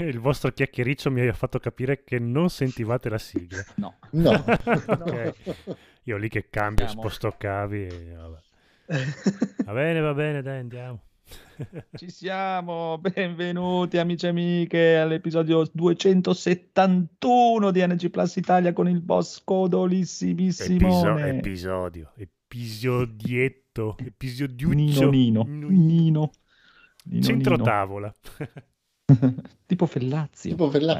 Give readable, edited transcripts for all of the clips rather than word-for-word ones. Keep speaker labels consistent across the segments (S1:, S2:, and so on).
S1: il vostro chiacchiericcio mi ha fatto capire che non sentivate la sigla.
S2: No.
S3: No.
S1: Ok. Io lì che cambio,
S2: Andiamo.
S1: sposto cavi e vabbè. Va bene, dai, andiamo.
S2: Ci siamo, benvenuti amici e amiche all'episodio 271 di NG Plus Italia con il boss codolissimissimo
S1: Episodietto, episodiuccio.
S2: Nino.
S1: Centro tavola.
S2: Tipo Fellazio.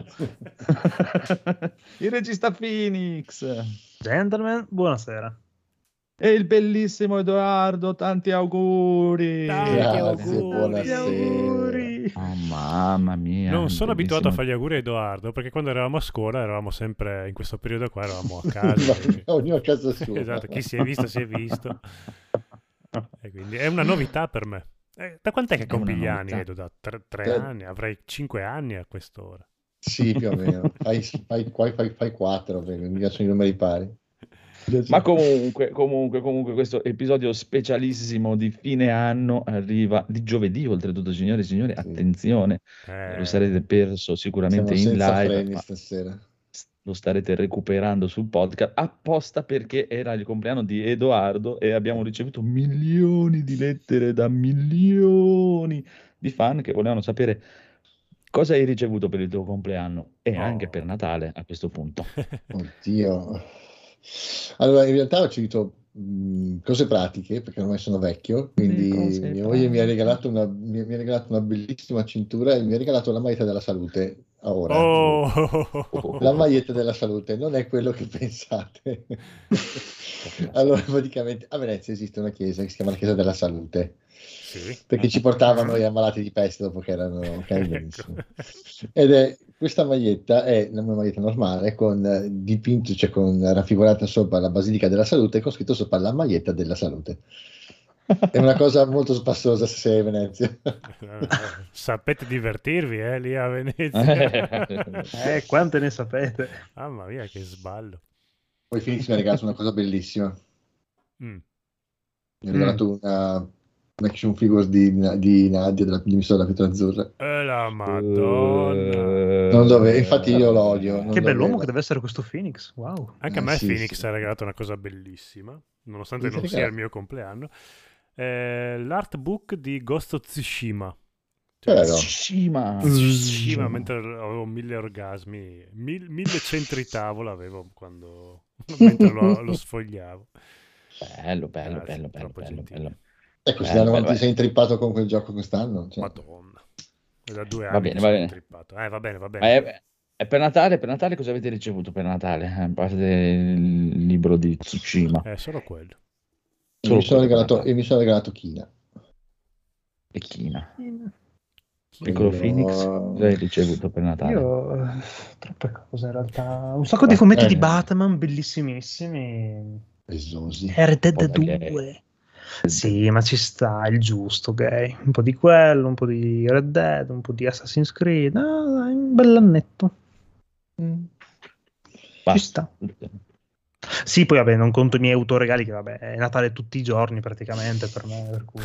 S2: Il regista Phoenix.
S4: Gentlemen, buonasera.
S2: E il bellissimo Edoardo, tanti auguri.
S3: Grazie, buonasera.
S2: Oh, mamma mia.
S1: Non sono
S2: bellissimo.
S1: abituato a fare gli auguri a Edoardo, perché quando eravamo a scuola eravamo sempre, in questo periodo qua, eravamo a casa.
S3: Ognuno a casa sua.
S1: Esatto, chi si è visto si è visto. E quindi è una novità per me. Da quant'è che compi gli anni, Edo? Da 3 anni? Avrei 5 anni a quest'ora.
S3: Sì, più o meno. Fai 4, perché mi piacciono i numeri pari.
S2: Ma comunque, questo episodio specialissimo di fine anno arriva di giovedì, oltretutto, signore e signori, attenzione, lo sarete perso sicuramente
S3: Siamo
S2: in
S3: senza
S2: live,
S3: freni
S2: ma
S3: stasera.
S2: lo starete recuperando sul podcast, apposta perché era il compleanno di Edoardo e abbiamo ricevuto milioni di lettere da milioni di fan che volevano sapere cosa hai ricevuto per il tuo compleanno e anche per Natale a questo punto.
S3: Oddio. Allora, in realtà ho ricevuto cose pratiche, perché ormai sono vecchio, quindi mia moglie mi ha regalato una bellissima cintura e mi ha regalato la maglietta della salute. Ora, la maglietta della salute non è quello che pensate. Allora, praticamente a Venezia esiste una chiesa che si chiama la Chiesa della Salute.
S1: Sì.
S3: Perché ci portavano gli ammalati di peste dopo che erano benissimo. Ed questa maglietta è una maglietta normale con dipinto, cioè con raffigurata sopra la Basilica della Salute e con scritto sopra la maglietta della salute. È una cosa molto spassosa se sei a Venezia.
S1: Sapete divertirvi, lì a Venezia.
S4: Quante ne sapete?
S1: Mamma mia, che sballo.
S3: Poi Phoenix mi ha regalato una cosa bellissima. Mi ha regalato una action figure di Nadia di Mistero della Pietra Azzurra.
S1: La Madonna.
S3: Non dove, infatti io lo odio.
S4: Che bell'uomo che deve essere questo Phoenix. Wow.
S1: Anche a me
S3: sì,
S1: Phoenix
S3: sì.
S1: ha regalato una cosa bellissima, nonostante non sia
S3: regalato?
S1: il mio compleanno. L'artbook di Ghost of Tsushima.
S2: Tsushima,
S1: mentre avevo 1000 orgasmi, 1000 centri tavola avevo mentre lo sfogliavo.
S2: Bello.
S3: Ecco, se da non ti sei intrippato con quel gioco quest'anno. Cioè.
S1: Madonna. È da 2
S2: Va
S1: anni
S2: bene,
S1: che
S2: va
S1: sono
S2: bene.
S1: intrippato. Va bene.
S2: Ma è per Natale cosa avete ricevuto per Natale? A parte il libro di Tsushima.
S1: Solo quello.
S3: E mi sono regalato Kina.
S2: E Kina. Piccolo Phoenix, cosa hai ricevuto per Natale?
S4: Io troppe cose in realtà. Un sacco di fumetti di Batman bellissimissimi.
S3: Pesosi.
S4: Red Dead 2. Sì, ma ci sta il giusto, gay. Un po' di quello, un po' di Red Dead, un po' di Assassin's Creed. Dai, un bell'annetto. Ci sta. Sì, poi vabbè, non conto i miei autoregali, che vabbè, è Natale tutti i giorni praticamente per me, per cui...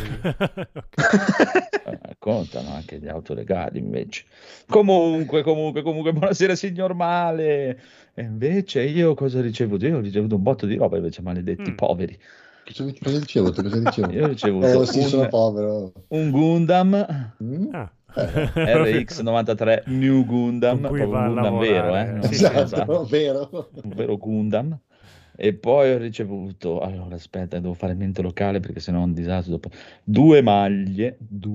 S2: Contano anche gli autoregali invece. Comunque, buonasera signor Male. E invece io cosa ho ricevuto? Io ho ricevuto un botto di roba invece, maledetti poveri.
S3: Cosa hai ricevuto?
S2: Io ho ricevuto
S3: sono povero.
S2: Un Gundam RX93 New Gundam,
S1: con cui
S2: proprio
S1: va
S2: un
S1: a
S2: Gundam
S1: lavorare.
S2: vero,
S3: Esatto, vero.
S2: un vero Gundam. E poi ho ricevuto, allora aspetta, devo fare mente locale perché sennò è un disastro dopo. Due maglie,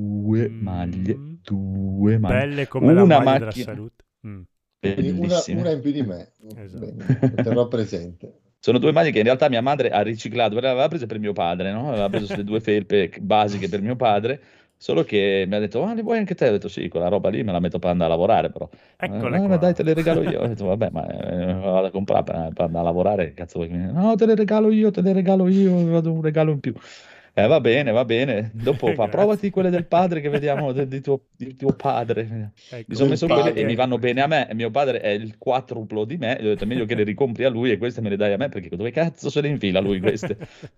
S1: belle come la maglia della salute.
S3: Una in più di me.
S1: Esatto.
S3: Bene, lo terrò presente.
S2: Sono due maglie che in realtà mia madre ha riciclato, perché le aveva prese per mio padre, no? Aveva preso queste due felpe basiche per mio padre, solo che mi ha detto, le vuoi anche te? Ho detto sì, quella roba lì me la metto per andare a lavorare, però.
S1: Eccole
S2: No,
S1: qua.
S2: dai, te le regalo io. Ho detto, vabbè, ma vado a comprare per andare a lavorare, che cazzo vuoi? No, te le regalo io, vado un regalo in più. Va bene. Dopo fa,
S1: Grazie.
S2: provati quelle del padre che vediamo di tuo padre.
S1: Ecco,
S2: Mi sono messo quelle e mi vanno
S1: anche
S2: bene a me. E mio padre è il quadruplo di me. Gli ho detto, è meglio che le ricompri a lui e queste me le dai a me, perché dove cazzo se le infila lui queste?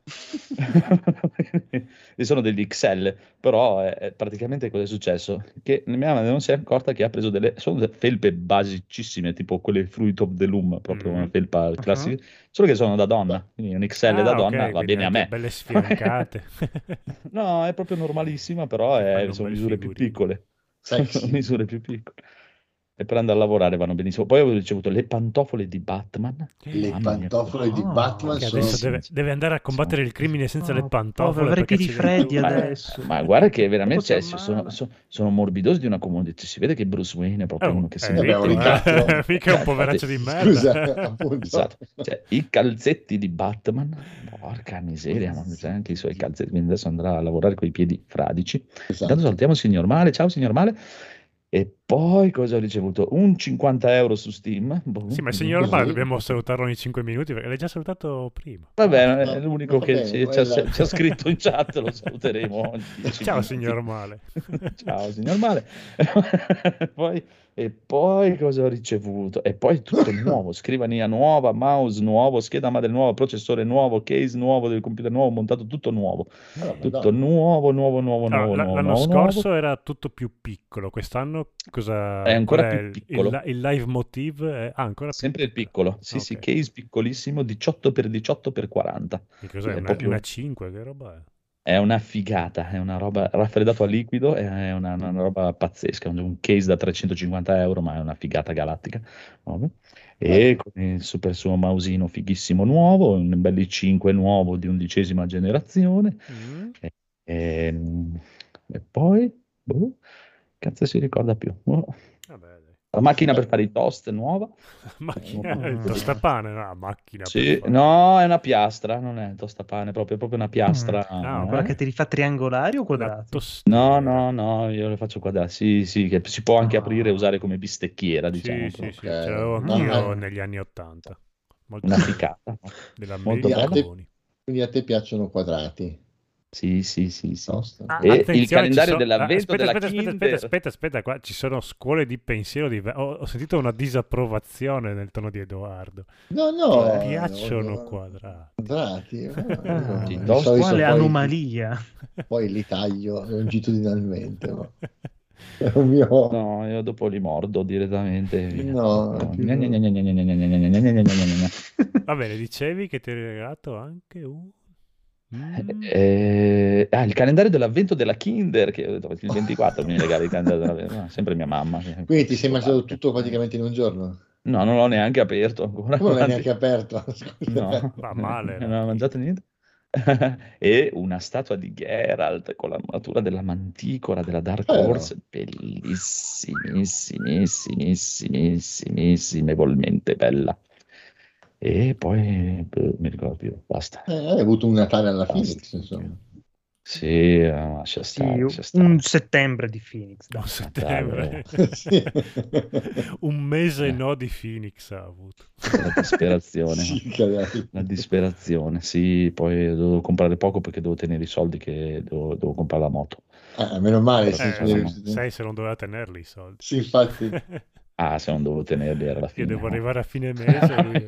S2: E sono degli XL, però praticamente cosa è successo? Che mia madre non si è accorta che ha preso sono delle felpe basicissime, tipo quelle Fruit of the Loom, proprio una felpa classica, solo che sono da donna, quindi un XL da donna
S1: ok,
S2: va
S1: quindi
S2: bene a
S1: anche
S2: me.
S1: belle sfiancate.
S2: No, è proprio normalissima, però
S1: Ti fanno un
S2: sono
S1: bel
S2: misure più
S1: figurino.
S2: piccole.
S3: Sexy.
S2: Sono misure più piccole. E per andare a lavorare vanno benissimo. Poi avevo ricevuto le pantofole di Batman.
S3: Le
S2: Mamma mia,
S3: pantofole di
S4: Ah,
S3: Batman
S1: Che
S3: sono...
S1: adesso deve andare a combattere il crimine senza le
S4: povero,
S1: pantofole
S4: avrei
S1: perché
S4: piedi
S1: ci vedi
S4: freddi
S1: tu.
S4: adesso.
S2: Ma guarda che
S4: Dopo
S2: veramente
S4: si
S2: sono morbidosi di una comodità. Si vede che Bruce Wayne è proprio uno che si
S1: È
S3: Vabbè,
S2: mette
S1: ricco,
S3: un ricatto.
S1: mica è un poveraccio di merda.
S3: Scusa, appunto.
S2: Esatto. Cioè, i calzetti di Batman, porca miseria, ma c'è anche i suoi calzetti, quindi adesso andrà a lavorare con i piedi fradici. Intanto
S3: Esatto.
S2: salutiamo il signor Male, ciao signor Male. E poi cosa ho ricevuto? Un 50 euro su Steam. Boh,
S1: Sì, ma il
S2: così.
S1: signor Male
S3: Così.
S1: dobbiamo salutarlo ogni 5 minuti perché l'hai già salutato prima.
S2: Vabbè, è
S3: No,
S2: l'unico
S3: va
S2: che
S3: bene,
S2: ci ha scritto in chat, lo saluteremo ogni 10
S1: Ciao
S2: minuti.
S1: signor Male.
S2: Ciao signor Male. E poi cosa ho ricevuto? E poi tutto nuovo, scrivania nuova, mouse nuovo, scheda madre nuova, processore nuovo, case nuovo del computer nuovo, montato tutto nuovo.
S3: Allora,
S2: Tutto
S3: Madonna.
S2: nuovo.
S1: L'anno scorso era tutto più piccolo, quest'anno
S2: È ancora
S1: qual è
S2: più piccolo.
S1: il live motive? È ancora più
S2: Sempre il
S1: piccolo.
S2: piccolo, sì,
S1: Ok.
S2: case piccolissimo, 18x18x40.
S1: E cos'è?
S2: È proprio...
S1: Una 5? Che roba è?
S2: È una figata, è una roba raffreddato a liquido, è una roba pazzesca, un case da 350 euro, ma è una figata galattica. Vabbè. E con il super suo mausino fighissimo nuovo, un bel i5 nuovo di 11ª generazione. E, e poi, boh, cazzo si ricorda più. Oh.
S1: Vabbè, dai.
S2: La macchina per fare i toast nuova.
S1: Macchina, il tostapane, no, macchina
S2: Sì,
S1: per fare.
S2: no, è una piastra, non è tostapane, proprio una piastra.
S4: Quella che ti rifà triangolari o
S1: La
S4: quadrati?
S1: tostiera.
S2: No, io le faccio quadrati. Sì, che si può anche aprire e usare come bistecchiera, diciamo.
S1: Sì, ce
S3: Ok.
S1: l'avevo anch'io negli anni 80. Molto
S2: Una
S1: bello.
S2: ficata.
S1: Della
S2: Molto
S3: Quindi a, te,
S1: Melconi.
S3: quindi a te piacciono quadrati?
S2: Sì.
S3: Tosta.
S1: Ah,
S2: E il
S1: attenzione,
S2: calendario dell'avvento della Kinder.
S1: aspetta, qua ci sono scuole di pensiero ho sentito una disapprovazione nel tono di Edoardo.
S3: No,
S1: Ti piacciono
S3: no,
S1: quadrati?
S3: quadrati.
S2: Sì,
S3: Di
S2: tosta.
S3: solito
S4: Quale
S3: poi-
S4: anomalia?
S3: Poi li taglio longitudinalmente. Ma... È un mio...
S2: No, io dopo li mordo direttamente. Via.
S3: No,
S2: Gna, gna, gna, gna, gna, gna, gna, gna, gna, gna, gna, gna.
S1: Va bene, dicevi che ti hai regalato anche un...
S2: Il calendario dell'avvento della Kinder, che il 24 mi regala il calendario dell'avvento, no, sempre mia mamma.
S3: Quindi ti sei mangiato tutto praticamente in un giorno?
S2: No, non l'ho neanche aperto ancora.
S3: Come non l'hai neanche aperto? Scusa.
S2: No,
S1: Va male,
S2: non ho mangiato niente. E una statua di Geralt con l'armatura della manticora della Dark Horse, bellissimissimissimissimissimissimissimevolmente bella. E poi mi ricordo più, basta.
S3: Hai avuto un Natale alla
S2: Basta.
S3: Phoenix, insomma.
S2: Sì, lascia stare, lascia stare.
S4: Un settembre di Phoenix. Dai.
S1: Un settembre.
S3: Sì.
S1: Un mese no di Phoenix ha avuto.
S2: La disperazione.
S3: Sì, dai.
S2: La disperazione, sì, poi dovevo comprare poco perché devo tenere i soldi che devo comprare la moto.
S3: Meno male.
S1: Sai se non doveva tenerli i soldi.
S3: Sì, infatti.
S2: Ah, se non devo tenerli era la fine.
S1: Io devo arrivare a fine mese. Lui...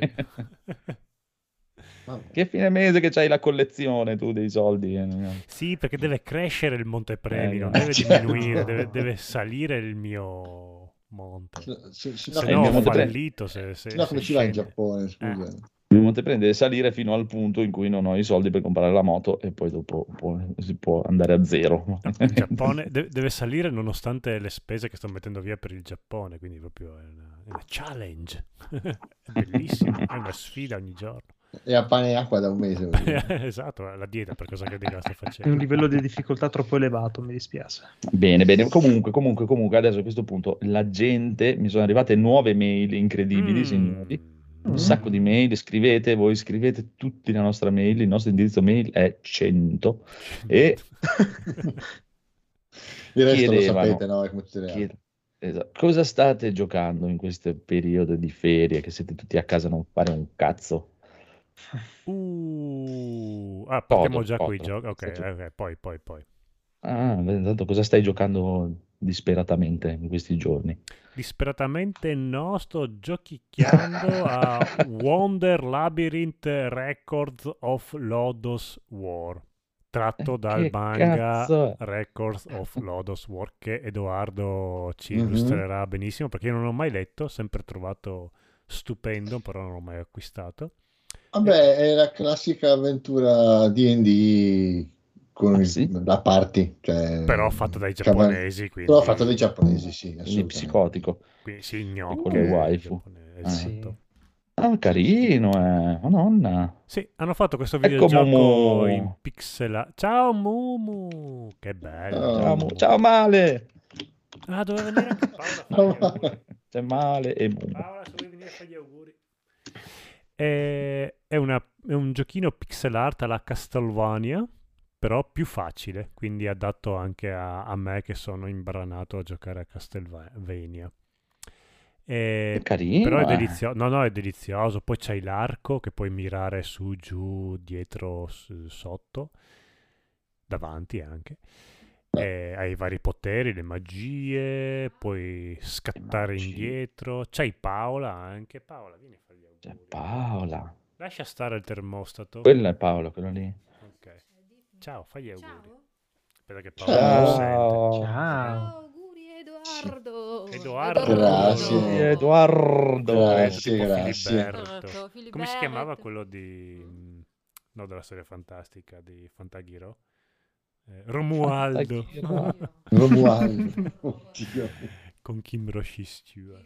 S2: Che fine mese che c'hai la collezione tu dei soldi?
S1: Sì, perché deve crescere il montepremi, non
S2: no.
S1: deve diminuire, deve salire il mio monte.
S3: Se
S1: Se
S3: no,
S1: no ho
S2: montepremi.
S1: fallito.
S3: come ci va in Giappone, scusa?
S2: Il montepremi deve salire fino al punto in cui non ho i soldi per comprare la moto e poi dopo si può andare a zero.
S1: No, il Giappone deve salire nonostante le spese che sto mettendo via per il Giappone, quindi proprio è una challenge. È bellissimo, è una sfida ogni giorno.
S3: E a pane e acqua da un mese.
S1: Esatto, la dieta per cosa che la sto
S4: È
S1: facendo.
S4: un livello di difficoltà troppo elevato, mi dispiace.
S2: Bene, comunque adesso a questo punto la gente, mi sono arrivate nuove mail incredibili, signori, un sacco di mail, voi scrivete tutti la nostra mail, il nostro indirizzo mail è 100 e
S3: il resto lo
S2: chiedevano,
S3: sapete, no? È come tutte le altre.
S2: esatto, cosa state giocando in questo periodo di ferie che siete tutti a casa a non fare un cazzo?
S1: partiamo
S2: Todo,
S1: già con i
S2: Todo.
S1: giochi. Ok, poi.
S2: Intanto cosa stai giocando disperatamente in questi giorni?
S1: Disperatamente no, sto giochicchiando a Wonder Labyrinth Records of Lodoss War, tratto dal
S2: Che
S1: manga
S2: cazzo è?
S1: Records of Lodoss War, che Edoardo ci
S3: Mhm.
S1: illustrerà benissimo, perché io non l'ho mai letto, ho sempre trovato stupendo, però non l'ho mai acquistato.
S3: Vabbè, è la classica avventura D&D con
S2: Sì?
S3: la party, cioè
S1: Però fatto dai
S3: caval-
S1: giapponesi,
S3: però fatto dai
S1: quindi,
S3: giapponesi, sì,
S2: Quindi
S3: assolutamente.
S2: psicotico,
S1: quindi sì,
S2: con le
S1: gnocche
S2: waifu.
S1: giapponesi,
S4: Sì.
S1: esatto.
S2: Carino, Madonna.
S1: Sì, hanno fatto questo
S2: Ecco
S1: videogioco in
S2: Momo.
S1: pixel. Ciao Mumu! Che bello!
S2: Ciao Male.
S1: Ah, doveva venire anche Paola a fare gli auguri.
S2: C'è Male e Momo.
S1: Paola, se vuoi venire a fare gli auguri. È un giochino pixel art alla Castlevania, però più facile, quindi adatto anche a me che sono imbranato a giocare a Castlevania.
S2: Che
S1: Però è
S2: carino,
S1: delizioso, no, è delizioso. Poi c'hai l'arco che puoi mirare su, giù, dietro, sotto, davanti anche. E hai i vari poteri, le magie, puoi scattare
S2: magie.
S1: indietro. C'hai Paola anche. Paola, vieni a fare gli
S2: C'è
S1: auguri.
S2: Paola.
S1: Lascia stare il termostato.
S2: Quello è Paolo, quello lì.
S1: Ok. Ciao, fagli auguri.
S5: Ciao.
S1: Aspetta che Paola non lo sente.
S2: Ciao.
S4: Ciao.
S5: Auguri Edoardo.
S1: Edoardo.
S3: Grazie.
S2: Edoardo.
S3: Grazie,
S1: Tipo
S3: grazie.
S1: Filiberto. Come si chiamava quello di... No, della storia fantastica di Fantaghiro? Romualdo.
S3: Romualdo. Oddio.
S1: Con Kim Roshi Stewart.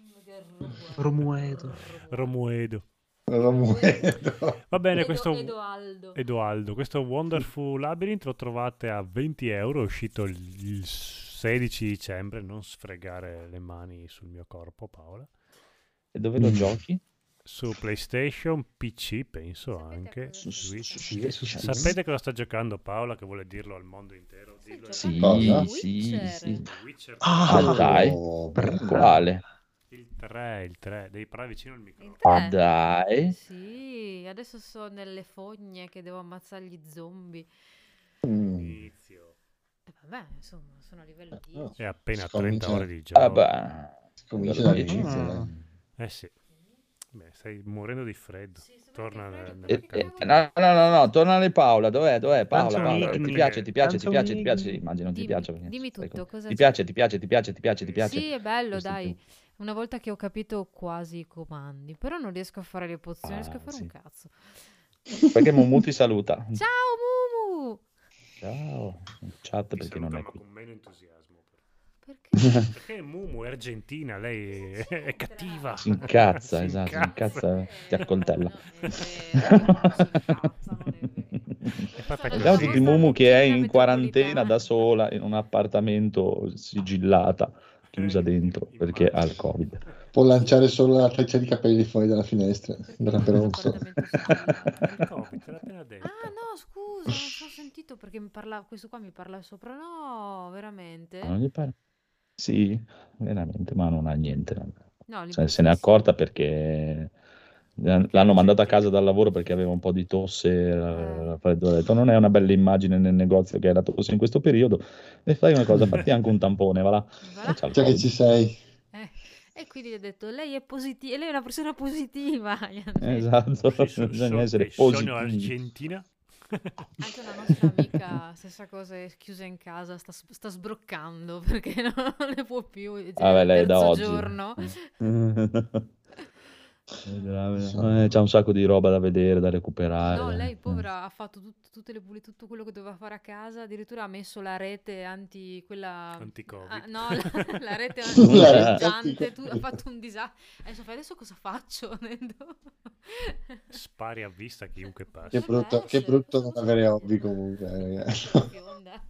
S4: Romuedo.
S1: Romuedo.
S3: Romualdo.
S1: Va bene, questo
S5: Edoaldo.
S1: questo Wonderful Labyrinth lo trovate a 20 euro, è uscito il 16 dicembre, non sfregare le mani sul mio corpo, Paola.
S2: E dove lo giochi?
S1: Su PlayStation, PC, penso
S5: Sapete
S1: anche.
S5: a cosa
S1: Switch.
S5: sto giocando?
S4: Sì.
S1: Sapete cosa sta giocando Paola che vuole dirlo al mondo intero?
S5: Stai
S1: Dillo
S2: Sì,
S5: giocando
S3: Cosa?
S2: sì,
S5: Witcher?
S2: sì.
S1: The Witcher
S2: Ah, dai.
S3: Oh,
S2: Quale?
S1: il 3, devi parlare vicino al
S5: Il
S1: microfono.
S5: 3?
S2: Ah, dai.
S5: Sì, adesso sto nelle fogne che devo ammazzare gli zombie.
S3: Mm.
S1: Inizio.
S5: E vabbè, insomma, sono a livello
S3: Ah,
S5: 10.
S1: È appena
S3: Si comincia-
S1: 30 ore di gioco.
S2: Vabbè.
S3: Comincia
S2: Allora,
S3: dall'inizio.
S4: Ah.
S3: dai.
S1: Sì. Beh, stai morendo di freddo.
S5: Sì, sto
S1: Torna
S5: morendo di
S1: nel
S5: freddo,
S1: mercatino.
S2: No, torna Paola, dov'è Paola?
S4: Danza
S2: Paola?
S4: Unigni.
S2: Ti piace?
S4: Danza
S2: Immagino non ti
S5: Dimmi,
S2: piace. perché
S5: dimmi
S2: stai
S5: tutto,
S2: con-
S5: cosa
S2: Ti
S5: c'è?
S2: piace?
S5: Sì, è bello,
S2: Questo
S5: dai.
S2: più.
S5: Una volta che ho capito quasi i comandi, però non riesco a fare le pozioni, non riesco a fare
S2: sì.
S5: un cazzo.
S2: Perché Momu ti saluta.
S5: Ciao Mumu!
S2: Ciao. In chat perché non è qui.
S1: con meno entusiasmo.
S5: Perché?
S1: Perché Mumu è argentina, lei è cattiva.
S2: Si incazza,
S1: Si
S2: esatto, si
S1: incazza.
S2: incazza, ti accoltella.
S5: Non è vero.
S1: fatta
S5: Sono
S1: così.
S2: Vediamo tutti Mumu che è in
S5: Città
S2: quarantena
S5: metropolitana.
S2: da sola in un appartamento sigillata, chiusa dentro perché ha il Covid.
S3: Può lanciare solo la treccia di capelli fuori dalla finestra. Draperonzo.
S5: Appartamento sigillato.
S1: Il Covid, te l'ho appena detto.
S5: Ah no, scusa, non so sentito perché questo qua mi parla sopra. No, veramente?
S2: Ma non gli pare? Sì, veramente, ma non ha niente.
S5: No,
S2: Se n'è accorta perché l'hanno mandata a casa dal lavoro perché aveva un po' di tosse, raffreddore. Ha detto non è una bella immagine nel negozio che è la tosse in questo periodo, e fai una cosa, fatti anche un tampone, va là.
S5: Va là.
S2: E c'ha il
S3: Già che
S2: Covid.
S3: ci sei.
S5: E quindi gli ho detto, lei è positiva, lei è una persona positiva. Gli hanno detto.
S2: Esatto, bisogna essere positivi.
S1: Sono argentina.
S5: Anche una nostra amica, stessa cosa, è chiusa in casa, sta sbroccando perché non ne può più.
S2: Vabbè, lei è da
S5: terzo
S2: oggi.
S5: giorno.
S2: C'ha un sacco di roba da vedere, da recuperare.
S5: No, lei povera ha fatto tutto quello che doveva fare a casa, addirittura ha messo la rete quella
S1: Anti-Covid.
S5: no, la rete
S3: La
S5: anti ha fatto un disastro. Adesso cosa faccio?
S1: Spari a vista chiunque passa.
S3: Che brutto non avere hobby comunque, ragazzi.
S5: Bionda.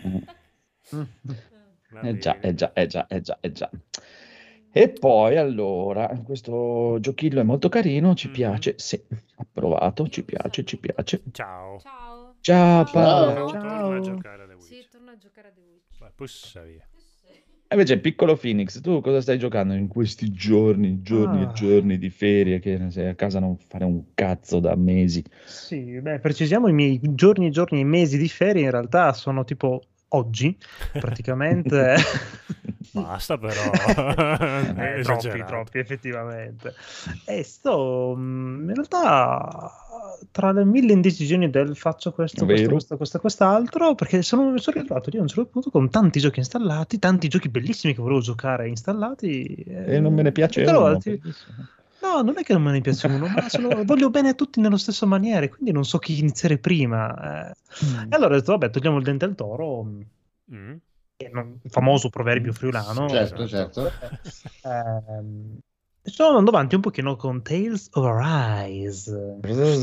S1: Va
S2: già,
S1: bene.
S2: già. E poi allora, questo giochillo è molto carino, ci
S1: Mhm.
S2: piace, sì, approvato, ci piace.
S1: Ciao.
S5: Ciao.
S2: Ciao Paolo,
S3: Ciao.
S1: Torna a giocare a The Witch.
S5: Sì, torna a giocare a The Witch.
S1: Vai, pussa via.
S2: E invece, piccolo Phoenix, tu cosa stai giocando in questi giorni e
S4: Ah,
S2: giorni di ferie che sei a casa a non fare un cazzo da mesi?
S4: sì, beh, precisiamo i miei giorni e mesi di ferie, in realtà sono tipo oggi, praticamente.
S1: Basta però, esagerato.
S4: Troppi, effettivamente. E in realtà, tra le mille indecisioni del faccio
S2: Vero?
S4: quest'altro, perché mi sono ritrovato lì a un certo punto con tanti giochi installati, tanti giochi bellissimi che volevo giocare installati.
S2: E non me ne piace
S4: Però,
S2: uno. Bellissimo.
S4: no, non è che non me ne piace uno, ma voglio bene a tutti nella stessa maniera, quindi non so chi iniziare prima. E allora ho detto, vabbè, togliamo il dente al toro,
S1: Mm.
S4: il famoso proverbio friulano.
S1: Sì,
S3: Certo,
S1: esatto.
S3: certo.
S4: Sto andando avanti un pochino con Tales of Arise.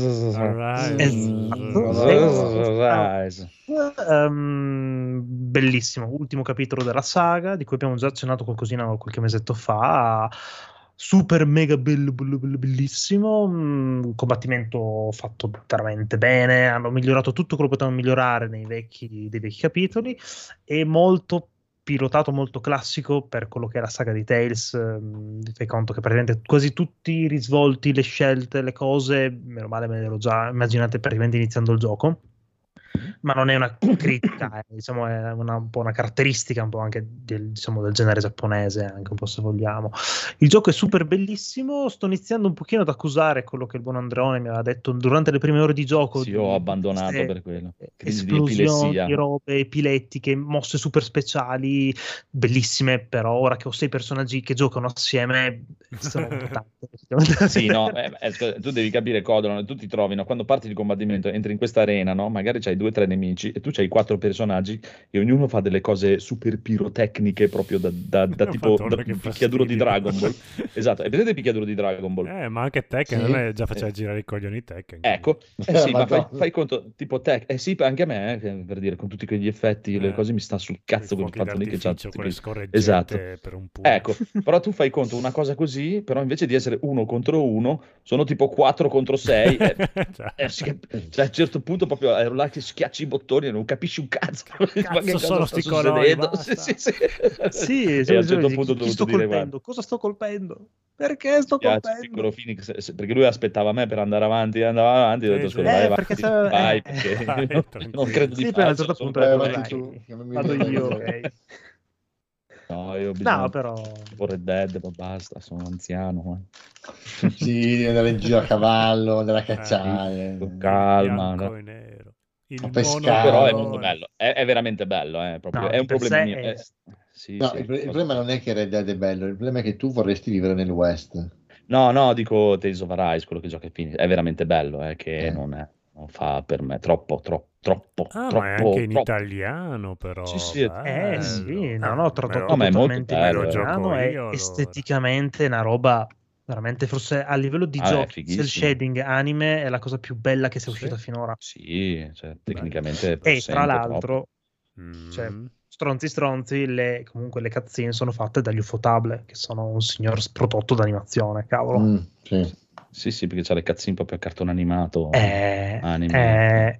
S2: Rise.
S4: Bellissimo, ultimo capitolo della saga di cui abbiamo già accennato qualcosina qualche mesetto fa. Super mega bellissimo. Combattimento fatto veramente bene. Hanno migliorato tutto quello che potevano migliorare dei vecchi capitoli. E molto pilotato, molto classico per quello che è la saga di Tales. Fai conto che praticamente quasi tutti i risvolti, le scelte, le cose, meno male me le ero già immaginate praticamente iniziando il gioco. Ma non è una critica, diciamo, è un po' una caratteristica un po' anche diciamo, del genere giapponese, anche un po' se vogliamo. Il gioco è super bellissimo, sto iniziando un pochino ad accusare quello che il buon Andreone mi aveva detto durante le prime ore di gioco,
S2: Sì, ho
S4: di
S2: abbandonato
S4: queste
S2: per quello. Crisi di
S4: esplosioni,
S2: epilessia.
S4: robe epilettiche, mosse super speciali, bellissime, però ora che ho 6 personaggi che giocano assieme, sono un po' tante.
S2: Sì, no, scusa, tu devi capire, Codolo, tu ti trovi, no, quando parti di combattimento, entri in questa arena, no, magari c'hai 2 o 3 nemici e tu c'hai 4 personaggi e ognuno fa delle cose super pirotecniche proprio da tipo
S1: Madonna,
S2: da
S1: che
S2: picchiaduro di
S1: fastidio.
S2: Dragon Ball. Esatto, è presente il picchiaduro di Dragon Ball?
S1: Ma anche Tekken,
S3: Sì.
S1: non è già faceva girare i coglioni Tekken.
S2: Ecco, sì, ma
S3: Madonna.
S2: fai conto, tipo te, sì, anche a me, per dire, con tutti quegli effetti, le cose mi sta sul
S1: I
S2: cazzo quel
S1: fuochi
S2: fatto lì che c'ha
S1: d'artificio
S2: tutti
S1: con le
S2: quei...
S1: scorreggette
S2: Esatto.
S1: per un punto.
S2: Ecco, però tu fai conto una cosa così, però invece di essere 1 contro 1, sono tipo 4 contro 6,
S1: Cioè,
S2: cioè a un certo punto proprio ero là che schiacci i bottoni e non capisci un cazzo, ma che
S1: cazzo
S2: cosa
S1: sono
S2: sta
S1: sti colori,
S2: succedendo?
S1: basta.
S2: Sì.
S4: Sì,
S2: E a un certo punto ho
S4: chi
S2: dovuto
S4: sto
S2: dire, guarda,
S4: colpendo? Cosa sto colpendo? Perché sto
S2: piace piccolo
S4: colpendo?
S2: Phoenix, perché lui aspettava me per andare avanti, andava avanti, ho detto,
S1: Sì,
S2: scusa, vai
S4: Perché
S2: avanti, vai, perché
S1: Vai,
S2: io non
S1: tranquillo.
S2: credo di
S4: sì, poi a un
S2: farcela,
S4: certo
S2: sono
S4: punto ho
S2: troppo
S4: detto,
S3: Vatti
S2: vecchio.
S3: tu,
S4: dai,
S3: che non mi
S4: vado
S3: viene da
S4: io,
S3: ridere.
S4: ok.
S2: No, io ho
S4: No,
S2: bisogno
S4: però...
S2: tipo Red Dead, ma basta, sono anziano.
S3: Sì, devi andare in giro a cavallo, andare a cacciare,
S2: Con
S1: Il
S2: calma,
S1: bianco e nero.
S3: a
S1: Il
S2: no, però è
S3: pescare.
S2: molto
S1: monocolore.
S2: bello, è veramente bello, proprio,
S4: No,
S2: è
S4: di
S2: un
S4: per
S2: problema
S4: sé
S2: mio.
S4: è...
S2: Sì,
S3: No,
S2: sì,
S3: il
S2: cosa
S3: problema non è che Red Dead è bello, il problema è che tu vorresti vivere nel West.
S2: No, dico Tales of Arise, quello che gioca Phoenix, è veramente bello, che
S3: Eh.
S2: non fa per me troppo.
S1: Ah, ma è anche in italiano,
S2: Sì,
S1: però,
S2: sì,
S4: sì,
S1: bello.
S4: no, no, tradotto
S2: no, ma è molto
S4: totalmente in
S1: Me lo
S2: bello,
S1: gioco
S4: italiano, è
S1: io allora.
S4: esteticamente una roba veramente, forse a livello di
S2: Ah, è
S4: giochi, cel
S2: fighissimo.
S4: shading anime è la cosa più bella che sia
S1: Sì,
S4: uscita finora.
S2: Sì, cioè,
S1: bello.
S2: tecnicamente
S4: E tra
S2: possente troppo.
S4: l'altro, cioè, stronzi, comunque le cutscene sono fatte dagli Ufotable, che sono un signor prodotto d'animazione, cavolo.
S3: Sì.
S2: Sì, perché c'ha le cazzine proprio a cartone animato,
S4: Eh,
S2: anime.
S4: eh,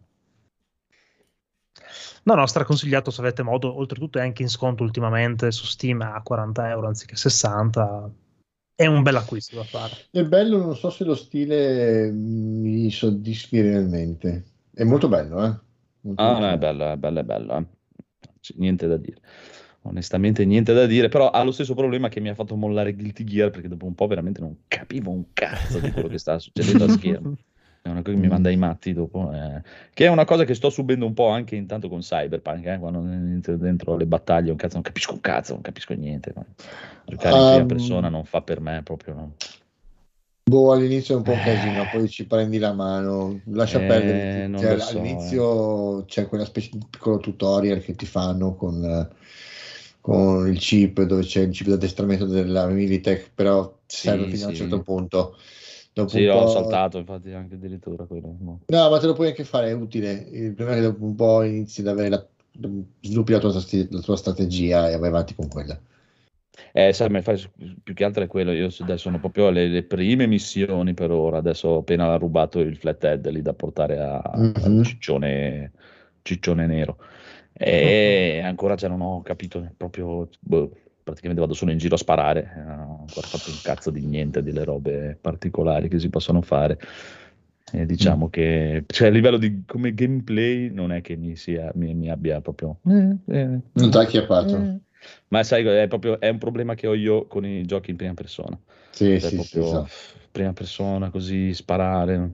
S4: no, straconsigliato se avete modo. Oltretutto è anche in sconto ultimamente su Steam a 40 euro anziché 60. È un bel acquisto da fare.
S3: È bello, non so se lo stile mi soddisfi realmente. È molto bello, eh? Molto,
S2: Ah,
S3: molto
S2: no, è
S3: bello.
S2: bello, eh. C'è niente da dire. Onestamente niente da dire, però ha lo stesso problema che mi ha fatto mollare Guilty Gear perché dopo un po' veramente non capivo un cazzo di quello che stava succedendo a schermo. È una cosa che mi manda ai matti dopo, che è una cosa che sto subendo un po' anche intanto con Cyberpunk, quando entro dentro le battaglie, un cazzo, non capisco un cazzo, non capisco niente. Giocare in prima persona non fa per me proprio, no.
S3: Boh, all'inizio è un po' un casino, poi ci prendi la mano, lascia perdere.
S2: Non
S3: Cioè,
S2: lo so.
S3: all'inizio c'è quella specie di piccolo tutorial che ti fanno con il chip, dove c'è il chip d'addestramento della Militech, però serve fino a un certo
S2: Sì.
S3: punto. Dopo
S2: Sì,
S3: un
S2: ho
S3: po'.
S2: saltato, infatti, anche addirittura quello. No.
S3: No, ma te lo puoi anche fare, è utile. Il problema è che dopo un po' inizi ad avere sviluppi la tua strategia e vai avanti con quella.
S2: Sai, più che altro è quello, io adesso sono proprio alle prime missioni per ora, adesso ho appena rubato il flathead lì da portare al
S3: Mhm.
S2: ciccione nero e ancora non ho capito proprio, boh, praticamente vado solo in giro a sparare, non ho ancora fatto un cazzo di niente delle robe particolari che si possono fare. E diciamo che cioè, a livello di come gameplay non è che mi abbia proprio
S3: Non ti ha acchiappato.
S2: ma sai, è un problema che ho io con i giochi in prima persona.
S3: Sì,
S2: Cioè,
S3: sì, sì,
S2: proprio
S3: so.
S2: prima persona, così, sparare.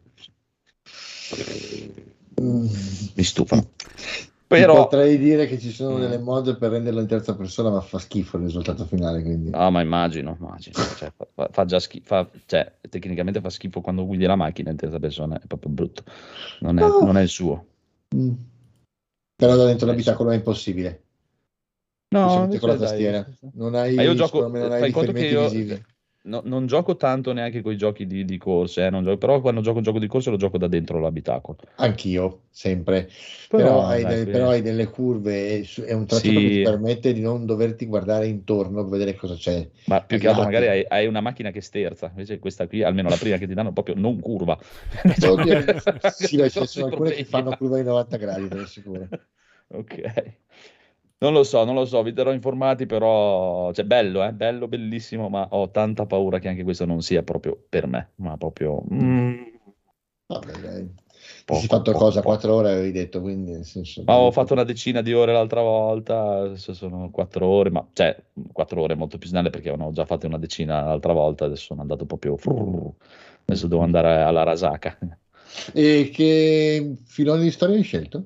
S2: Mi stufano.
S3: Ti
S2: Però,
S3: potrei dire che ci sono delle mod per renderlo in terza persona, ma fa schifo il risultato finale, quindi.
S2: no, ma immagino. Cioè, fa già schifo. Cioè, tecnicamente fa schifo quando guidi la macchina in terza persona, è proprio brutto. Non è il suo.
S3: Mm. Però da dentro
S2: Sì.
S3: l'abitacolo è impossibile.
S2: No,
S3: Specialmente con la
S2: invece, dai.
S3: tastiera. Non
S2: Ma
S3: hai,
S2: io
S3: secondo
S2: gioco,
S3: me non hai
S2: fai conto che
S3: riferimenti
S2: io
S3: visivi.
S2: non gioco tanto neanche con i giochi di corse, però quando gioco un gioco di corse lo gioco da dentro l'abitacolo.
S3: Anch'io, sempre. Però
S2: Però, dai,
S3: però hai delle curve, è un tracciato che ti
S2: sì,
S3: permette di non doverti guardare intorno per vedere cosa c'è
S2: ma più
S3: ai
S2: che altro magari
S3: lati.
S2: hai una macchina che sterza, invece questa qui, almeno la prima che ti danno, proprio non curva.
S3: Oddio, sì, ma ce ne
S2: Grossi
S3: sono alcune che fanno
S2: problemi.
S3: curva di 90 gradi, te lo assicuro.
S2: Ok. Non lo so, vi terrò informati, però, cioè, bello, bellissimo, ma ho tanta paura che anche questo non sia proprio per me, ma proprio
S3: Vabbè, dai. Ti sei fatto
S2: poco.
S3: cosa? 4 ore avevi detto, quindi nel senso,
S2: Ma ho
S3: dai,
S2: fatto una decina di ore l'altra volta, adesso sono 4 ore, ma cioè 4 ore molto più snelle perché avevo già fatto una decina l'altra volta, adesso sono andato proprio. Adesso devo andare alla Rasaka.
S3: E che filone di storia hai scelto?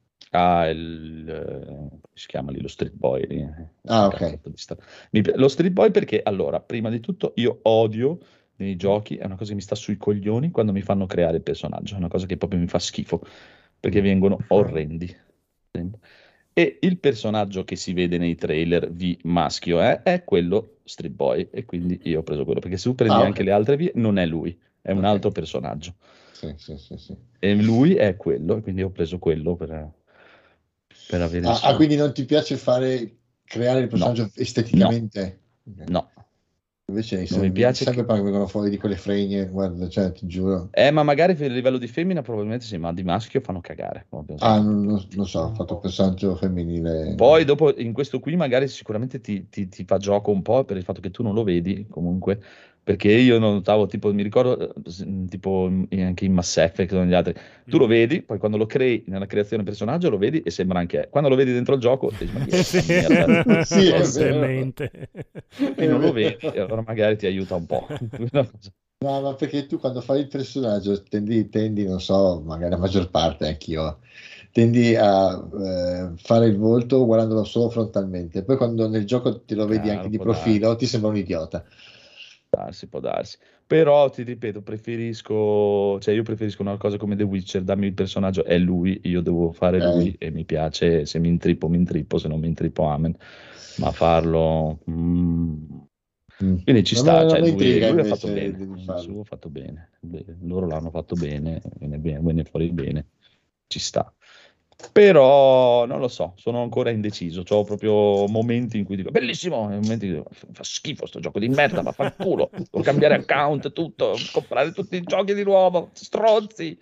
S2: Come si chiama lì, lo Street Boy.
S3: Ah, ok.
S2: Cazzotto di lo Street Boy perché, allora, prima di tutto, io odio nei giochi, è una cosa che mi sta sui coglioni quando mi fanno creare il personaggio, è una cosa che proprio mi fa schifo, perché vengono orrendi. E il personaggio che si vede nei trailer V maschio è quello Street Boy, e quindi io ho preso quello, perché se tu prendi
S3: Ah,
S2: anche
S3: ok.
S2: le altre vie, non è lui, è un
S3: Ok.
S2: altro personaggio.
S3: Sì, sì, sì, sì.
S2: E lui è quello, e quindi ho preso quello per avere il suo.
S3: Quindi non ti piace creare il
S2: No,
S3: personaggio
S2: no,
S3: esteticamente? Ok.
S2: no,
S3: Invece
S2: non mi
S3: i
S2: piace che.
S3: Cyberpunk vengono fuori di quelle fregne, guarda, cioè, ti giuro.
S2: Ma magari per il livello di femmina probabilmente sì, ma di maschio fanno cagare. Proprio,
S3: Ah,
S2: sono proprio.
S3: non so, ho fatto il personaggio femminile.
S2: Poi dopo in questo qui magari sicuramente ti fa gioco un po' per il fatto che tu non lo vedi comunque, perché io non notavo, tipo, mi ricordo, tipo anche in Mass Effect o negli altri, tu lo vedi, poi quando lo crei nella creazione del personaggio lo vedi e sembra anche. Quando lo vedi dentro il gioco, dici, ma chi è
S1: Sì,
S2: questa merda?
S3: Sì, è
S1: è
S3: vero.
S1: demente.
S2: Qui non lo vedi e allora magari ti aiuta un po'.
S3: No, ma perché tu quando fai il personaggio tendi, non so, magari la maggior parte, anch'io, tendi a fare il volto guardandolo solo frontalmente. Poi quando nel gioco te lo vedi anche di
S2: Può darsi.
S3: profilo, ti sembra un idiota.
S2: Può darsi. Però ti ripeto, io preferisco una cosa come The Witcher, dammi il personaggio, è lui, io devo fare lui
S3: Ok?
S2: e mi piace, se mi intrippo, se non mi intrippo, amen. Ma farlo. Quindi ci sta,
S3: Non
S2: cioè
S3: mi intriga
S2: lui ha fatto
S3: invece
S2: bene,
S3: di
S2: il
S3: farlo.
S2: suo ha fatto bene, loro l'hanno fatto bene, viene fuori bene, ci sta. Però non lo so, sono ancora indeciso. Ho proprio momenti in cui dico bellissimo, e momenti in cui dico, fa schifo sto gioco di merda, vaffanculo, devo cambiare account, tutto, comprare tutti i giochi di nuovo, stronzi.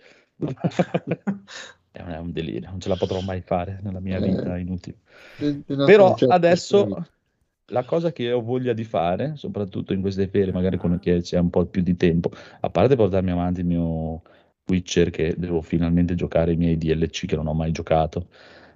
S2: È un delirio, non ce la potrò mai fare nella mia vita, inutile. Però
S3: Cioè,
S2: adesso la cosa che ho voglia di fare, soprattutto in queste ferie, magari con chi c'è un po' più di tempo, a parte portarmi avanti il mio Witcher, che devo finalmente giocare i miei DLC che non ho mai giocato,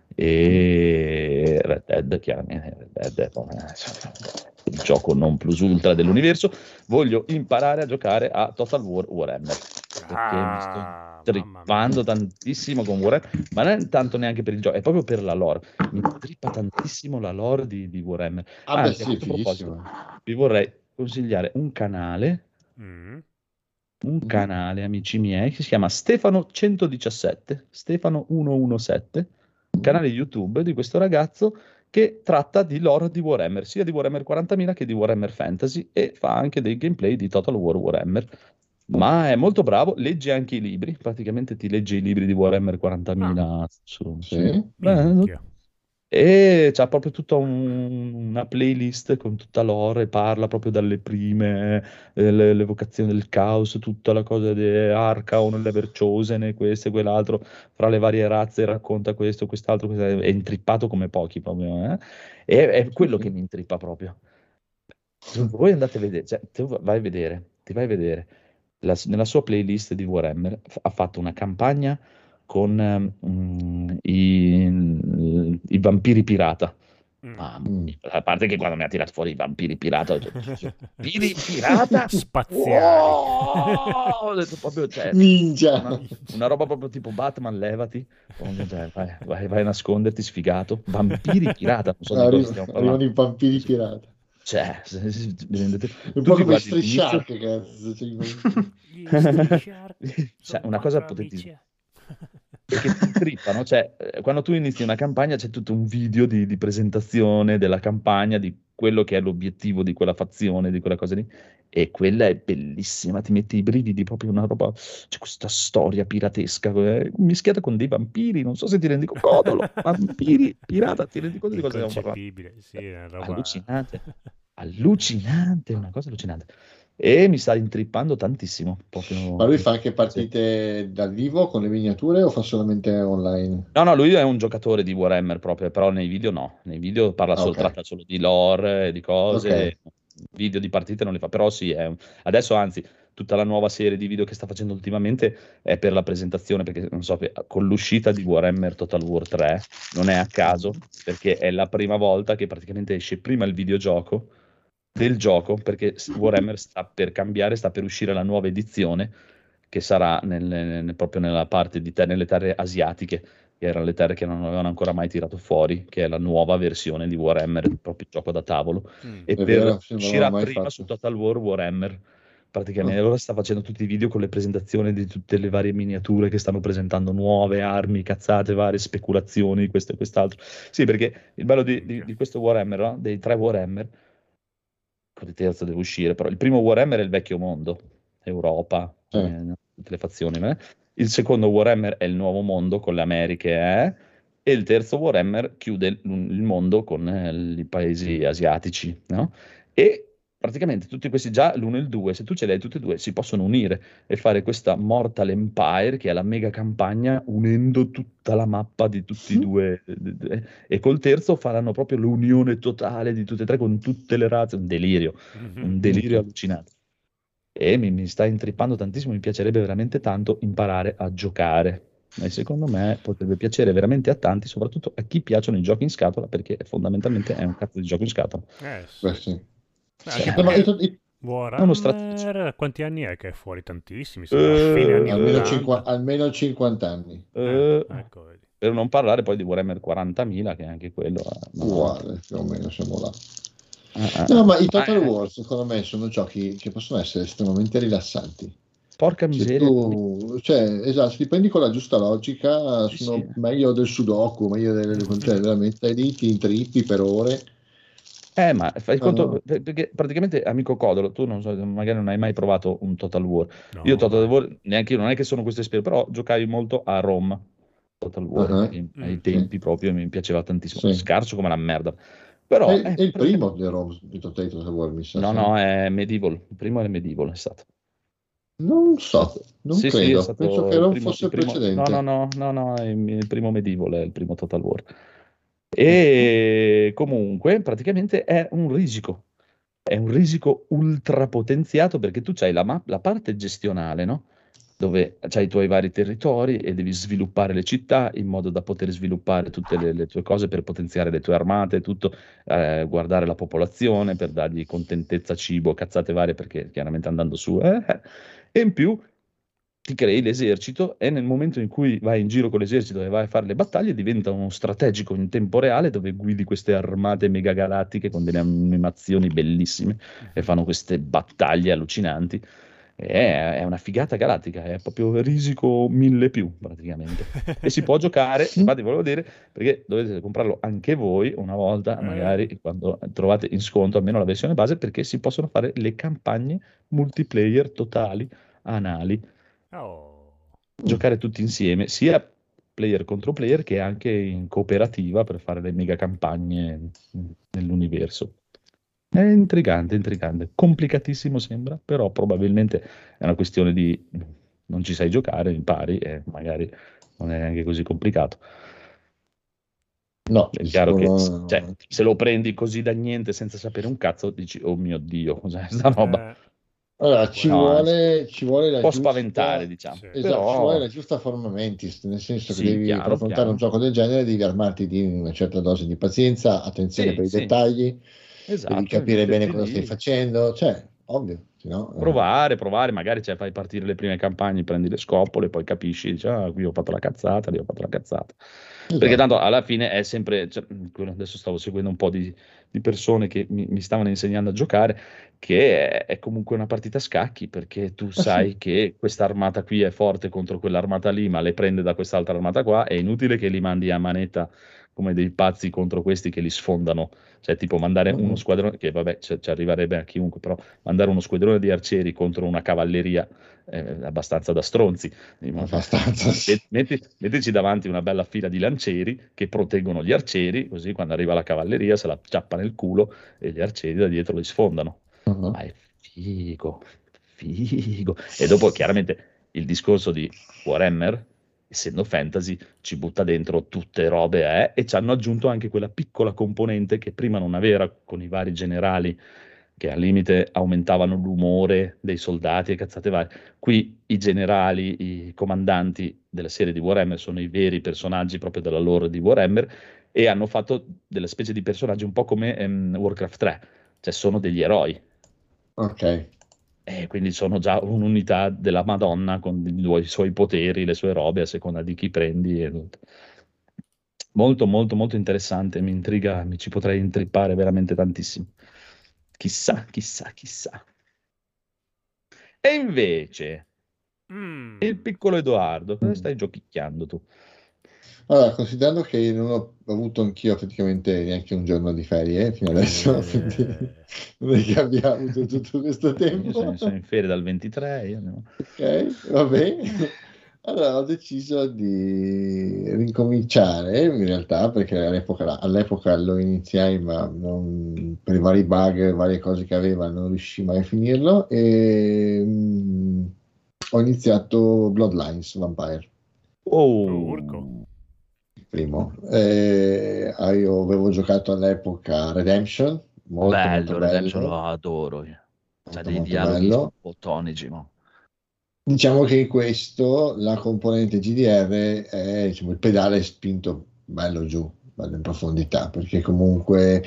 S2: e Red Dead, chiaramente, Red Dead è il gioco non plus ultra dell'universo, voglio imparare a giocare a Total War Warhammer, perché mi sto
S1: Mamma mia.
S2: trippando tantissimo con Warhammer, ma non è tanto neanche per il gioco, è proprio per la lore. Mi trippa tantissimo la lore di Warhammer.
S3: Ah, beh,
S2: Anzi, a
S3: sì, è
S2: questo proposito,
S3: fighissimo.
S2: vi vorrei consigliare un canale,
S1: Mm.
S2: amici miei, che si chiama Stefano 117, Stefano 117, un canale YouTube di questo ragazzo che tratta di lore di Warhammer, sia di Warhammer 40.000 che di Warhammer Fantasy, e fa anche dei gameplay di Total War Warhammer. Ma è molto bravo, legge anche i libri, praticamente ti legge i libri di Warhammer 40.000
S3: Sì?
S1: Minchia.
S2: E c'ha proprio tutta una playlist con tutta l'ore, parla proprio dalle prime, l'evocazione del caos, tutta la cosa di Arcaon, l'Everchosen, questo e quell'altro, fra le varie razze racconta questo, quest'altro, è intrippato come pochi proprio, eh? E è quello che mi intrippa proprio. Voi andate a vedere, cioè, vai a vedere, ti vai a vedere, nella sua playlist di Warhammer ha fatto una campagna con i vampiri pirata. Mamma mia, a parte che quando mi ha tirato fuori i vampiri pirata, ho detto, vampiri pirata?
S1: Spaziali.
S2: Wow! Ho detto proprio, cioè,
S3: Ninja.
S2: una roba proprio tipo Batman, levati, cioè, vai a nasconderti, sfigato. Vampiri pirata, non so di cosa stiamo
S3: Arrivano
S2: parlando.
S3: i vampiri pirata.
S2: Cioè,
S3: Un
S2: tu
S3: po'
S2: ti
S3: come i
S2: guardi
S3: Street
S2: l'inizio,
S3: Shark, cazzo.
S1: Gli Street Shark
S2: cioè,
S1: sono
S2: una cosa
S1: quattro amici.
S2: potenziale. Perché ti trippano, cioè, quando tu inizi una campagna c'è tutto un video di presentazione della campagna, di quello che è l'obiettivo di quella fazione, di quella cosa lì, e quella è bellissima, ti metti i brividi, proprio una roba, c'è questa storia piratesca, mischiata con dei vampiri, non so se ti rendi conto, Codolo, vampiri, pirata, ti rendi conto di cosa stiamo parlando?
S1: Inconcepibile, sì, è una roba...
S2: Allucinante, allucinante, una cosa allucinante. E mi sta intrippando tantissimo, proprio.
S3: Ma lui fa anche partite dal vivo con le miniature o fa solamente online?
S2: No, lui è un giocatore di Warhammer proprio, però nei video no. Nei video
S3: Ok,
S2: tratta solo di lore, di cose,
S3: ok.
S2: video di partite non li fa, però sì, adesso anzi, tutta la nuova serie di video che sta facendo ultimamente è per la presentazione, perché non so, con l'uscita di Warhammer Total War 3, non è a caso, perché è la prima volta che praticamente esce prima il videogioco del gioco, perché Warhammer sta per cambiare, sta per uscire la nuova edizione, che sarà proprio nella parte nelle terre asiatiche, che erano le terre che non avevano ancora mai tirato fuori, che è la nuova versione di Warhammer, proprio il gioco da tavolo, e
S3: È vero, sì, non l'ho
S2: uscirà
S3: mai
S2: prima su
S3: fatto.
S2: Total War Warhammer. Praticamente
S3: Ah,
S2: allora sta facendo tutti i video con le presentazioni di tutte le varie miniature che stanno presentando, nuove armi, cazzate varie, speculazioni, questo e quest'altro. Sì, perché il bello di questo Warhammer, no? Dei 3 Warhammer, il terzo deve uscire, però il primo Warhammer è il vecchio mondo, Europa,
S3: sì.
S2: tutte le fazioni, il secondo Warhammer è il nuovo mondo con le Americhe, e il terzo Warhammer chiude il mondo con i paesi asiatici, no? E praticamente tutti questi già, l'uno e il due, se tu ce li hai tutti e due, si possono unire e fare questa Mortal Empire, che è la mega campagna, unendo tutta la mappa di tutti i due, e col terzo faranno proprio l'unione totale di tutte e tre con tutte le razze, un delirio allucinante. E mi sta intrippando tantissimo, mi piacerebbe veramente tanto imparare a giocare. E secondo me potrebbe piacere veramente a tanti, soprattutto a chi piacciono i giochi in scatola, perché fondamentalmente è un cazzo di gioco in scatola.
S3: Beh, sì.
S1: Anche
S2: No,
S3: ma
S1: perché
S2: è uno strategico.
S1: Warhammer, quanti anni è che è fuori? Tantissimi, sarà fine anni
S3: almeno,
S1: 80.
S3: almeno 50 anni.
S1: Ecco, vedi.
S2: Per non parlare poi di Warhammer 40.000, che anche quello
S3: Uguale, più o meno siamo là.
S2: Ah,
S3: No, ma i Total War, secondo me, sono giochi che possono essere estremamente rilassanti.
S2: porca
S3: Se
S2: miseria.
S3: tu, cioè, esatto, se li prendi con la giusta logica,
S2: Sì,
S3: sono
S2: sì.
S3: meglio del Sudoku, meglio cioè, veramente lì ti intrippi per ore.
S2: Ma fai
S3: No,
S2: conto,
S3: no,
S2: perché praticamente, amico Codolo, tu non so, magari non hai mai provato un Total War. Io
S1: No,
S2: Total
S1: mai.
S2: War, neanche io, non è che sono questo esperto, però giocai molto a Rome, Total War, ai
S3: sì,
S2: tempi proprio, mi piaceva tantissimo.
S3: sì.
S2: Scarso come la merda.
S3: È,
S2: Però,
S3: è il primo di Total War, mi sa,
S2: no,
S3: sì.
S2: no, è Medieval, il primo è Medieval, è stato.
S3: Non so, non
S2: Sì, sì, è
S3: credo. Penso
S2: stato
S3: che non fosse il
S2: no, no,
S3: precedente.
S2: no, no, no, è il primo Medieval, è il primo Total War. E comunque, praticamente è un risico ultra potenziato perché tu c'hai la parte gestionale, no? Dove c'hai i tuoi vari territori e devi sviluppare le città in modo da poter sviluppare tutte le tue cose per potenziare le tue armate, tutto, guardare la popolazione per dargli contentezza, cibo, cazzate varie, perché chiaramente andando su, e in più ti crei l'esercito e nel momento in cui vai in giro con l'esercito e vai a fare le battaglie diventa uno strategico in tempo reale dove guidi queste armate megagalattiche con delle animazioni bellissime e fanno queste battaglie allucinanti. È una figata galattica, è proprio risico 1000 più praticamente. E si può giocare, infatti volevo dire, perché dovete comprarlo anche voi una volta, magari quando trovate in sconto almeno la versione base, perché si possono fare le campagne multiplayer totali, anali,
S1: Oh.
S2: giocare tutti insieme, sia player contro player che anche in cooperativa per fare le mega campagne nell'universo. È intrigante, intrigante, complicatissimo sembra, però probabilmente è una questione di non ci sai giocare, impari e magari non è neanche così complicato.
S3: No,
S2: È
S3: di
S2: chiaro che
S3: sicuro
S2: cioè, se lo prendi così da niente senza sapere un cazzo, dici, oh mio Dio, cos'è sta roba?
S3: allora
S1: Può
S3: ci vuole la
S2: Può
S3: giusta,
S2: spaventare, diciamo.
S1: Sì.
S3: esatto, ci vuole
S2: Però
S3: la giusta forma mentis, nel senso che
S2: sì,
S3: devi, per
S2: chiaro,
S3: affrontare un
S2: chiaro.
S3: gioco del genere, devi armarti di una certa dose di pazienza, attenzione
S2: Sì,
S3: per i
S2: sì,
S3: dettagli, devi
S2: esatto, e
S3: capire bene
S2: metterti
S3: cosa stai
S2: lì,
S3: facendo, cioè, ovvio, se no,
S2: provare, magari cioè, fai partire le prime campagne, prendi le scopole, poi capisci, dici, ah, qui ho fatto la cazzata, lì ho fatto la cazzata. Perché
S3: esatto.
S2: tanto alla fine è sempre, cioè, adesso stavo seguendo un po' di persone che mi stavano insegnando a giocare, che è comunque una partita a scacchi, perché tu
S3: Ah, sì.
S2: sai che questa armata qui è forte contro quell'armata lì, ma le prende da quest'altra armata qua, è inutile che li mandi a manetta come dei pazzi contro questi che li sfondano. Cioè, tipo mandare uno
S3: Mhm.
S2: squadrone, che vabbè, ci arriverebbe a chiunque, però mandare uno squadrone di arcieri contro una cavalleria è abbastanza da stronzi.
S3: Abbastanza, sì.
S2: Mettici davanti una bella fila di lancieri che proteggono gli arcieri, così quando arriva la cavalleria se la ciappa nel culo e gli arcieri da dietro li sfondano. Ma
S3: Mhm.
S2: è figo, figo. E dopo chiaramente il discorso di Warhammer, essendo fantasy, ci butta dentro tutte robe, e ci hanno aggiunto anche quella piccola componente che prima non aveva con i vari generali che al limite aumentavano l'umore dei soldati e cazzate varie. Qui i generali, i comandanti della serie di Warhammer sono i veri personaggi proprio della lore di Warhammer e hanno fatto delle specie di personaggi un po' come Warcraft 3, cioè sono degli eroi.
S3: Ok.
S2: E quindi sono già un'unità della Madonna con i suoi poteri, le sue robe a seconda di chi prendi. E tutto. Molto, molto, molto interessante, mi intriga, mi ci potrei intrippare veramente tantissimo. Chissà, chissà, chissà. E invece, il piccolo Edoardo, cosa stai giochicchiando tu?
S3: Allora, considerando che non ho avuto anch'io effettivamente neanche un giorno di ferie fino adesso, quindi non è che abbia avuto tutto questo
S2: Io
S3: tempo.
S2: sono in ferie dal 23, io no.
S3: Ok, va bene. Allora ho deciso di ricominciare in realtà perché all'epoca lo iniziai ma per i vari bug, varie cose che aveva non riuscii mai a finirlo e ho iniziato Bloodlines Vampire,
S1: Urco.
S2: Oh,
S3: il primo. Io avevo giocato all'epoca Redemption, molto molto
S2: bello, Redemption
S3: bello,
S2: lo adoro io. C'ha
S3: molto
S2: dei
S3: molto
S2: dialoghi
S3: bello.
S2: fotonici, ma.
S3: Diciamo che in questo la componente GDR è diciamo, il pedale spinto bello giù, bello in profondità, perché comunque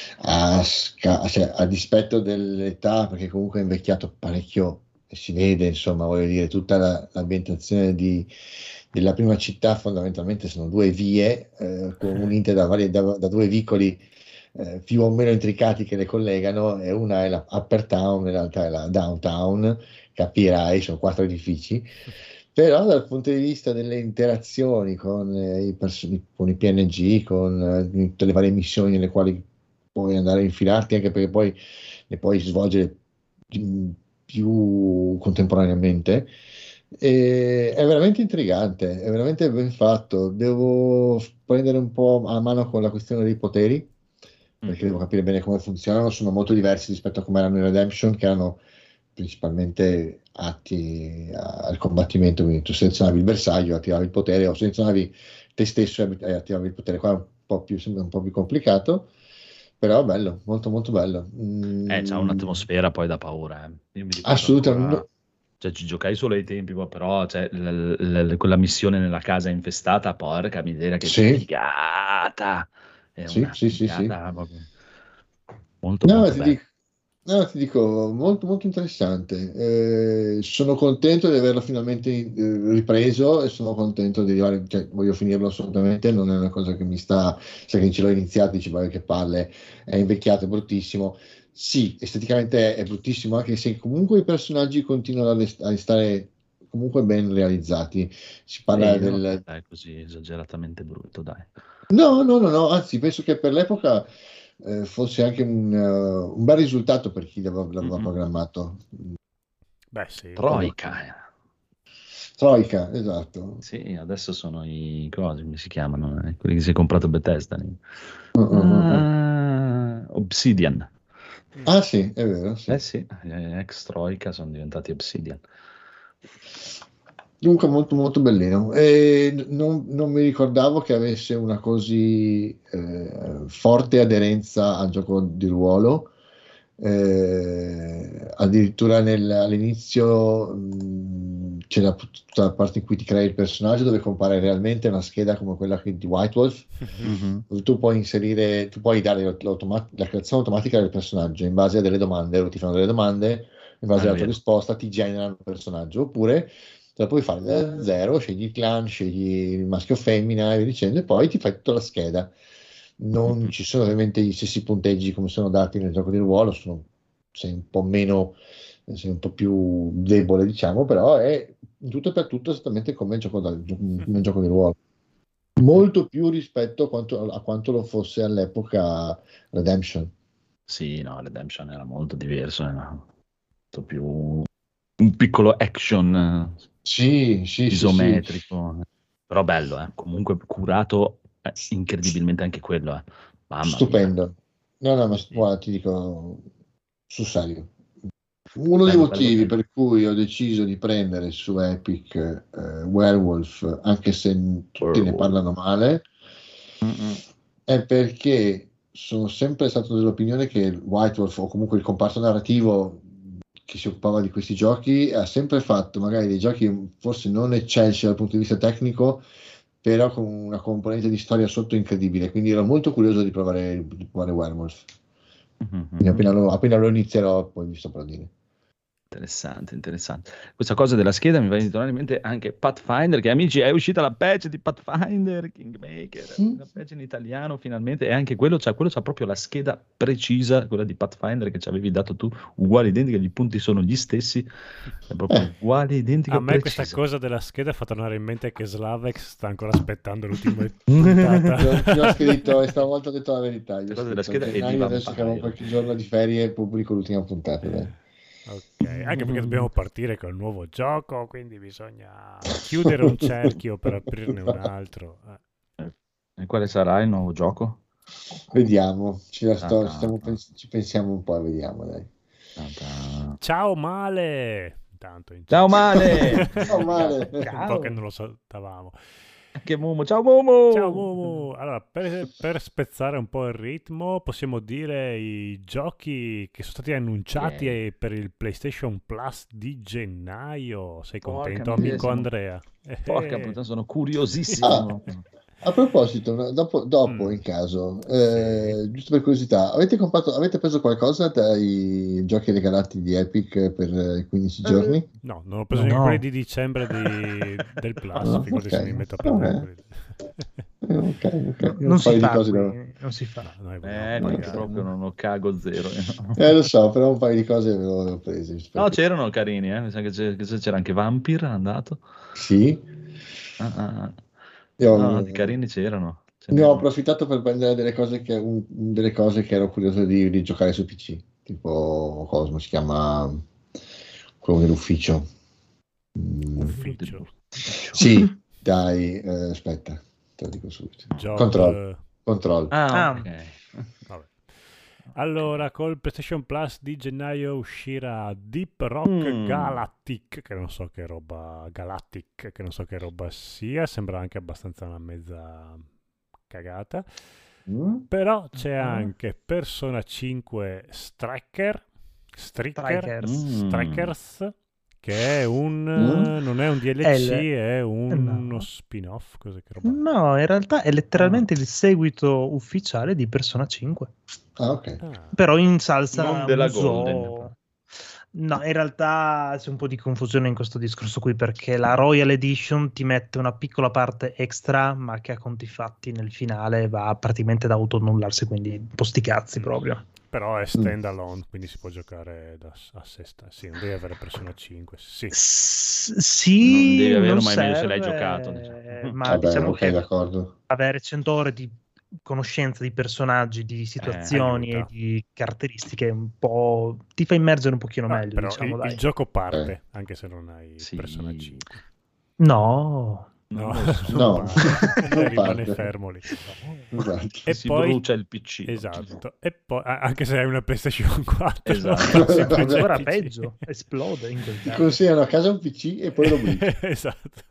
S3: a dispetto dell'età, perché comunque è invecchiato parecchio, e si vede, insomma, voglio dire, tutta l'ambientazione della prima città fondamentalmente sono due vie, unite da due vicoli più o meno intricati che le collegano, e una è la Upper Town e l'altra è la Downtown, capirai, sono quattro edifici, però dal punto di vista delle interazioni con con i PNG, con tutte le varie missioni nelle quali puoi andare a infilarti, anche perché poi le puoi svolgere più contemporaneamente. E è veramente intrigante, è veramente ben fatto. Devo prendere un po' a mano con la questione dei poteri, perché devo capire bene come funzionano. Sono molto diversi rispetto a come erano in Redemption, che erano principalmente atti al combattimento, quindi tu selezionavi il bersaglio, attivavi il potere, o selezionavi te stesso e attivavi il potere. Qua è sembra un po' più complicato, però bello, molto molto bello.
S2: C'ha un'atmosfera poi da paura, eh. Io mi ricordo ancora,
S3: Assolutamente.
S2: cioè ci giocai solo ai tempi, però cioè, quella missione nella casa infestata, porca miseria, che
S3: Sì,
S2: figata! È
S3: sì,
S2: una
S3: sì, sì, sì.
S2: figata proprio. Molto
S3: No,
S2: molto bella.
S3: ti dico, molto, molto interessante. Sono contento di averlo finalmente ripreso e sono contento di arrivare, cioè, voglio finirlo assolutamente, non è una cosa che mi sta, sai che ce l'ho iniziato, dici, ma che palle, è invecchiato, è bruttissimo. Sì, esteticamente è bruttissimo, anche se comunque i personaggi continuano a restare comunque ben realizzati. Si parla
S2: Non è
S3: del.
S2: dai, così esageratamente brutto, dai.
S3: No, no, no, no, anzi, penso che per l'epoca fosse anche un bel risultato per chi l'aveva
S2: Mm-mm.
S3: programmato.
S1: Beh, sì.
S3: Quello
S2: Troika.
S3: che- Troika, esatto.
S2: Sì, adesso sono i cosi, come si chiamano? Quelli che si è comprato Bethesda. Obsidian.
S3: Ah sì, è vero, sì.
S2: Sì, ex Troika sono diventati Obsidian.
S3: Dunque molto molto bellino. E non mi ricordavo che avesse una così forte aderenza al gioco di ruolo. Addirittura all'inizio c'è tutta la parte in cui ti crei il personaggio dove compare realmente una scheda come quella di White Wolf, dove tu puoi dare la creazione automatica del personaggio in base a delle domande, loro ti fanno delle domande, in base alla tua risposta ti generano un personaggio, oppure te la puoi fare da zero, scegli il clan, scegli il maschio o femmina e via dicendo, e poi ti fai tutta la scheda. Non ci sono ovviamente gli stessi punteggi come sono dati nel gioco di ruolo, sei un po' meno, sei un po' più debole, diciamo, però è in tutto e per tutto esattamente come il gioco di ruolo. Molto più rispetto a quanto lo fosse all'epoca Redemption.
S2: Sì, no, Redemption era molto diverso, era molto più un piccolo action isometrico, sì. Però bello, comunque curato incredibilmente anche quello. Mamma
S3: stupendo.
S2: Mia.
S3: No, ma guarda, ti dico sul serio. Uno dei motivi per cui ho deciso di prendere su Epic Werewolf, anche se tutti ne parlano male, è perché sono sempre stato dell'opinione che il White Wolf, o comunque il comparto narrativo che si occupava di questi giochi, ha sempre fatto magari dei giochi forse non eccelsi dal punto di vista tecnico, però con una componente di storia sotto incredibile, quindi ero molto curioso di provare Werewolf. Quindi appena lo inizierò poi vi saprò dire.
S2: Interessante. Questa cosa della scheda mi va di tornare in mente anche Pathfinder, che amici è uscita la patch di Pathfinder Kingmaker, una patch in italiano finalmente, e anche quello c'ha proprio la scheda precisa, quella di Pathfinder che ci avevi dato tu, uguale, identica, gli punti sono gli stessi, è proprio uguale, identica,
S1: a me
S2: precisa.
S1: Questa cosa della scheda fa tornare in mente che Slavex sta ancora aspettando l'ultima puntata.
S3: Io ho scritto, e stavolta ho detto la verità,
S2: la cosa della scheda è di
S3: adesso che avevo qualche giorno di ferie pubblico l'ultima puntata, dai.
S1: Ok, anche perché dobbiamo partire col nuovo gioco, quindi bisogna chiudere un cerchio per aprirne un altro.
S2: E quale sarà il nuovo gioco?
S3: Vediamo, ci pensiamo un po' e vediamo, dai.
S1: Ciao Male!
S2: Ciao Male!
S3: Ciao Male!
S1: Un po' che non lo saltavamo.
S2: Che Momo, ciao Momo!
S1: Ciao Momo! Allora, per spezzare un po' il ritmo, possiamo dire i giochi che sono stati annunciati per il PlayStation Plus di gennaio. Sei contento, amico Andrea?
S2: Porca puttana, sono curiosissimo.
S3: A proposito, dopo in caso, giusto per curiosità, avete preso qualcosa dai giochi regalati di Epic per i 15 giorni?
S1: No, non ho preso neanche quelli di dicembre del Plus, figurati se mi metto a prendere
S3: quelli.
S4: Non si fa, non si fa.
S2: Proprio non ho cago zero.
S3: Lo so, però un paio di cose ve le ho prese.
S2: No, c'erano carini, mi sa che c'era anche Vampire andato.
S3: Sì.
S2: Di carini c'erano.
S3: Ne ho approfittato per prendere delle cose che ero curioso di giocare su PC, tipo Cosmo, si chiama quello dell'ufficio.
S1: Ufficio?
S3: Sì, dai, aspetta, te lo dico subito. Control.
S2: Ok.
S1: Vabbè. Allora, col PlayStation Plus di gennaio uscirà Deep Rock Galactic, che non so che roba sia, sembra anche abbastanza una mezza cagata. Però c'è anche Persona 5 Strikers, che è non è un DLC, è uno spin-off. Che roba?
S4: No, in realtà è letteralmente il seguito ufficiale di Persona 5.
S3: Ok.
S4: Però in salsa
S2: non della Golden.
S4: No, in realtà c'è un po' di confusione in questo discorso qui, perché la Royal Edition ti mette una piccola parte extra, ma che a conti fatti nel finale va praticamente da autonullarsi, quindi un po' sti cazzi proprio.
S1: Però è stand alone, quindi si può giocare a sé stessa. Sì, non devi avere Persona 5.
S4: Sì,
S2: non devi averlo,
S4: ma
S2: meglio se l'hai giocato.
S4: Ma diciamo che
S3: d'accordo.
S4: avere 100 ore di conoscenza di personaggi, di situazioni e di caratteristiche un po' ti fa immergere un pochino meglio,
S1: però
S4: diciamo,
S1: il gioco parte anche se non hai Persona 5.
S4: No.
S1: No,
S3: No, non
S1: rimane
S3: parte.
S1: fermo lì.
S3: Esatto.
S1: E
S2: si
S1: poi
S2: brucia il PC.
S1: esatto, e poi anche se hai una PlayStation 4,
S2: Esatto.
S1: si brucia il
S4: Ancora
S1: PC.
S4: peggio, esplode in quel
S3: Ti
S4: caso.
S3: consigliano a casa un PC e poi lo bruci.
S1: Esatto.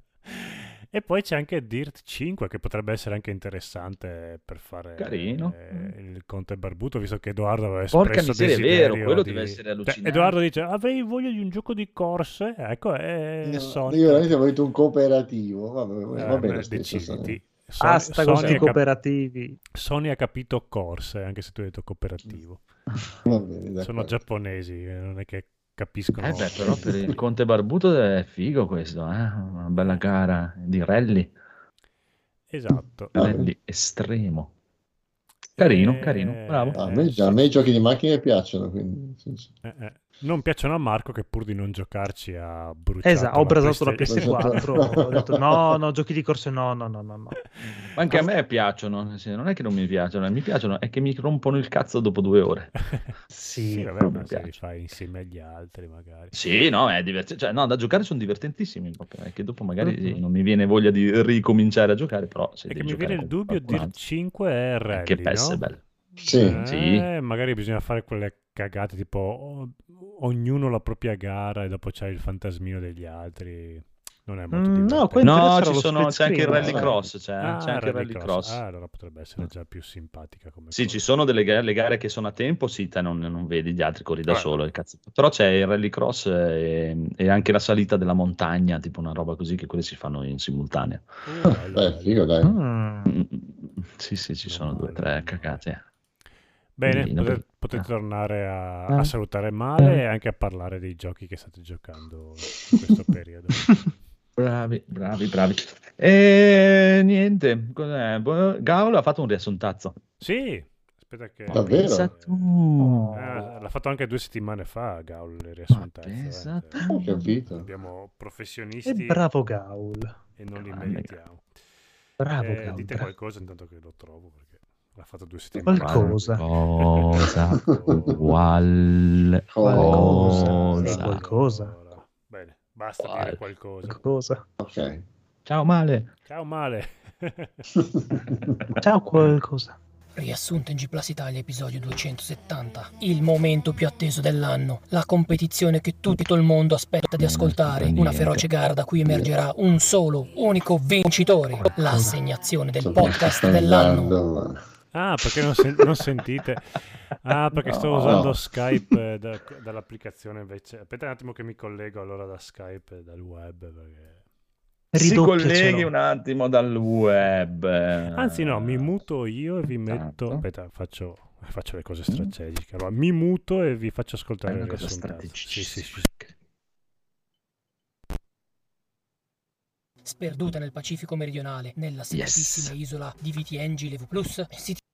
S1: E poi c'è anche Dirt 5 che potrebbe essere anche interessante per fare
S2: Carino.
S1: Il Conte Barbuto, visto che Edoardo aveva
S2: Porca
S1: espresso
S2: miseria, è
S1: desiderio
S2: vero, quello
S1: di...
S2: deve essere
S1: Cioè,
S2: allucinante.
S1: Edoardo dice avrei voglia di un gioco di corse, ecco,
S3: No,
S1: Sony
S3: io veramente ho voluto un cooperativo. Va bene lo stesso.
S1: deciditi.
S4: Basta con sti
S1: ha
S4: cooperativi.
S1: Sony ha capito corse, anche se tu hai detto cooperativo.
S3: Va bene, d'accordo.
S1: Sono giapponesi, non è che capiscono.
S2: Però per il Conte Barbuto è figo questo, una bella gara di rally,
S1: Esatto.
S2: rally estremo. Carino, carino, bravo.
S3: A me i giochi di macchine piacciono, quindi sì.
S1: Non piacciono a Marco che pur di non giocarci ha bruciato
S4: Esatto, ho brasato la
S1: PlayStation.
S4: PS4, ho detto no, giochi di corse no.
S2: Ma anche a me piacciono, non è che non mi piacciono, mi piacciono, è che mi rompono il cazzo dopo 2 ore.
S1: Sì, vabbè,
S2: non
S1: ma
S2: mi
S1: se li
S2: piace.
S1: fai insieme agli altri magari.
S2: Sì, no, è divertente, cioè, no, da giocare sono divertentissimi, proprio, è che dopo magari non mi viene voglia di ricominciare a giocare, però se
S1: È che
S2: devi
S1: mi viene il
S2: giocare con
S1: dubbio,
S2: qualcun
S1: Dirt
S2: altro,
S1: 5 è rally,
S2: anche PES
S1: no?
S2: è bello.
S3: Sì.
S2: Sì.
S1: Magari bisogna fare quelle cagate tipo ognuno la propria gara e dopo c'è il fantasmino degli altri. Non è molto divertente.
S4: no, quello
S2: No,
S4: interessa
S2: c'è
S4: lo split
S2: anche il
S4: screen,
S2: rallycross, c'è
S1: Ah,
S2: anche il rallycross.
S1: allora potrebbe essere già più simpatica come
S2: Sì,
S1: cosa.
S2: ci sono delle le gare che sono a tempo, sì, te non vedi gli altri, corri da
S1: Vabbè.
S2: solo, il cazzo. Però c'è il rallycross e anche la salita della montagna, tipo una roba così, che quelle si fanno in simultanea.
S1: Bello.
S3: Figo, dai.
S2: Sì, ci sono 2 o 3 cagate.
S1: Bene,
S2: Quindi,
S1: potete tornare a salutare Male e anche a parlare dei giochi che state giocando in questo periodo.
S2: Bravi. E niente, cos'è? Gaul ha fatto un riassuntazzo.
S1: Sì, aspetta che...
S3: Davvero?
S2: Pensa tu.
S1: l'ha fatto anche 2 settimane fa, Gaul, il
S2: Ma
S1: riassuntazzo.
S2: pensa tu.
S3: Ho capito.
S1: Abbiamo
S4: E
S1: professionisti
S4: bravo Gaul.
S1: e non li
S2: Grande
S1: meritiamo.
S4: Bravo Gaul.
S1: Dite
S4: bravo.
S1: qualcosa intanto che lo trovo, perché l'ha fatto 2 settimane fa.
S4: Qualcosa.
S2: Qualcosa.
S1: Allora, bene, basta dire qualcosa.
S4: Qualcosa.
S3: Ok.
S2: Ciao Male.
S1: Ciao Male.
S4: Ciao qualcosa.
S6: Riassunto in G Plus Italia, episodio 270. Il momento più atteso dell'anno. La competizione che tutto il mondo aspetta di ascoltare. Una feroce gara da cui emergerà un solo, unico vincitore. L'assegnazione del podcast dell'anno.
S1: Ah, perché non sentite? Ah, perché sto usando Skype dall'applicazione invece. Aspetta un attimo che mi collego allora da Skype e dal web. Perché...
S2: Si colleghi un attimo dal web.
S1: Anzi no, mi muto io e vi metto... Aspetta, faccio le cose strategiche. Allora, mi muto e vi faccio ascoltare il riassuntato. Sì.
S6: Sperduta nel Pacifico meridionale, nella segretissima isola di VTNG Levu Plus,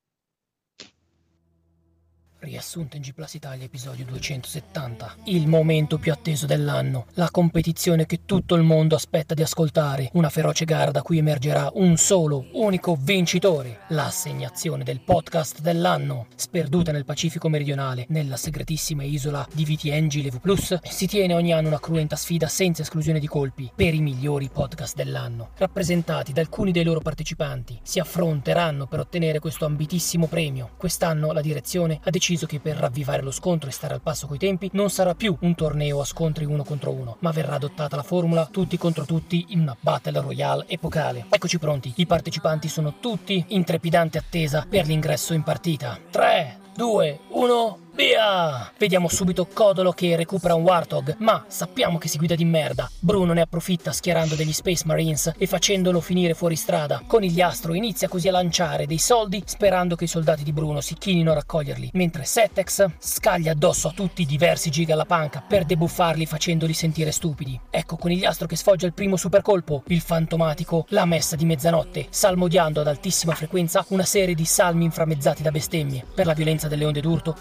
S6: Riassunto in G Plus Italia, episodio 270. Il momento più atteso dell'anno. La competizione che tutto il mondo aspetta di ascoltare. Una feroce gara da cui emergerà un solo, unico vincitore. L'assegnazione del podcast dell'anno. Sperduta nel Pacifico meridionale, nella segretissima isola di VTNG Levu Plus, si tiene ogni anno una cruenta sfida senza esclusione di colpi per i migliori podcast dell'anno. Rappresentati da alcuni dei loro partecipanti, si affronteranno per ottenere questo ambitissimo premio. Quest'anno la direzione ha deciso che per ravvivare lo scontro e stare al passo coi tempi non sarà più un torneo a scontri 1 contro 1, ma verrà adottata la formula tutti contro tutti in una battle royale epocale. Eccoci pronti, i partecipanti sono tutti in trepidante attesa per l'ingresso in partita. 3, 2, 1... via! Vediamo subito Codolo che recupera un Warthog, ma sappiamo che si guida di merda. Bruno ne approfitta schierando degli Space Marines e facendolo finire fuori strada. Conigliastro inizia così a lanciare dei soldi sperando che i soldati di Bruno si chinino a raccoglierli, mentre Settex scaglia addosso a tutti i diversi giga alla panca per debuffarli facendoli sentire stupidi. Ecco Conigliastro che sfoggia il primo supercolpo, il fantomatico La Messa di Mezzanotte, salmodiando ad altissima frequenza una serie di salmi inframmezzati da bestemmie. Per la violenza delle onde d'urto iniziano a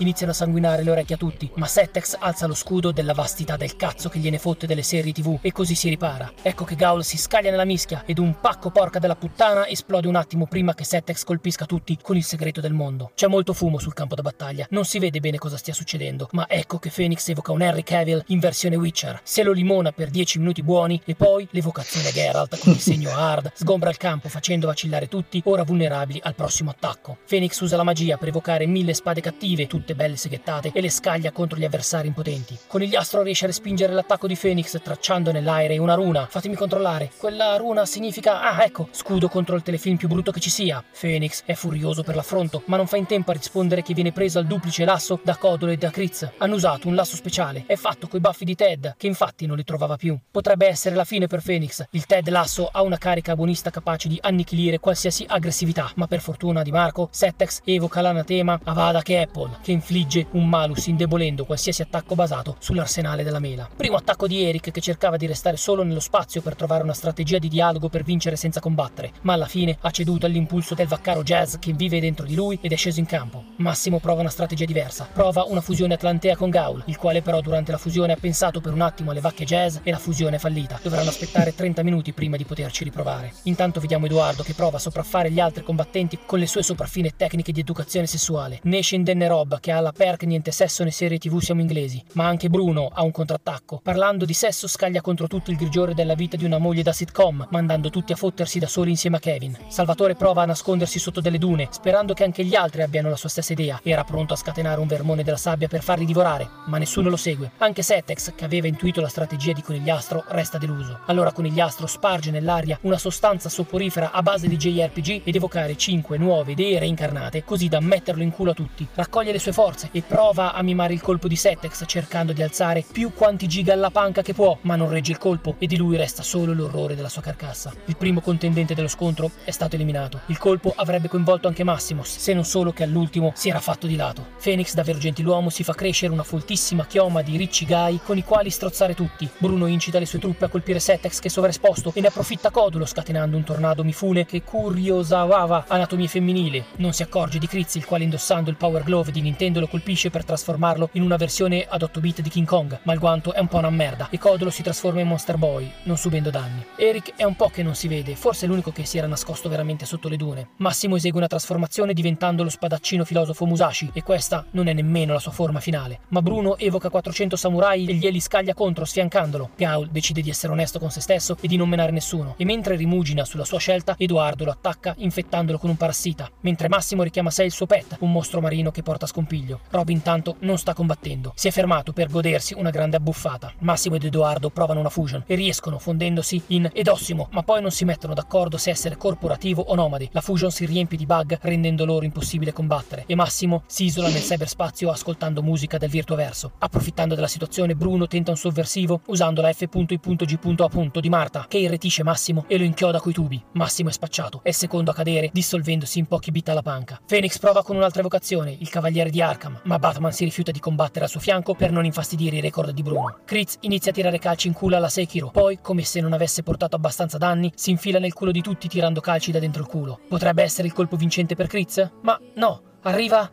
S6: insanguinare le orecchie a tutti, ma Settex alza lo scudo della vastità del cazzo che gliene fotte delle serie TV e così si ripara. Ecco che Gaul si scaglia nella mischia ed un pacco porca della puttana esplode un attimo prima che Settex colpisca tutti con il segreto del mondo. C'è molto fumo sul campo da battaglia, non si vede bene cosa stia succedendo, ma ecco che Phoenix evoca un Henry Cavill in versione Witcher, se lo limona per 10 minuti buoni e poi l'evocazione Geralt con il segno hard sgombra il campo facendo vacillare tutti, ora vulnerabili al prossimo attacco. Phoenix usa la magia per evocare 1000 spade cattive, tutte belle seghettate, e le scaglia contro gli avversari impotenti. Conigliastro riesce a respingere l'attacco di Phoenix tracciando nell'aereo una runa. Fatemi controllare, quella runa significa... ah, ecco, scudo contro il telefilm più brutto che ci sia. Phoenix è furioso per l'affronto, ma non fa in tempo a rispondere che viene preso al duplice lasso da Codolo e da Kritz. Hanno usato un lasso speciale, è fatto coi baffi di Ted, che infatti non li trovava più. Potrebbe essere la fine per Phoenix. Il Ted lasso ha una carica agonista capace di annichilire qualsiasi aggressività, ma per fortuna di Marco, Settex evoca l'anatema Avada Kedavra, che infligge un malus indebolendo qualsiasi attacco basato sull'arsenale della mela. Primo attacco di Eric, che cercava di restare solo nello spazio per trovare una strategia di dialogo per vincere senza combattere, ma alla fine ha ceduto all'impulso del vaccaro Jazz che vive dentro di lui ed è sceso in campo. Massimo prova una strategia diversa, prova una fusione atlantea con Gaul, il quale però durante la fusione ha pensato per un attimo alle vacche Jazz e la fusione è fallita. Dovranno aspettare 30 minuti prima di poterci riprovare. Intanto vediamo Edoardo che prova a sopraffare gli altri combattenti con le sue sopraffine tecniche di educazione sessuale. Ne scende Rob che ha la perk niente sesso né serie TV siamo inglesi, ma anche Bruno ha un contrattacco. Parlando di sesso scaglia contro tutto il grigiore della vita di una moglie da sitcom, mandando tutti a fottersi da soli insieme a Kevin. Salvatore prova a nascondersi sotto delle dune, sperando che anche gli altri abbiano la sua stessa idea. Era pronto a scatenare un vermone della sabbia per farli divorare, ma nessuno lo segue. Anche Settex, che aveva intuito la strategia di Conigliastro, resta deluso. Allora Conigliastro sparge nell'aria una sostanza soporifera a base di JRPG ed evocare 5 nuove idee reincarnate, così da metterlo in culo a tutti. Raccoglie le sue forze e prova a mimare il colpo di Settex cercando di alzare più quanti giga alla panca che può, ma non regge il colpo e di lui resta solo l'orrore della sua carcassa. Il primo contendente dello scontro è stato eliminato. Il colpo avrebbe coinvolto anche Maximus, se non solo che all'ultimo si era fatto di lato. Phoenix, davvero gentiluomo, si fa crescere una foltissima chioma di ricci gai con i quali strozzare tutti. Bruno incita le sue truppe a colpire Settex che è sovraesposto e ne approfitta Codolo scatenando un tornado mifune che curiosava anatomia femminile. Non si accorge di Kritz, il quale indossando il Power Glove di Nintendo lo colpisce per trasformarlo in una versione ad 8 bit di King Kong, ma il guanto è un po' una merda e Codolo si trasforma in Monster Boy, non subendo danni. Eric è un po' che non si vede, forse è l'unico che si era nascosto veramente sotto le dune. Massimo esegue una trasformazione diventando lo spadaccino filosofo Musashi e questa non è nemmeno la sua forma finale, ma Bruno evoca 400 samurai e glieli scaglia contro sfiancandolo. Gaul decide di essere onesto con se stesso e di non menare nessuno, e mentre rimugina sulla sua scelta, Edoardo lo attacca infettandolo con un parassita, mentre Massimo richiama a sé il suo pet, un mostro marino che porta scompiglio. Rob intanto non sta combattendo, si è fermato per godersi una grande abbuffata. Massimo ed Edoardo provano una fusion e riescono fondendosi in Edossimo, ma poi non si mettono d'accordo se essere corporativo o nomade. La fusion si riempie di bug rendendo loro impossibile combattere e Massimo si isola nel cyberspazio ascoltando musica del Virtuaverso. Approfittando della situazione, Bruno tenta un sovversivo usando la F.I.G.A. di Marta che irretisce Massimo e lo inchioda coi tubi. Massimo è spacciato, è il secondo a cadere dissolvendosi in pochi bit alla panca. Phoenix prova con un'altra evocazione, il Cavaliere di Arkham, ma Batman si rifiuta di combattere al suo fianco per non infastidire i record di Bruno. Kritz inizia a tirare calci in culo alla Sekiro, poi, come se non avesse portato abbastanza danni, si infila nel culo di tutti tirando calci da dentro il culo. Potrebbe essere il colpo vincente per Kritz? Ma no, arriva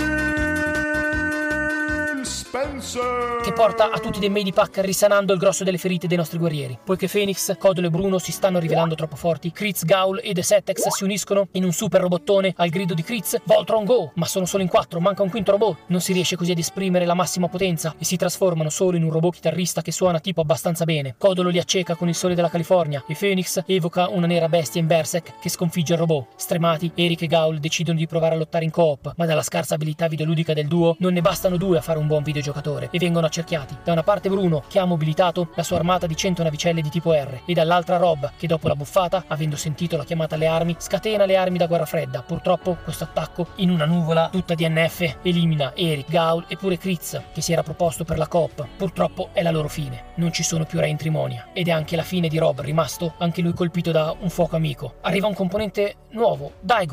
S6: Spencer, che porta a tutti dei Medipack risanando il grosso delle ferite dei nostri guerrieri. Poiché Phoenix, Codolo e Bruno si stanno rivelando troppo forti, Kritz, Gaul e The Settex si uniscono in un super robottone al grido di Kritz Voltron Go, ma sono solo in 4, manca un quinto robot. Non si riesce così ad esprimere la massima potenza e si trasformano solo in un robot chitarrista che suona tipo abbastanza bene. Codolo li acceca con il sole della California e Phoenix evoca una nera bestia in Berserk che sconfigge il robot. Stremati, Eric e Gaul decidono di provare a lottare in co-op, ma dalla scarsa abilità videoludica del duo non ne bastano 2 a fare un buon videogiocatore e vengono accerchiati. Da una parte Bruno, che ha mobilitato la sua armata di 100 navicelle di tipo R, e dall'altra Rob, che dopo la buffata, avendo sentito la chiamata alle armi, scatena le armi da guerra fredda. Purtroppo questo attacco, in una nuvola tutta DNF, elimina Eric, Gaul e pure Kritz, che si era proposto per la coop. Purtroppo è la loro fine. Non ci sono più re in Trimonia. Ed è anche la fine di Rob, rimasto anche lui colpito da un fuoco amico. Arriva un componente nuovo, Daigoro,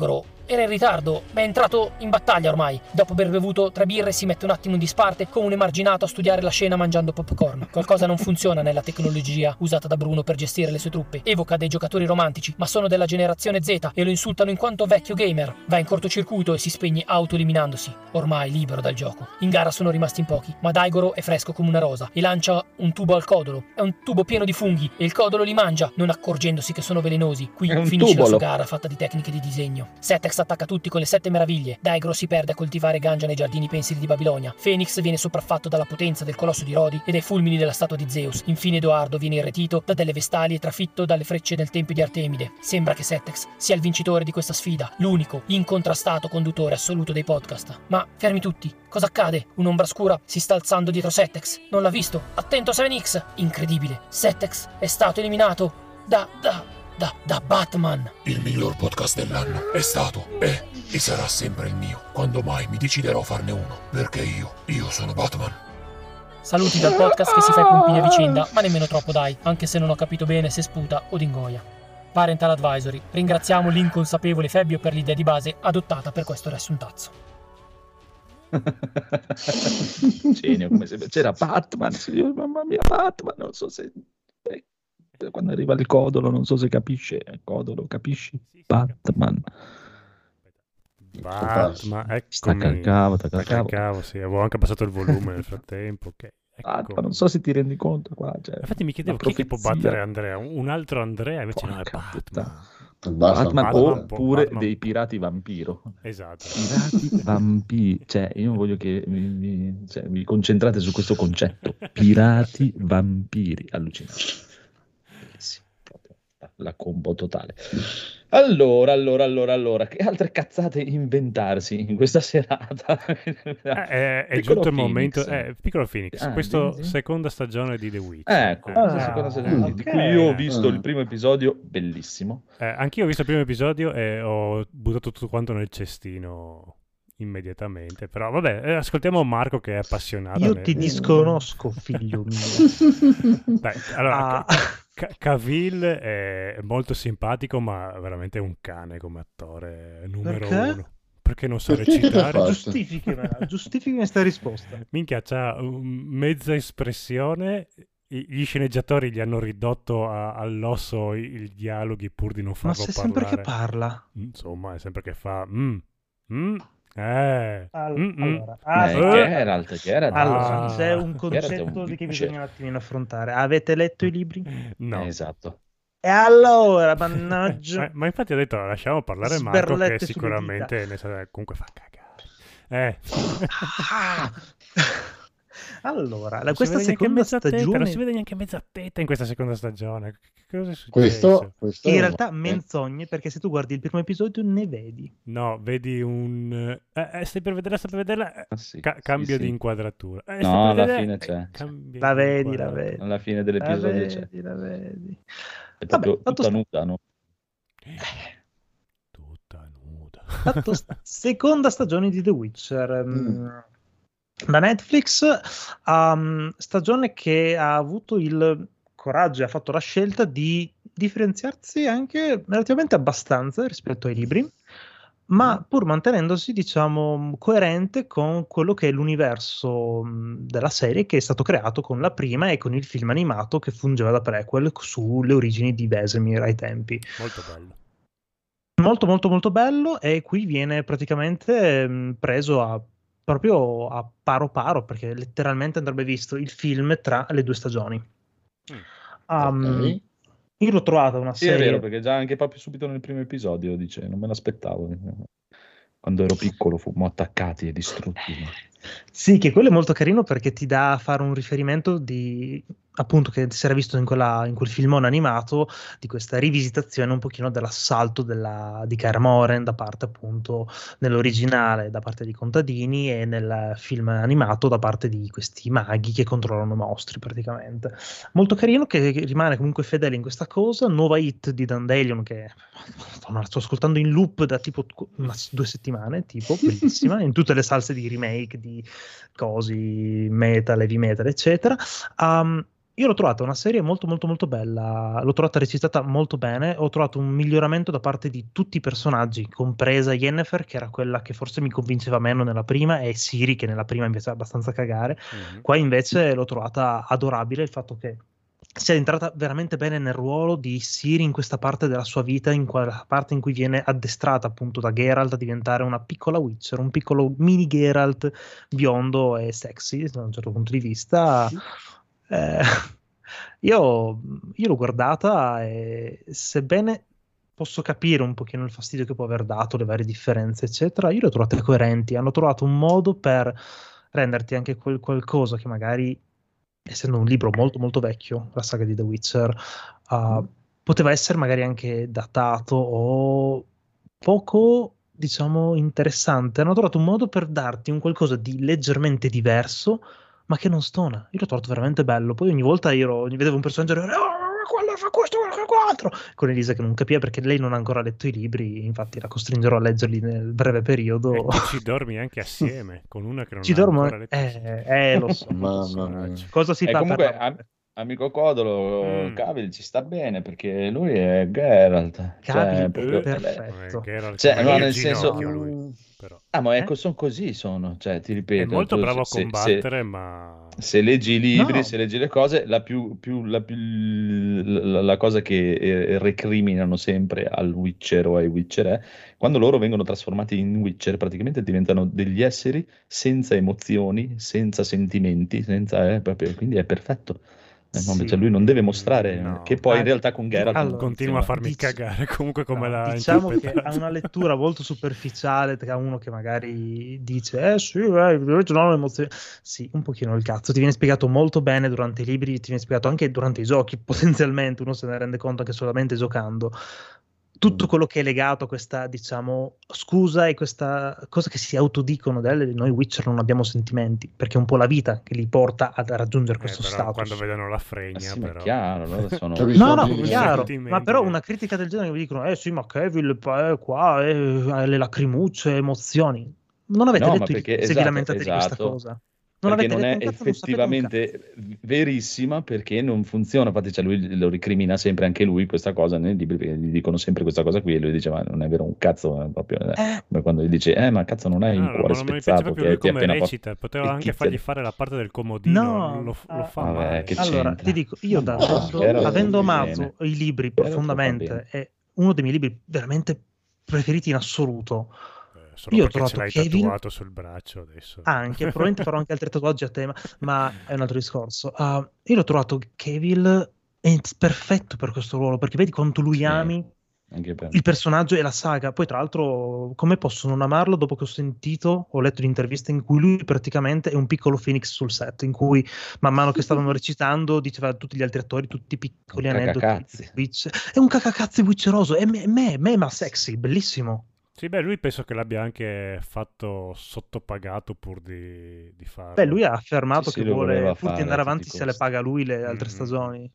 S6: era in ritardo, ma è entrato in battaglia ormai. Dopo aver bevuto 3 birre si mette un attimo in disparte con un emarginato a studiare la scena mangiando popcorn. Qualcosa non funziona nella tecnologia usata da Bruno per gestire le sue truppe. Evoca dei giocatori romantici, ma sono della generazione Z e lo insultano in quanto vecchio gamer. Va in cortocircuito e si spegne autoeliminandosi, ormai libero dal gioco. In gara sono rimasti in pochi, ma Daigoro è fresco come una rosa e lancia un tubo al codolo. È un tubo pieno di funghi e il codolo li mangia, non accorgendosi che sono velenosi. Qui finisce la sua gara fatta di tecniche di disegno. Settex attacca tutti con le 7 meraviglie. Daigoro si perde a coltivare ganja nei giardini pensili di Babilonia. Phoenix viene sopraffatto dalla potenza del colosso di Rodi e dai fulmini della statua di Zeus. Infine Edoardo viene irretito da delle vestali e trafitto dalle frecce del tempio di Artemide. Sembra che Settex sia il vincitore di questa sfida, l'unico, incontrastato conduttore assoluto dei podcast. Ma fermi tutti, cosa accade? Un'ombra scura si sta alzando dietro Settex. Non l'ha visto? Attento 7X! Incredibile, Settex è stato eliminato da Batman.
S7: Il miglior podcast dell'anno è stato, è e sarà sempre il mio, quando mai mi deciderò a farne uno, perché io sono Batman.
S6: Saluti dal podcast che si fa i pompini a vicenda, ma nemmeno troppo dai, anche se non ho capito bene se sputa o d'ingoia. Parental Advisory. Ringraziamo l'inconsapevole Febbio per l'idea di base adottata per questo riassuntazzo.
S2: Genio, come se c'era Batman, mamma mia, Batman, non so se quando arriva il codolo, non so se capisce, codolo, capisci? Batman.
S1: Eccomi.
S2: Staccavo,
S1: sì, avevo anche abbassato il volume nel frattempo, ok. Ecco.
S2: Non so se ti rendi conto qua. Cioè,
S1: infatti mi chiedevo chi è che può battere Andrea, un altro Andrea, invece no, è
S2: Batman oppure
S1: Batman.
S2: Dei pirati vampiro.
S1: Esatto.
S2: Pirati vampiri. Cioè, io voglio che vi concentrate su questo concetto. Pirati vampiri. Allucinante. Bellissimo. Proprio la combo totale. Allora, che altre cazzate inventarsi in questa serata?
S1: È giunto il momento. Piccolo Phoenix, questa seconda stagione di The Witch.
S2: Ecco, questa seconda stagione di cui io ho visto il primo episodio, bellissimo.
S1: Anch'io ho visto il primo episodio e ho buttato tutto quanto nel cestino immediatamente. Però vabbè, ascoltiamo Marco che è appassionato.
S4: Io ti disconosco, figlio mio.
S1: Dai, allora, Cavill è molto simpatico, ma veramente è un cane come attore numero uno. Perché non sa recitare?
S4: Giustifichi questa risposta.
S1: Minchia, c'ha mezza espressione. Gli sceneggiatori gli hanno ridotto all'osso i dialoghi pur di non farlo parlare.
S4: Ma sempre che parla.
S1: Insomma, è sempre che fa...
S2: Geralt,
S4: allora, c'è un concetto di che bisogna un attimino affrontare. Avete letto i libri?
S1: No.
S2: Esatto.
S4: E allora, mannaggia.
S1: ma infatti ho detto, lasciamo parlare Marco, che sicuramente ne sa, comunque fa cagare.
S4: Allora, questa seconda stagione
S1: non si vede neanche mezza tetta in questa seconda stagione. Che cosa è successo?
S3: Questo
S4: in realtà menzogne, perché se tu guardi il primo episodio ne vedi.
S1: No, vedi un... stai per vederla. Cambio di inquadratura.
S2: No, alla fine c'è.
S4: La vedi.
S2: Alla fine dell'episodio c'è.
S4: La vedi.
S2: È proprio tutta nuda, no?
S1: Tutta nuda.
S4: Fatto seconda stagione di The Witcher. Da Netflix, stagione che ha avuto il coraggio e ha fatto la scelta di differenziarsi anche relativamente abbastanza rispetto ai libri, ma pur mantenendosi, diciamo, coerente con quello che è l'universo della serie che è stato creato con la prima e con il film animato che fungeva da prequel sulle origini di Vesemir ai tempi.
S1: Molto bello.
S4: Molto molto molto bello, e qui viene praticamente preso proprio a paro, perché letteralmente andrebbe visto il film tra le due stagioni. Io l'ho trovata una serie...
S2: Sì, è vero, perché già anche proprio subito nel primo episodio dice, non me l'aspettavo. Quando ero piccolo fummo attaccati e distrutti.
S4: Sì, che quello è molto carino perché ti dà a fare un riferimento di... appunto, che si era visto in quel filmone animato, di questa rivisitazione un pochino dell'assalto di Kaer Morhen da parte, appunto, nell'originale da parte dei contadini e nel film animato da parte di questi maghi che controllano mostri praticamente. Molto carino, che rimane comunque fedele in questa cosa. Nuova hit di Dandelion che la sto ascoltando in loop da tipo 2 settimane, tipo, bellissima, in tutte le salse di remake, di cosi, metal, heavy metal, eccetera. Io l'ho trovata una serie molto molto molto bella, l'ho trovata recitata molto bene, ho trovato un miglioramento da parte di tutti i personaggi, compresa Yennefer, che era quella che forse mi convinceva meno nella prima, e Ciri, che nella prima mi piaceva abbastanza cagare. Qua invece l'ho trovata adorabile, il fatto che sia entrata veramente bene nel ruolo di Ciri in questa parte della sua vita, in quella parte in cui viene addestrata appunto da Geralt a diventare una piccola Witcher, un piccolo mini Geralt biondo e sexy da un certo punto di vista. Io l'ho guardata e sebbene posso capire un pochino il fastidio che può aver dato, le varie differenze eccetera, io le ho trovate coerenti, hanno trovato un modo per renderti anche qualcosa che magari, essendo un libro molto molto vecchio, la saga di The Witcher, poteva essere magari anche datato o poco, diciamo, interessante. Hanno trovato un modo per darti un qualcosa di leggermente diverso, ma che non stona. Io l'ho trovato veramente bello. Poi ogni volta vedevo un personaggio e quello fa questo, quello fa quattro, con Elisa che non capiva perché lei non ha ancora letto i libri, infatti la costringerò a leggerli nel breve periodo.
S1: E ci dormi anche assieme con una che non
S4: ci
S1: ha
S4: dormo,
S1: ancora letto.
S4: lo so.
S3: Mamma mia.
S4: Cosa si fa
S2: comunque,
S4: per
S2: amico Codolo, Cavill ci sta bene perché lui è Geralt.
S4: Cavill,
S2: proprio-
S4: perfetto.
S1: Geralt
S2: Cioè,
S1: come
S2: no,
S1: il
S2: nel senso-
S1: ginocchio lui, però.
S2: ma ecco, sono così, cioè, ti
S1: È
S2: ripeto.
S1: molto
S2: tu
S1: bravo a
S2: se-
S1: combattere, ma
S2: Se leggi i libri,
S4: No.
S2: se leggi le cose, la cosa che recriminano sempre al Witcher o ai Witcher è quando loro vengono trasformati in Witcher, praticamente diventano degli esseri senza emozioni, senza sentimenti, quindi è perfetto. No, invece lui non deve mostrare,
S1: no.
S2: che poi in realtà con Geralt non
S4: Allora,
S1: continua a
S2: funziona.
S1: farmi cagare comunque come l'ha
S4: diciamo che
S1: interpretato.
S4: ha una lettura molto superficiale tra uno che magari dice sì, invece non ho emozioni. Sì, un pochino il cazzo, ti viene spiegato molto bene durante i libri, ti viene spiegato anche durante i giochi, potenzialmente uno se ne rende conto anche solamente giocando. Tutto quello che è legato a questa, diciamo, scusa e questa cosa che si autodicono noi Witcher non abbiamo sentimenti, perché è un po' la vita che li porta a raggiungere questo
S1: Però
S4: status.
S1: quando vedono la fregna,
S2: Sì, ma è
S1: però.
S2: chiaro, loro sono...
S3: Capisco.
S4: No,
S3: Sì,
S4: chiaro,
S1: sentimenti.
S4: ma però una critica del genere mi dicono sì, ma Cavill qua ha le lacrimucce, emozioni. Non avete
S2: No, ma
S4: letto i
S2: perché-
S4: libri se vi
S2: esatto,
S4: lamentate di questa
S2: esatto.
S4: cosa. Non
S2: Perché
S4: avete
S2: non
S4: letto
S2: è
S4: un cazzo, non sapete un cazzo.
S2: effettivamente verissima, perché non funziona. Infatti, cioè, lui lo ricrimina sempre anche lui questa cosa nei libri, perché gli dicono sempre questa cosa qui e lui dice ma non è vero un cazzo, è proprio come quando gli dice ma cazzo non hai un cuore
S1: ma non mi piace
S2: spezzato
S1: proprio
S2: che
S1: lui
S2: ti è
S1: come
S2: appena
S1: recita, poteva
S2: il
S1: anche
S2: tizio
S1: fargli
S2: di-
S1: fare la parte del comodino,
S4: No,
S1: lo fa
S4: vabbè,
S1: male.
S2: che
S4: allora,
S2: c'entra?
S4: ti dico, io
S2: Geralt
S4: avendo
S2: lo fa
S4: amato
S2: bene.
S4: i libri
S2: Geralt lo fa
S4: profondamente,
S2: bene.
S4: è uno dei miei libri veramente preferiti in assoluto.
S1: Solo
S4: Io ho
S1: perché ce
S4: trovato
S1: l'hai
S4: Cavill
S1: tatuato sul braccio adesso.
S4: anche, probabilmente farò anche altri tatuaggi a tema, ma è un altro discorso. Io l'ho trovato Cavill è perfetto per questo ruolo, perché vedi quanto lui
S2: Sì,
S4: ami
S2: anche per
S4: il personaggio e la saga. Poi tra l'altro come posso non amarlo dopo che ho letto l'intervista in cui lui praticamente è un piccolo Phoenix sul set, in cui man mano che stavano recitando diceva a tutti gli altri attori tutti piccoli
S2: Un
S4: aneddoti
S2: cacacazzi.
S4: è un cacacazzi witcheroso, è ma sexy, bellissimo.
S1: Sì, beh, lui penso che l'abbia anche fatto sottopagato pur di farlo.
S4: Beh, lui ha affermato
S2: Sì,
S4: che
S2: lo voleva
S4: vuole, pur di
S2: fare
S4: andare
S2: a tutti
S4: avanti,
S2: i
S4: se le
S2: costi.
S4: paga lui le altre stagioni.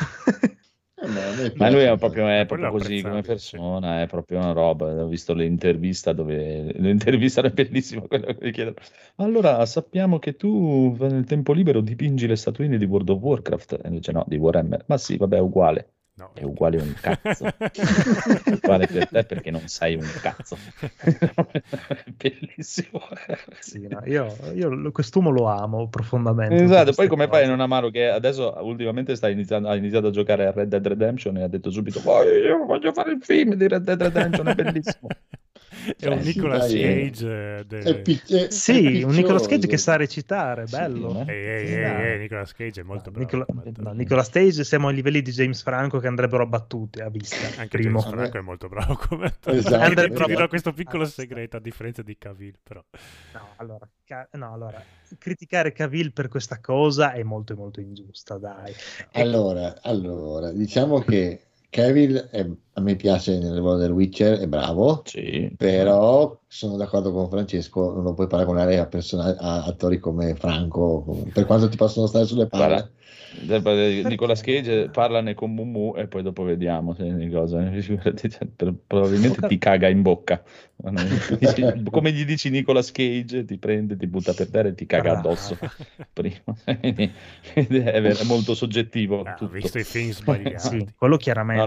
S2: Ma lui è
S3: piace.
S2: proprio
S1: quello è
S2: così come
S1: apprezzabile,
S2: persona, è proprio una roba. Ho visto l'intervista è bellissima, quella che gli chiedono. Allora, sappiamo che tu nel tempo libero dipingi le statuine di World of Warcraft. E invece no, di Warhammer. Ma sì, vabbè, è uguale.
S1: No.
S2: È uguale un cazzo. È uguale per te perché non sai un cazzo. È bellissimo.
S4: Sì, no, io quest'uomo lo amo profondamente.
S2: Esatto, poi come fai a non amarlo che adesso ultimamente ha iniziato a giocare a Red Dead Redemption e ha detto subito io voglio fare il film di Red Dead Redemption, è bellissimo.
S1: È un
S3: Sì,
S1: Nicolas
S3: dai,
S1: Cage
S4: Sì, un Nicolas Cage che
S3: sa
S4: sa recitare, bello.
S2: Sì,
S1: Ehi, Nicolas Cage è molto bravo.
S4: Nicolas Cage siamo ai livelli di James Franco che andrebbero abbattuti a vista.
S1: Anche
S4: primo.
S1: James Franco è molto bravo come attore.
S3: Esatto,
S1: Ti dirò
S3: esatto.
S1: questo piccolo segreto a differenza di Cavill, però.
S4: Allora, criticare Cavill per questa cosa è molto molto ingiusta, dai.
S3: Allora, diciamo che Cavill a me piace nel ruolo del Witcher, è bravo,
S2: Sì.
S3: però sono d'accordo con Francesco, non lo puoi paragonare a attori come Franco, per quanto ti possono stare sulle palle.
S2: Nicolas Cage parlane con Mumu e poi dopo vediamo se cosa. Probabilmente ti caga in bocca. Come gli dici Nicolas Cage, ti prende, ti butta per terra e ti caga addosso prima. È molto soggettivo.
S1: Ho visto i film sbagliati.
S4: Sì, quello chiaramente.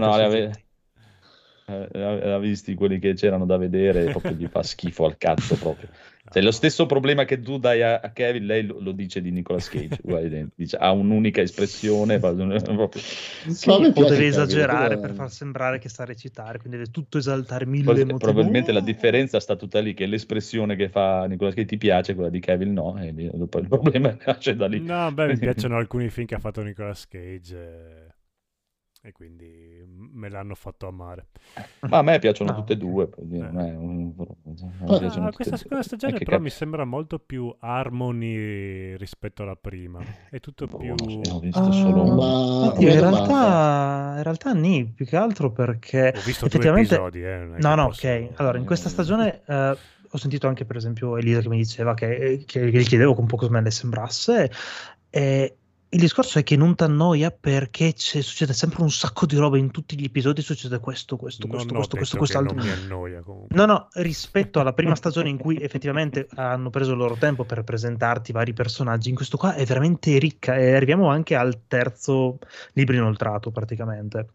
S2: Ha visti quelli che c'erano da vedere e proprio gli fa schifo al cazzo proprio. Cioè, lo stesso problema che tu dai a Kevin, lei lo dice di Nicolas Cage. Dice, ha un'unica espressione. Proprio...
S4: Sì, o deve esagerare per far sembrare che sta a recitare, quindi deve tutto esaltare mille emozioni.
S2: Probabilmente la differenza sta tutta lì, che l'espressione che fa Nicolas Cage ti piace, quella di Kevin no, e dopo il problema nasce da lì.
S1: No, beh, mi piacciono alcuni film che ha fatto Nicolas Cage e quindi me l'hanno fatto amare.
S2: Ma a me piacciono tutte e due.
S1: Questa seconda stagione però mi sembra molto più Harmony rispetto alla prima. È tutto più...
S2: Ho visto solo
S4: uno. In realtà nì, più che altro perché...
S1: Ho visto
S4: effettivamente...
S1: 2 episodi.
S4: No, ok. Allora, in questa stagione... ho sentito anche per esempio Elisa che mi diceva che gli chiedevo con poco come le sembrasse, e il discorso è che non ti annoia perché succede sempre un sacco di roba in tutti gli episodi, succede questo, quest'altro.
S1: Non mi annoia comunque.
S4: No, rispetto alla prima stagione in cui effettivamente hanno preso il loro tempo per presentarti vari personaggi, in questo qua è veramente ricca e arriviamo anche al terzo libro inoltrato praticamente.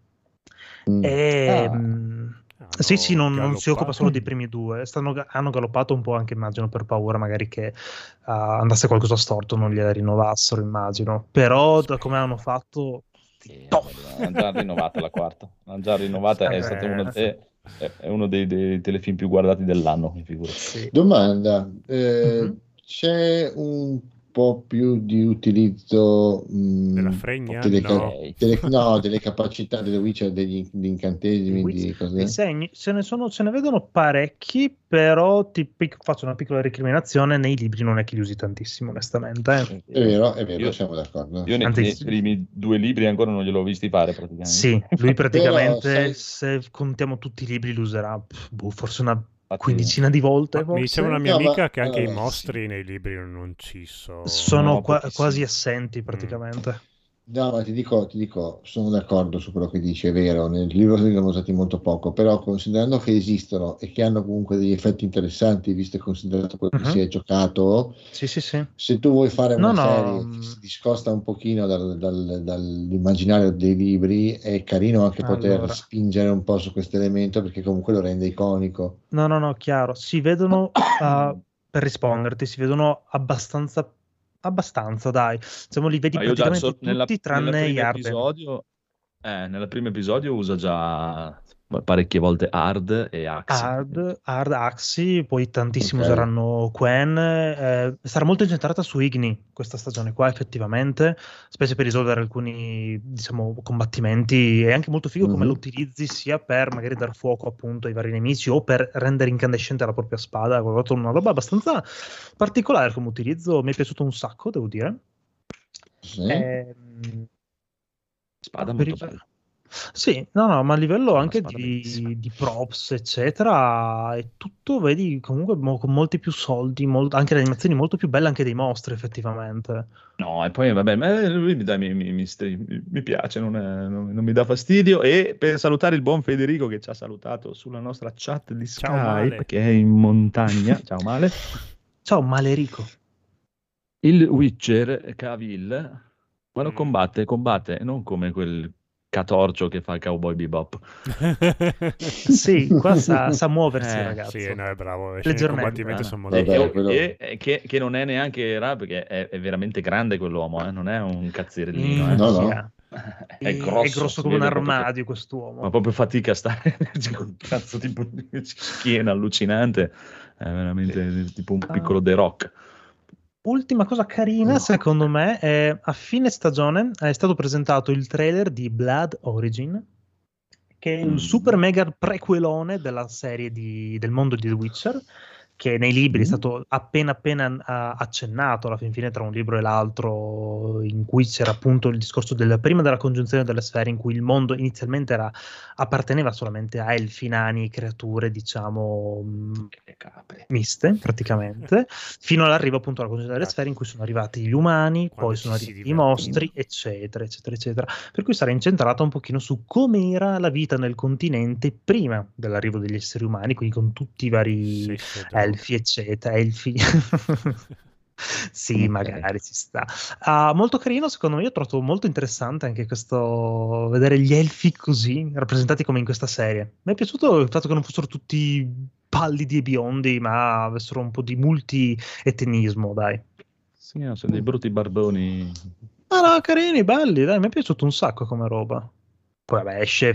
S4: Sì, non si occupa solo dei primi due. Hanno galoppato un po' anche, immagino, per paura magari che andasse qualcosa storto, non gliela rinnovassero, immagino. Però da come hanno fatto...
S2: Hanno già rinnovata la quarta. Hanno già rinnovata, è stato uno dei telefilm più guardati dell'anno, mi figuro.
S3: Sì. Domanda, c'è un po' più di utilizzo
S1: della fregna?
S3: Delle capacità delle Witcher, degli incantesimi, di cose.
S4: Se ne vedono parecchi, però faccio una piccola recriminazione: nei libri non è che li usi tantissimo, onestamente.
S3: È vero, siamo d'accordo.
S2: Io nei primi 2 libri ancora non gliel'ho visti fare praticamente.
S4: Sì, lui praticamente se contiamo tutti i libri li userà forse una quindicina di volte.
S1: Mi diceva una mia amica che anche i mostri nei libri non ci sono.
S4: Sono quasi assenti praticamente.
S3: No, ma ti dico, sono d'accordo su quello che dici, è vero, nel libro li hanno usati molto poco, però considerando che esistono e che hanno comunque degli effetti interessanti, visto e considerato quello che si è giocato,
S4: sì.
S3: Se tu vuoi fare una serie che si discosta un pochino dall'immaginario dei libri, è carino anche poter spingere un po' su questo elemento, perché comunque lo rende iconico.
S4: No, chiaro, si vedono, per risponderti, si vedono abbastanza, dai. Insomma, li vedi praticamente tutti tranne Yarden.
S2: Nel primo episodio usa già parecchie volte Hard e Axi.
S4: Hard, Axi, poi tantissimo useranno Quen. Sarà molto incentrata su Igni questa stagione qua, effettivamente, specie per risolvere alcuni, diciamo, combattimenti. È anche molto figo come lo utilizzi, sia per magari dar fuoco appunto ai vari nemici o per rendere incandescente la propria spada. Una roba abbastanza particolare come utilizzo, mi è piaciuto un sacco, devo dire.
S2: Spada molto bella.
S4: Sì, no, ma a livello anche di props, eccetera, è tutto, vedi, comunque con molti più soldi, anche le animazioni molto più belle anche dei mostri, effettivamente.
S2: No, e poi vabbè, lui mi piace, non mi dà fastidio. E per salutare il buon Federico che ci ha salutato sulla nostra chat di Skype, che è in montagna. Ciao Male.
S4: Ciao Malerico.
S2: Il Witcher Cavill, ma lo combatte, non come quel catorcio che fa il Cowboy Bebop.
S4: Sì, qua sa muoversi, ragazzo.
S1: Sì, no, è bravo.
S4: Leggermente.
S2: Che non è neanche raro, perché è veramente grande quell'uomo, non è un cazzerellino.
S3: No.
S2: È grosso
S4: come un armadio quest'uomo.
S2: Ma proprio fatica a stare un cazzo tipo di schiena allucinante. È veramente tipo un piccolo The Rock.
S4: Ultima cosa carina, secondo me, è a fine stagione è stato presentato il trailer di Blood Origin, che è un super mega prequelone della serie del mondo di The Witcher, che nei libri è stato appena accennato alla fin fine tra un libro e l'altro, in cui c'era appunto il discorso prima della congiunzione delle sfere, in cui il mondo inizialmente apparteneva solamente a elfi, nani, creature diciamo miste praticamente, fino all'arrivo appunto alla congiunzione delle sfere, in cui sono arrivati gli umani,
S1: Quando
S4: poi sono
S1: ci si
S4: arrivati i mostri, eccetera eccetera eccetera, per cui sarà incentrata un pochino su com'era la vita nel continente prima dell'arrivo degli esseri umani, quindi con tutti i vari elfi eccetera, elfi sì, magari ci sta. Molto carino, secondo me. Io ho trovato molto interessante anche questo, vedere gli elfi così rappresentati come in questa serie. Mi è piaciuto il fatto che non fossero tutti pallidi e biondi, ma avessero un po' di multi-etnismo, dai.
S2: Sì, no, sono dei brutti barboni.
S4: No, carini, belli, dai, mi è piaciuto un sacco come roba. Poi vabbè, esce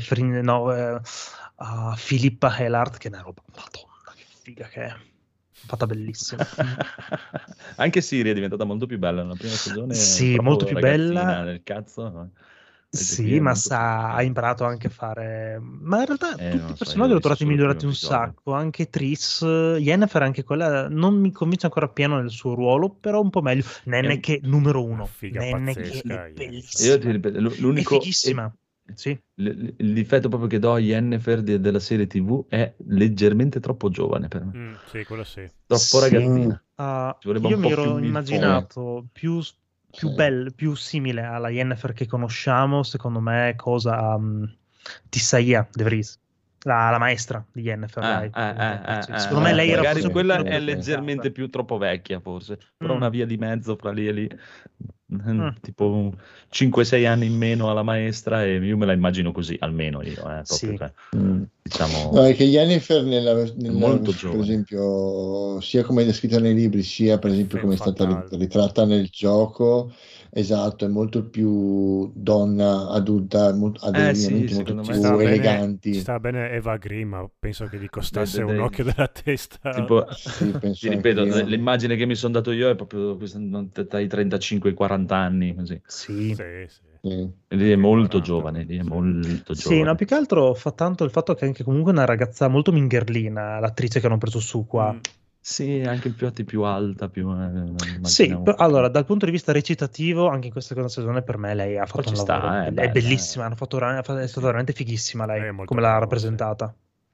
S4: Philippa Ehlert, che è una roba, madonna, che figa che è. Fatta bellissima.
S2: Anche Siri è diventata molto più bella nella prima stagione.
S4: Sì, molto più bella.
S2: Nel cazzo.
S4: Sì, ma ha imparato anche a fare. Ma in realtà tutti i personaggi l'ho trovati migliorati un sacco. Anche Triss, Yennefer, anche quella non mi convince ancora appieno nel suo ruolo, però un po' meglio. Nenne che numero uno. Nenne che è bellissima.
S2: Io ti ripeto, l'unico
S4: è fighissima. Sì.
S2: Il difetto proprio che do a Yennefer della serie TV è leggermente troppo giovane per me.
S1: Sì, quello sì.
S2: Troppo ragazzina.
S4: Io mi ero immaginato più bello, più simile alla Yennefer che conosciamo, secondo me, Tissaia De Vries, la maestra di Yennefer. Secondo me lei era
S2: magari
S4: forse
S2: quella è leggermente più troppo vecchia, forse, però una via di mezzo fra lì e lì. Tipo 5-6 anni in meno alla maestra, e io me la immagino così, almeno io, proprio,
S4: sì.
S2: Diciamo,
S3: no, è che Yennefer
S2: molto
S3: per
S2: giovane.
S3: esempio, sia come è descritta nei libri, sia per esempio come è stata ritratta nel gioco, esatto, è molto più donna adulta, ha dei lineamenti molto più eleganti.
S1: Ci sta bene Eva Green, ma penso che gli costasse un occhio della testa.
S2: Tipo,
S3: sì,
S2: ti ripeto, l'immagine che mi sono dato io è proprio tra i 35 e i 40 anni, così.
S4: Sì.
S2: E lì è molto giovane, lì è molto giovane.
S4: Sì, no, più che altro fa tanto il fatto che è anche comunque una ragazza molto mingherlina, l'attrice che hanno preso su qua.
S2: Sì, anche più alta, più...
S4: sì, allora, dal punto di vista recitativo, anche in questa seconda stagione, per me lei ha fatto un lavoro, è bellissima, è stata veramente fighissima lei, come l'ha rappresentata.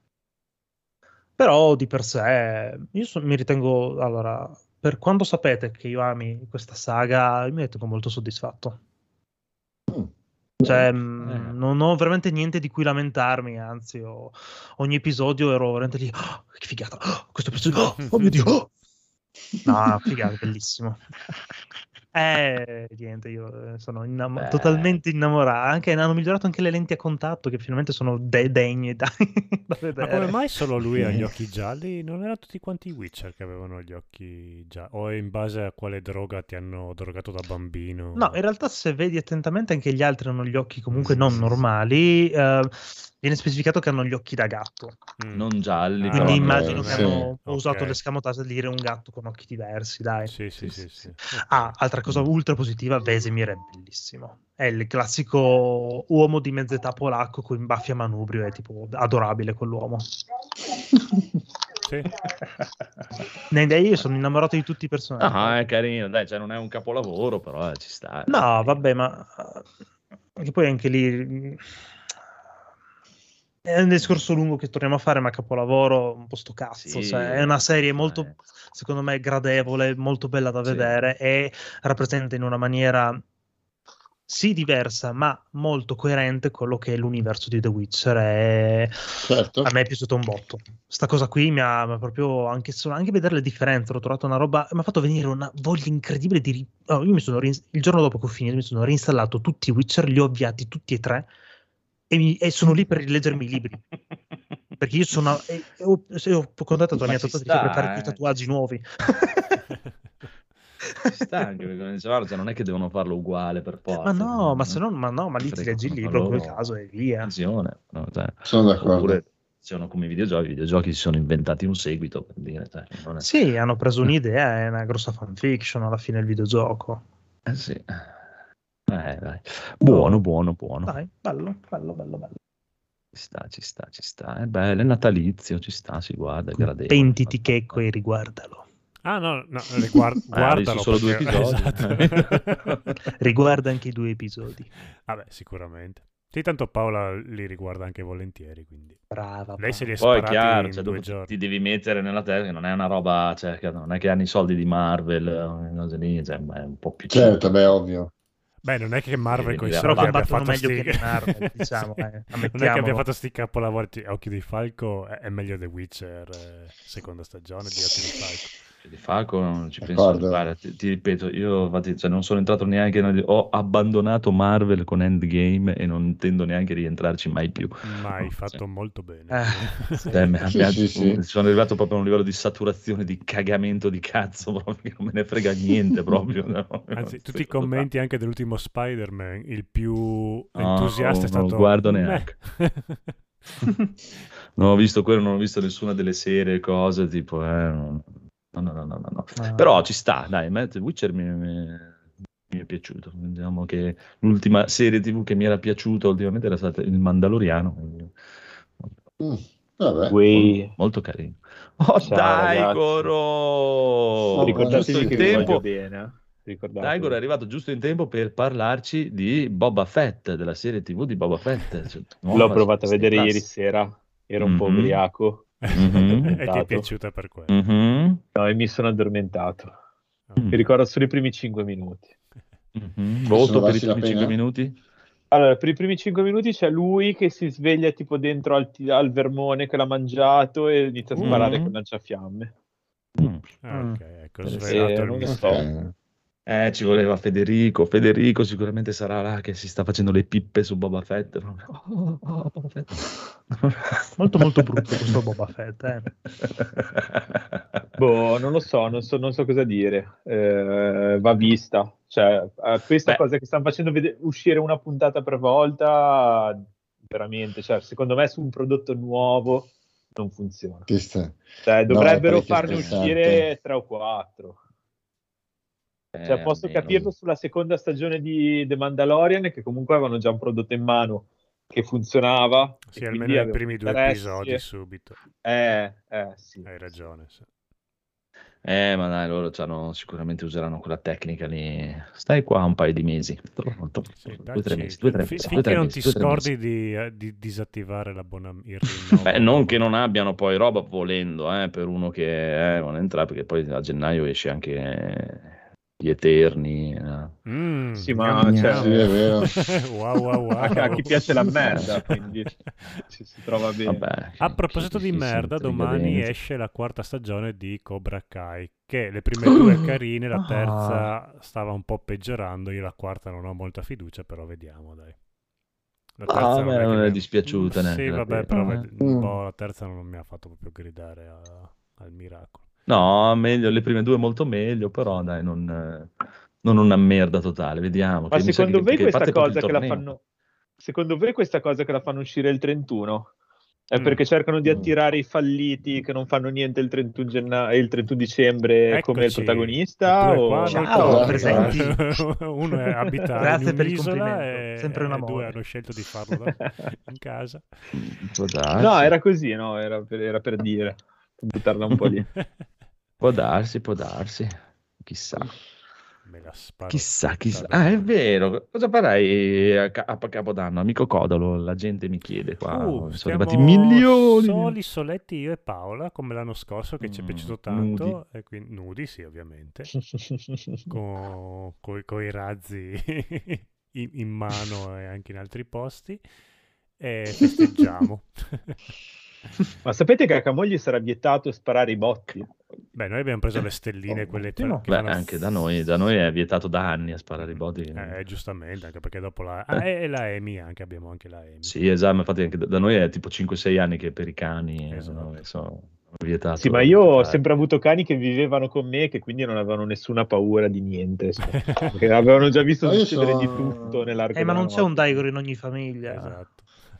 S4: Però di per sé, io mi ritengo, allora, per quanto sapete che io ami questa saga, io mi ritengo molto soddisfatto. Cioè, non ho veramente niente di cui lamentarmi, anzi, ogni episodio ero veramente lì, che figata, questo episodio, oh mio Dio, no, figata, bellissimo. Niente, io sono totalmente innamorato. Hanno migliorato anche le lenti a contatto, che finalmente sono degne da vedere.
S1: Ma come mai solo lui ha gli occhi gialli? Non erano tutti quanti i Witcher che avevano gli occhi gialli? O in base a quale droga ti hanno drogato da bambino?
S4: No, in realtà se vedi attentamente anche gli altri hanno gli occhi comunque non normali. Viene specificato che hanno gli occhi da gatto.
S2: Non gialli,
S4: quindi
S2: però
S4: immagino che hanno usato l'escamotage di dire un gatto con occhi diversi, dai.
S1: Sì.
S4: Altra cosa ultra positiva, Vesemir è bellissimo. È il classico uomo di mezz'età polacco con baffi a manubrio, è tipo adorabile quell'uomo.
S1: Sì.
S4: Io sono innamorato di tutti i personaggi.
S2: Ah, è carino, dai, cioè non è un capolavoro, però ci sta.
S4: No, vabbè, ma che poi anche lì è un discorso lungo che torniamo a fare, ma capolavoro un po' sto cazzo.
S2: Sì,
S4: cioè, è una serie molto, secondo me, gradevole, molto bella da vedere e rappresenta in una maniera sì diversa, ma molto coerente quello che è l'universo di The Witcher. E a me è piaciuto un botto. Sta cosa qui mi ha proprio anche vedere le differenze. L'ho trovato una roba, mi ha fatto venire una voglia incredibile di io mi sono il giorno dopo che ho finito mi sono reinstallato tutti i Witcher, li ho avviati tutti e tre e sono lì per rileggermi i libri, perché io ho contattato la mia tatuatrice per fare più tatuaggi nuovi.
S2: Ci sta anche perché non è che devono farlo uguale per forza.
S4: Ma lì ti leggi il libro in quel caso e via.
S3: Sono d'accordo.
S2: Oppure sono come i videogiochi si sono inventati un seguito, per dire.
S4: Sì, hanno preso un'idea, è una grossa fanfiction alla fine il videogioco.
S2: Sì. Dai. Buono.
S4: Dai, bello.
S2: Ci sta. È bello, è natalizio, ci sta, si guarda, è gradevole.
S4: Pentiti Checco e riguardalo.
S1: Ah no,
S2: ho
S1: guardalo
S2: visto solo 2
S1: perché-
S2: episodi.
S1: esatto.
S4: Riguarda anche i 2 episodi.
S1: Vabbè, sicuramente. Sì, tanto Paola li riguarda anche volentieri, quindi.
S4: Brava.
S1: Lei se li è
S2: Poi è
S1: sparati
S2: chiaro,
S1: in
S2: cioè,
S1: 2
S2: dopo
S1: giorni.
S2: ti devi mettere nella testa che non è una roba, cioè, che non è che hanno i soldi di Marvel, cose lì, cioè, ma è un po' più
S3: Certo, beh, ovvio.
S1: Beh, non è che Marvel con i
S2: Però
S1: soldi abbia
S4: combattono
S1: fatto
S4: meglio
S1: sti...
S4: che Marvel, diciamo,
S1: Sì. Non è che abbia
S4: ammettiamolo.
S1: fatto sti capolavori. Occhi di Falco è meglio The Witcher, seconda stagione di Occhi di Falco.
S2: Di Falco non ci penso.
S3: D'accordo.
S2: Guarda, ti ripeto, io infatti, cioè, non sono entrato neanche, ho abbandonato Marvel con Endgame e non intendo neanche rientrarci mai più.
S1: Ma hai
S2: No,
S1: fatto molto bene.
S4: Sì.
S3: Sì.
S2: Sono arrivato proprio a un livello di saturazione, di cagamento di cazzo, proprio che non me ne frega niente proprio. No?
S1: Anzi, tutti i commenti anche dell'ultimo Spider-Man, il più
S2: No,
S1: entusiasta è
S2: non lo
S1: stato...
S2: guardo
S1: "Meh".
S2: neanche. Non ho visto quello, non ho visto nessuna delle serie, cose tipo, no.
S4: Ah.
S2: Però ci sta, dai, The Witcher mi è piaciuto. Diciamo che l'ultima serie TV che mi era piaciuta ultimamente era stata Il Mandaloriano.
S3: Vabbè.
S2: Molto carino. Oh,
S8: Ciao,
S2: dai,
S8: ragazzi.
S2: Goro!
S3: Ricordatevi
S2: Giusto in
S8: che vi voglio
S2: tempo.
S8: bene. Ricordatevi.
S2: Dai, Goro è arrivato giusto in tempo per parlarci di Boba Fett, della serie TV di Boba Fett. Cioè,
S8: L'ho
S2: nuova
S8: provata a
S2: Disney
S8: vedere
S2: Plus.
S8: ieri sera, ero un po'
S2: Mhm.
S8: ubriaco.
S2: Mhm.
S1: E ti è piaciuta per quello.
S2: Mhm.
S8: No, e mi sono addormentato.
S2: Mm.
S8: Mi ricordo solo i primi 5 minuti.
S2: Mhm. Voto
S3: Sono
S2: per i
S3: valsi la
S2: primi 5
S3: pena?
S2: minuti?
S8: Allora, per i primi 5 minuti c'è lui che si sveglia tipo dentro al vermone che l'ha mangiato e inizia a sparare con lanciafiamme.
S1: Ah, ok, ecco,
S2: Interessante.
S1: svelato il
S8: non lo
S1: mistero.
S8: so.
S2: Ci voleva Federico. Federico sicuramente sarà là che si sta facendo le pippe su Boba Fett. Boba Fett.
S4: Molto molto brutto questo Boba Fett.
S8: Boh, non lo so, non so cosa dire. Va vista. Cioè, questa
S2: Beh.
S8: cosa che stanno facendo uscire una puntata per volta, veramente, cioè, secondo me su un prodotto nuovo non funziona. Cioè, dovrebbero farne uscire 3 o 4. Cioè, posso capirlo sulla seconda stagione di The Mandalorian, che comunque avevano già un prodotto in mano che funzionava.
S1: Sì,
S8: e
S1: almeno
S8: quindi
S1: i
S8: avevano
S1: primi 2
S8: interessi.
S1: episodi subito.
S8: Sì.
S1: Hai ragione. Sì.
S2: Ma dai, loro sicuramente useranno quella tecnica lì. Stai qua un paio di mesi.
S1: Sì,
S2: 2-3 mesi.
S1: finché non ti scordi di disattivare il rinnovo.
S2: Beh, non che non abbiano poi roba volendo, per uno che vuole entrare, perché poi a gennaio esce anche Gli Eterni.
S8: Sì, ma cioè,
S3: Sì, è vero.
S1: wow.
S8: a chi piace la merda, quindi ci si trova bene.
S2: Vabbè,
S1: A proposito di merda, domani esce la 4ª stagione di Cobra Kai, che le prime 2 carine, la terza stava un po' peggiorando, io la 4ª non ho molta fiducia, però vediamo, dai. La terza
S2: a me non è dispiaciuta
S1: Sì,
S2: neanche la
S1: vabbè,
S2: prima.
S1: però la terza non mi ha fatto proprio gridare al miracolo.
S2: No, meglio, le prime 2 molto meglio, però dai, non una merda totale, vediamo.
S8: Ma secondo voi questa
S2: parte proprio
S8: cosa
S2: il
S8: che la
S2: torneo.
S8: fanno? Secondo voi questa cosa che la fanno uscire il 31 è
S1: Mm.
S8: perché cercano di attirare i falliti che non fanno niente il 31 il 31 dicembre come il
S1: Eccoci,
S8: protagonista?
S1: i due qua,
S8: O...
S4: Ciao,
S3: presenti.
S1: Uno abita
S4: Grazie
S1: in
S4: per il
S1: un'isola
S4: complimento, sempre un
S1: e 2
S4: amore.
S1: hanno scelto di farlo in casa.
S2: Può darsi.
S8: No, era così, no? Era per dire, per buttarla un po' lì.
S2: Può darsi. Chissà.
S1: Me la sparo
S2: Chissà.
S1: tutta
S2: Ah, è
S1: domani.
S2: vero. Cosa farai a Capodanno? Amico Codolo, la gente mi chiede qua. Sono
S1: Stiamo
S2: arrivati milioni.
S1: soli, soletti io e Paola, come l'anno scorso, che ci è piaciuto tanto.
S2: Nudi.
S1: E quindi, nudi, sì, ovviamente. Con i razzi in mano e anche in altri posti. E festeggiamo.
S8: Ma sapete che a Camogli sarà vietato sparare i botti?
S1: Beh, noi abbiamo preso le stelline, quelle
S4: ottimo.
S1: che
S2: Beh,
S1: fanno-
S2: anche da noi è vietato da anni a sparare i boti.
S1: giustamente, anche perché dopo e la EMI anche, abbiamo anche la EMI.
S2: Sì, esatto, infatti anche da noi è tipo 5-6 anni che per i cani
S1: Esatto.
S2: sono vietato.
S8: Sì, ma io ho sempre avuto cani che vivevano con me che quindi non avevano nessuna paura di niente. Perché avevano già visto
S3: Ma io
S8: succedere di
S3: sono-
S8: tutto nell'arco
S4: Ma non
S8: della
S4: c'è un
S8: notte.
S4: Daigoro in ogni famiglia.
S1: Esatto.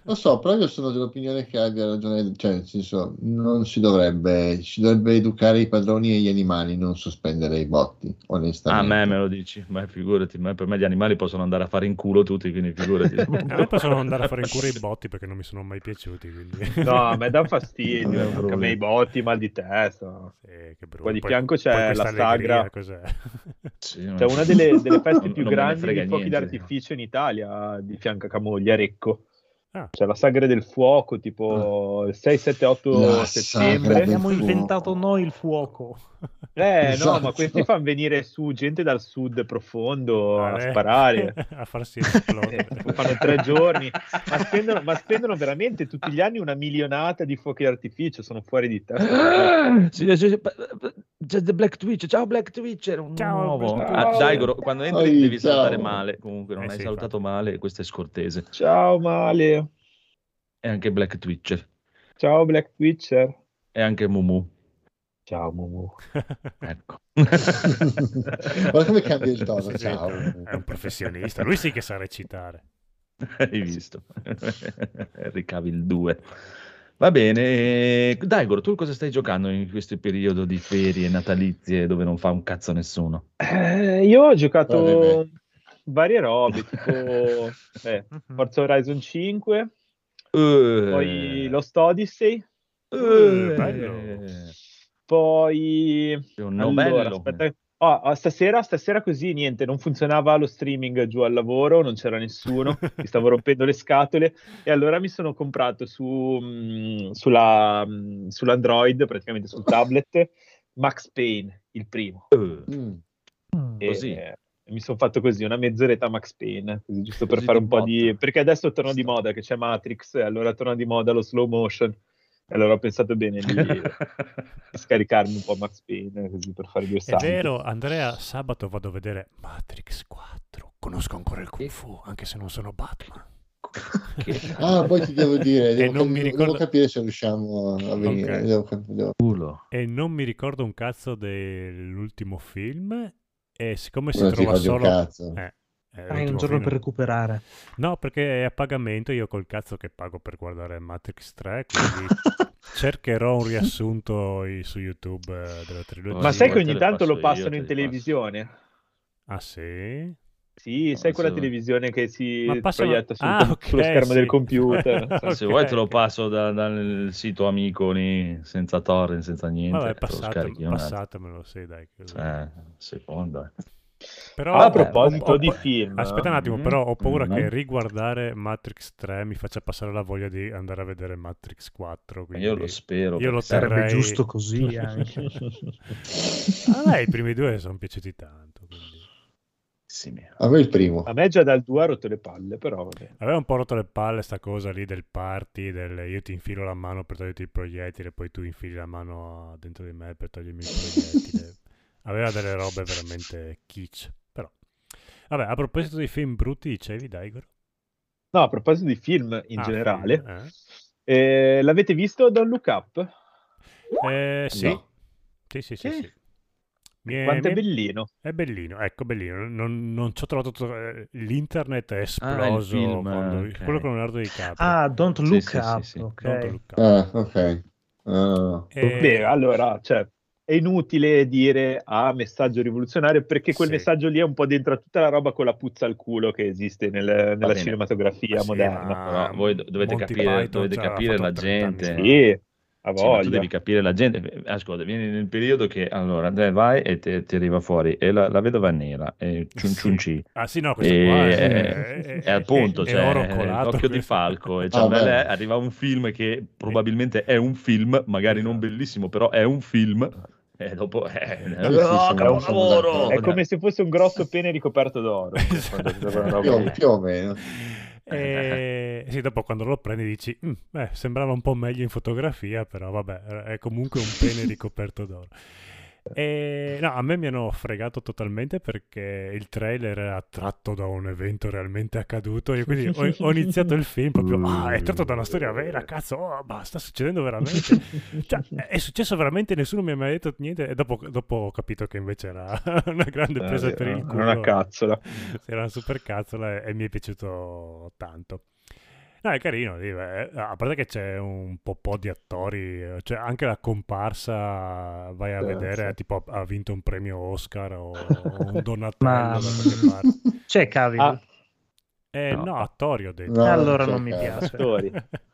S3: Lo so, però io sono dell'opinione che abbia ragione, cioè nel senso non si dovrebbe educare i padroni e gli animali, non sospendere i botti,
S2: A
S3: onestamente.
S2: me lo dici, ma figurati, per me gli animali possono andare a fare in culo tutti, quindi figurati.
S1: A me possono andare a fare in culo i botti perché non mi sono mai piaciuti. Quindi...
S8: No, a me dà fastidio,
S2: Non è un
S8: anche a me
S2: problema.
S8: i botti, mal di testa.
S1: Sì, che brutto.
S8: Qua di
S1: Poi-
S8: fianco
S1: poi
S8: c'è
S1: questa
S8: la
S1: allegria,
S8: sagra.
S1: cos'è?
S2: Sì,
S8: C'è una delle feste
S2: non-
S8: più
S2: non me ne
S8: grandi
S2: frega
S8: di fuochi
S2: niente.
S8: d'artificio in Italia, di fianco a Camoglia, Recco.
S1: Ah,
S8: C'è la sagra del fuoco, tipo il 6, 7, 8
S3: La sagra
S8: settembre.
S3: del
S4: Abbiamo
S3: fuoco.
S4: inventato noi il fuoco.
S8: No,
S3: Esatto.
S8: ma questi fanno venire su gente dal sud profondo a
S1: vale.
S8: sparare.
S1: A farsi esplodere.
S8: Fanno 3 giorni, ma spendono veramente tutti gli anni una milionata di fuochi d'artificio, sono fuori di testa.
S2: Sì, c'è The Black Twitch, ciao Black Twitcher, un
S1: Ciao,
S2: nuovo.
S1: Black
S8: Twitcher.
S2: Daigoro, quando entri
S3: Oi,
S2: devi salutare
S3: ciao.
S2: male, comunque non hai
S1: sì,
S2: salutato male, questo è scortese.
S8: Ciao Male,
S2: E anche Black Twitcher,
S8: ciao Black Twitcher,
S2: e anche Mumu,
S8: ciao Mumu.
S2: ecco.
S3: Guarda come cambia il tono,
S1: Sì, sì,
S3: ciao.
S1: è un professionista, lui sì che sa recitare.
S2: Hai visto? Ricavi il 2. Va bene, Daigoro, tu cosa stai giocando in questo periodo di ferie natalizie dove non fa un cazzo nessuno?
S8: Io ho giocato
S3: Vabbè.
S8: varie robe, tipo Forza Horizon 5, poi Lost Odyssey,
S1: bello.
S8: poi
S2: È un novello.
S8: allora, aspetta. Stasera così niente, non funzionava lo streaming giù al lavoro, non c'era nessuno, mi stavo rompendo le scatole e allora mi sono comprato sull'Android, praticamente sul tablet, Max Payne, il primo.
S3: Mm.
S2: Così.
S8: E mi sono fatto così una mezz'oretta Max Payne, così, giusto per
S2: Così
S8: fare
S2: di
S8: un po'
S2: botta.
S8: perché adesso torna di moda che c'è Matrix, e allora torna di moda lo slow motion. E allora ho pensato bene di scaricarmi un po' Max Payne così per fare due
S1: È
S8: salti.
S1: vero, Andrea, sabato vado a vedere Matrix 4. Conosco ancora il Kung Fu, anche se non sono Batman.
S3: Ah, poi ti devo dire,
S1: non mi ricordo-
S3: devo capire se riusciamo a venire.
S1: Ok.
S2: Culo.
S1: E non mi ricordo un cazzo dell'ultimo film. E siccome si
S3: Non ti
S1: trova
S3: ricordi un
S1: solo.
S3: cazzo.
S4: Hai
S1: l'ultimo
S4: un giorno
S1: film-
S4: per recuperare.
S1: No, perché è a pagamento. Io col cazzo che pago per guardare Matrix 3. Quindi cercherò un riassunto su YouTube della trilogia.
S8: Ma sai che
S2: te
S8: ogni
S2: le
S8: tanto lo
S2: passo io,
S8: passano
S2: te
S8: in
S2: li
S8: televisione?
S1: Ah, sì?
S8: Sì, sai quella
S2: se-
S8: televisione che si
S1: Ma passano-
S8: proietta
S1: ok,
S8: sullo schermo
S1: sì.
S8: del computer?
S2: Se
S1: Ok,
S2: vuoi te lo
S1: ok.
S2: passo dal sito amico lì, senza torrent, senza niente.
S1: Vabbè,
S2: te lo scarichi un attimo.
S1: passatemelo, sì, dai. così.
S2: Seconda.
S1: Però
S8: A
S1: ho-
S8: proposito
S1: ho-
S8: di film,
S1: Aspetta un attimo, però ho paura che
S2: Mm.
S1: riguardare Matrix 3 mi faccia passare la voglia di andare a vedere Matrix 4. Quindi
S2: Io lo spero.
S1: io lo
S2: perché
S4: Sarebbe
S1: terrei-
S4: giusto così anche.
S1: A me i primi due sono piaciuti tanto. Quindi.
S3: A me il primo.
S8: a me già dal 2 ha rotto le palle, però vabbè.
S1: Aveva un po' rotto le palle sta cosa lì del party, io ti infilo la mano per toglierti il proiettile, poi tu infili la mano dentro di me per togliermi il proiettile. Aveva delle robe veramente kitsch, però. Vabbè, a proposito di film brutti, dicevi, Daigoro?
S8: No, a proposito di film in generale,
S1: film,
S8: l'avete visto Don't Look Up?
S1: Sì.
S3: No.
S1: Sì.
S8: Sì.
S1: Mi
S8: Quanto è bellino.
S1: È bellino, ecco, bellino. Non ci ho trovato l'internet è esploso
S2: il film,
S1: quando-
S2: ok.
S1: quello con Leonardo DiCaprio.
S4: Ah, Don't
S2: Sì,
S4: Look
S2: sì,
S4: Up.
S2: sì.
S4: Ok.
S1: Don't Look Up.
S3: Ah, ok. Ah.
S8: Beh, allora, cioè, è inutile dire messaggio rivoluzionario perché quel
S1: Sì.
S8: messaggio lì è un po' dentro a tutta la roba con la puzza al culo che esiste nella
S2: bene.
S8: cinematografia
S1: Sì,
S8: moderna.
S1: ma
S2: Però voi dovete
S1: Monty
S2: capire,
S1: Python
S2: dovete
S1: ce l'ha
S2: capire
S1: fatto
S2: la
S1: 30 anni
S2: gente.
S1: fa.
S8: Sì, a
S2: Sì, ma tu
S8: voglia.
S2: devi capire la gente. Ascolta, vieni nel periodo che allora te vai e ti arriva fuori e la vedova nera e ciunciunci.
S1: Ah sì, no, questo qua
S2: E appunto
S1: è
S2: cioè,
S1: oro colato.
S2: l'occhio di
S1: questo.
S2: falco e
S3: Ah, beh.
S2: arriva un film che probabilmente è un film, magari non
S1: Esatto.
S2: bellissimo, però è un film e dopo
S3: Sì, siamo
S2: capolavoro!
S8: È come se fosse un grosso pene ricoperto d'oro.
S3: Più o meno.
S1: E sì, dopo quando lo prendi dici sembrava un po' meglio in fotografia, però vabbè, è comunque un pene ricoperto d'oro. E, no, a me mi hanno fregato totalmente perché il trailer era tratto da un evento realmente accaduto e quindi ho iniziato il film proprio è tratto da una storia vera, cazzo, ma sta succedendo veramente, cioè, è successo veramente, nessuno mi ha mai detto niente e dopo ho capito che invece era una grande presa per il culo,
S8: una cazzola.
S1: era una super cazzola e mi è piaciuto tanto. No, è carino, a parte che c'è un po' di attori, cioè anche la comparsa vai a vedere, tipo ha vinto un premio Oscar o un Donatello da qualche parte.
S4: C'è Cavill?
S1: No, attori ho detto.
S3: No,
S4: allora
S3: non
S4: non mi piace.
S8: Attori.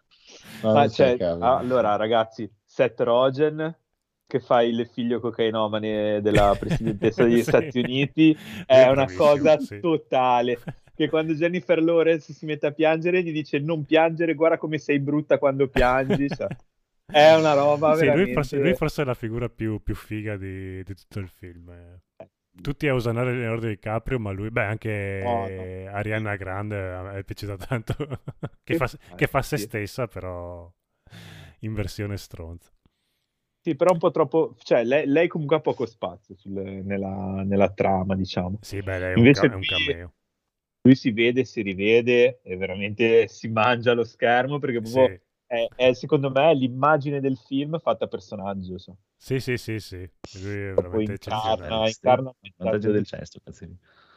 S8: Allora ragazzi, Seth Rogen che fa il figlio cocainomane della presidentessa degli Stati Uniti è una cosa totale. Che quando Jennifer Lawrence si mette a piangere gli dice non piangere, guarda come sei brutta quando piangi, cioè. È una roba veramente...
S1: Lui forse è la figura più figa di tutto il film. Tutti a usare Leonardo DiCaprio, ma lui, anche Ariana Grande è piaciuta tanto che fa se stessa, però in versione stronza.
S8: Sì, però un po' troppo, cioè lei comunque ha poco spazio nella trama, diciamo.
S1: Sì, lei
S8: invece
S1: è un cameo.
S8: Lui si vede, si rivede e veramente si mangia lo schermo perché proprio è secondo me l'immagine del film fatta a personaggio. So.
S1: Sì. Lui è veramente eccezionale.
S8: Incarna il
S2: vantaggio del cesto,
S8: ci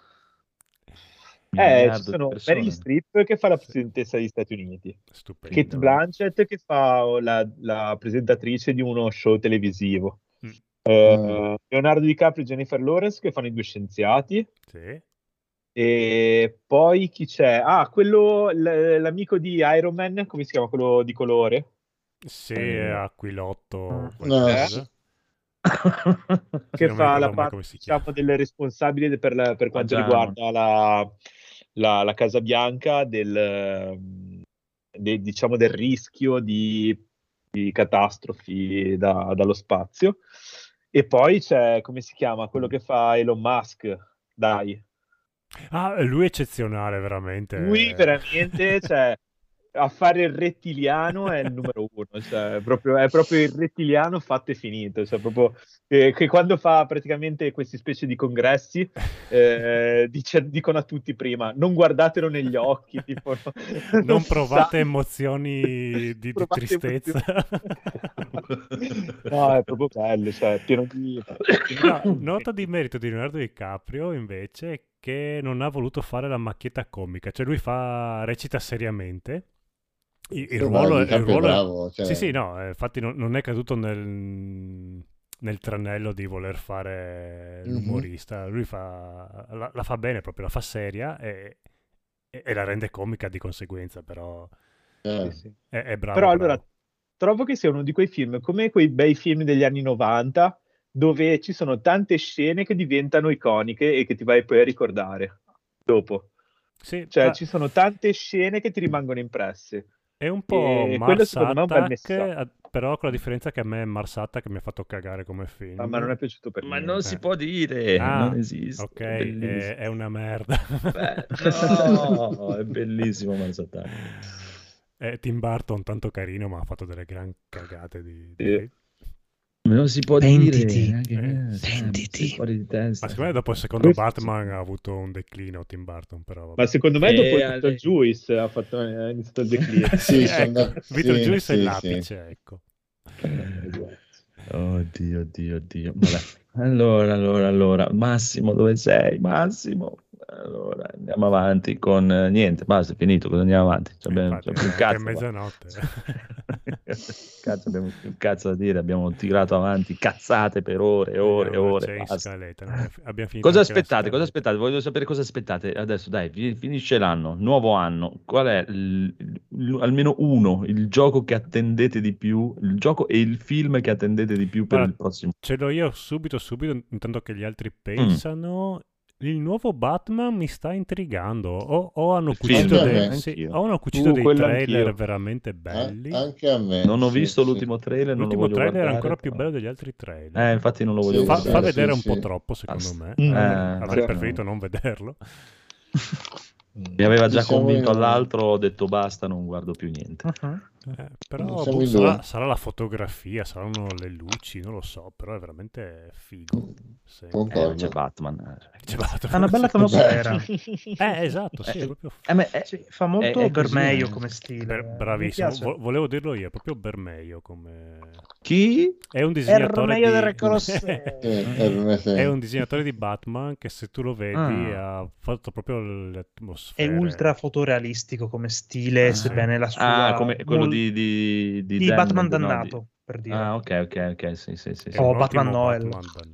S8: sono Meryl Streep che fa la presidentessa degli Stati Uniti,
S1: stupendo,
S8: Kate Blanchett che fa la presentatrice di uno show televisivo, Leonardo DiCaprio e Jennifer Lawrence che fanno i due scienziati.
S1: Sì.
S8: E poi chi c'è? Quello, l'amico di Iron Man, come si chiama? Quello di colore?
S1: Sì, Aquilotto.
S8: Che fa la parte, diciamo, del responsabile per quanto riguarda la Casa Bianca diciamo del rischio di catastrofi dallo spazio. E poi c'è, come si chiama? Quello che fa Elon Musk, dai.
S1: Lui è eccezionale, veramente.
S8: Lui veramente, cioè, a fare il rettiliano è il numero uno, cioè, è proprio il rettiliano fatto e finito, cioè proprio che quando fa praticamente queste specie di congressi dicono a tutti prima non guardatelo negli occhi, tipo,
S1: non provate emozioni di tristezza.
S8: No, è proprio bello, cioè, pieno di...
S1: Nota di merito di Leonardo DiCaprio invece che non ha voluto fare la macchietta comica, cioè lui recita seriamente. Il ruolo è
S3: bravo, cioè...
S1: Sì, no, infatti non è caduto nel tranello di voler fare l'umorista. Lui la fa bene, proprio la fa seria e la rende comica di conseguenza, però
S8: sì.
S1: È bravo.
S8: Però allora trovo che sia uno di quei film, come quei bei film degli anni 90, dove ci sono tante scene che diventano iconiche e che ti vai poi a ricordare dopo.
S1: Sì,
S8: cioè ci sono tante scene che ti rimangono impresse.
S1: È un po'
S8: Mars
S1: Attack, però con la differenza che a me è Mars Attack mi ha fatto cagare come film.
S8: Ma non è piaciuto per me.
S2: Ma non si può dire, non esiste.
S1: Ok, è una merda.
S2: No, è bellissimo Mars Attack.
S1: Tim Burton tanto carino, ma ha fatto delle gran cagate di
S2: non si può
S6: Pentiti.
S2: dire. Pentiti. Fuori di testa.
S1: Ma secondo me dopo il secondo Batman ha avuto un declino Tim Burton, però vabbè.
S8: Ma secondo me dopo il Beetlejuice ha iniziato il declino.
S3: Sì,
S1: Beetlejuice è l'apice, ecco.
S2: Oddio. Vabbè. Allora, Massimo, dove sei? Massimo. Allora, andiamo avanti con niente, basta, è finito, cosa andiamo avanti? Abbiamo più cazzo.
S1: È mezzanotte.
S2: Abbiamo più cazzo da dire, abbiamo tirato avanti cazzate per ore. Cosa aspettate? Voglio sapere cosa aspettate. Adesso dai, finisce l'anno, nuovo anno. Qual è almeno uno, il gioco che attendete di più, il gioco e il film che attendete di più per il prossimo?
S1: Ce l'ho io subito, intanto che gli altri pensano. Il nuovo Batman mi sta intrigando. O hanno cucito dei trailer
S8: anch'io.
S1: veramente belli.
S3: Anche a me.
S2: Non ho visto l'ultimo trailer.
S1: L'ultimo trailer è ancora più bello degli altri trailer.
S2: Infatti non lo voglio guardare.
S1: Fa vedere un po' troppo, secondo me. Avrei preferito non vederlo.
S2: Mi aveva già convinto all'altro, ho detto basta, non guardo più niente.
S1: Però sarà la fotografia, saranno le luci, non lo so, però è veramente figo. Sì.
S2: C'è Batman.
S4: Ha una bella atmosfera.
S1: Esatto, sì, è proprio...
S4: sì, fa molto Bermejo come stile.
S1: Bravissimo, volevo dirlo io, è proprio Bermejo come...
S2: Chi?
S1: È un disegnatore
S4: è
S1: un disegnatore di Batman che se tu lo vedi ha fatto proprio l'atmosfera.
S4: È ultra fotorealistico come stile, sebbene la sua...
S2: come quello di
S4: Batman dannato, per dire.
S2: Ok, sì.
S4: O Batman Noel.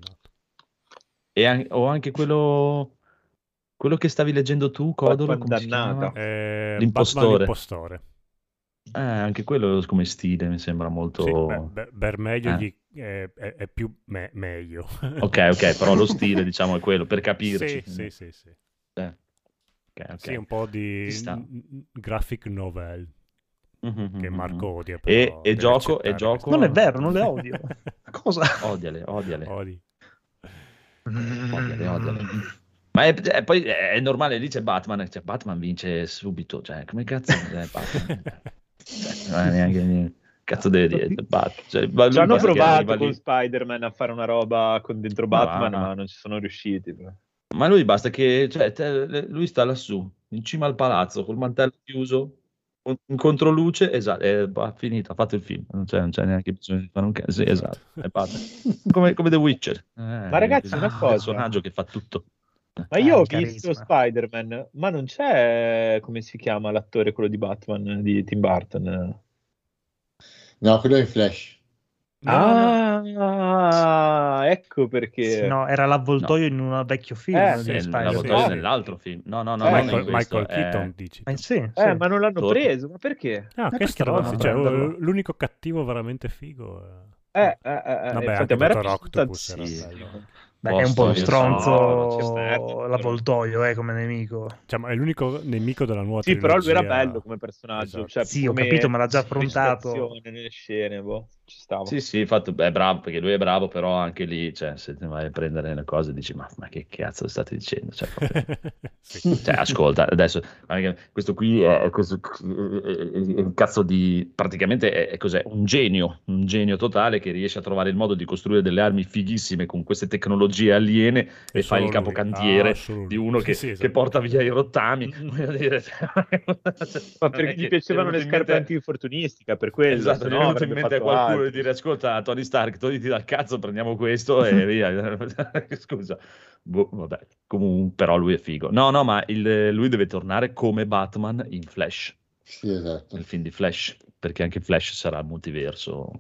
S2: O anche quello che stavi leggendo tu, Codolo, come si chiama?
S1: L'impostore.
S2: Anche quello come stile mi sembra molto...
S1: Sì, Bermejo è più meglio.
S2: Ok, però lo stile, diciamo, è quello, per capirci.
S1: Sì.
S2: Okay.
S1: Sì, un po' di graphic novel che Marco odia.
S2: Però e gioco?
S4: Non è vero, non le odio. Cosa?
S2: Odiale. Odiale. Ma poi è normale, lì c'è Batman, Batman vince subito, cioè come cazzo è Batman? Non è neanche cazzo deve dire Batman.
S8: Ci hanno provato con Spider-Man a fare una roba con dentro Batman, ma non ci sono riusciti.
S2: Ma lui basta che lui sta lassù, in cima al palazzo, col mantello chiuso, in controluce, esatto, ha finito, ha fatto il film, non c'è neanche bisogno di fare un cazzo. Sì, esatto, è come The Witcher.
S8: Ma ragazzi, una cosa,
S2: un personaggio che fa tutto.
S8: Ma io ho visto Spider-Man, ma non c'è, come si chiama l'attore, quello di Batman, di Tim Burton?
S3: No, quello è Flash.
S8: Ecco perché.
S4: No, era l'avvoltoio in un vecchio film di Spider-Man.
S2: L'avvoltoio nell'altro film. No,
S1: Michael Keaton dici.
S8: Ma non l'hanno preso, ma perché?
S1: Che stronzi, cioè, l'unico cattivo veramente figo. Vabbè, anche Dottor Octopus era bello.
S4: Beh, è un po' stronzo l'avvoltoio come nemico.
S1: Cioè, ma è l'unico nemico della nuova
S8: trilogia. Però lui era bello come personaggio.
S1: Esatto.
S8: Cioè,
S4: sì, ho capito, ma l'ha già affrontato.
S8: Nelle scene, ci stava.
S2: Sì, infatti è bravo, perché lui è bravo, però anche lì, cioè, se ti vai a prendere le cose dici, ma che cazzo state dicendo? Cioè, cioè ascolta, adesso, questo qui è un cazzo di... praticamente è cos'è? Un genio totale che riesce a trovare il modo di costruire delle armi fighissime con queste tecnologie aliene e fa il capocantiere di uno che porta via i rottami.
S8: Ma perché gli piacevano le scarpe antinfortunistica, per quello.
S2: Esatto, mi è venuto in mente a qualcuno di dire, ascolta Tony Stark, togliti dal cazzo, prendiamo questo e via. Scusa. Vabbè, comunque, però lui è figo. No, ma lui deve tornare come Batman in Flash.
S3: Sì, esatto.
S2: Nel film di Flash, perché anche Flash sarà multiverso.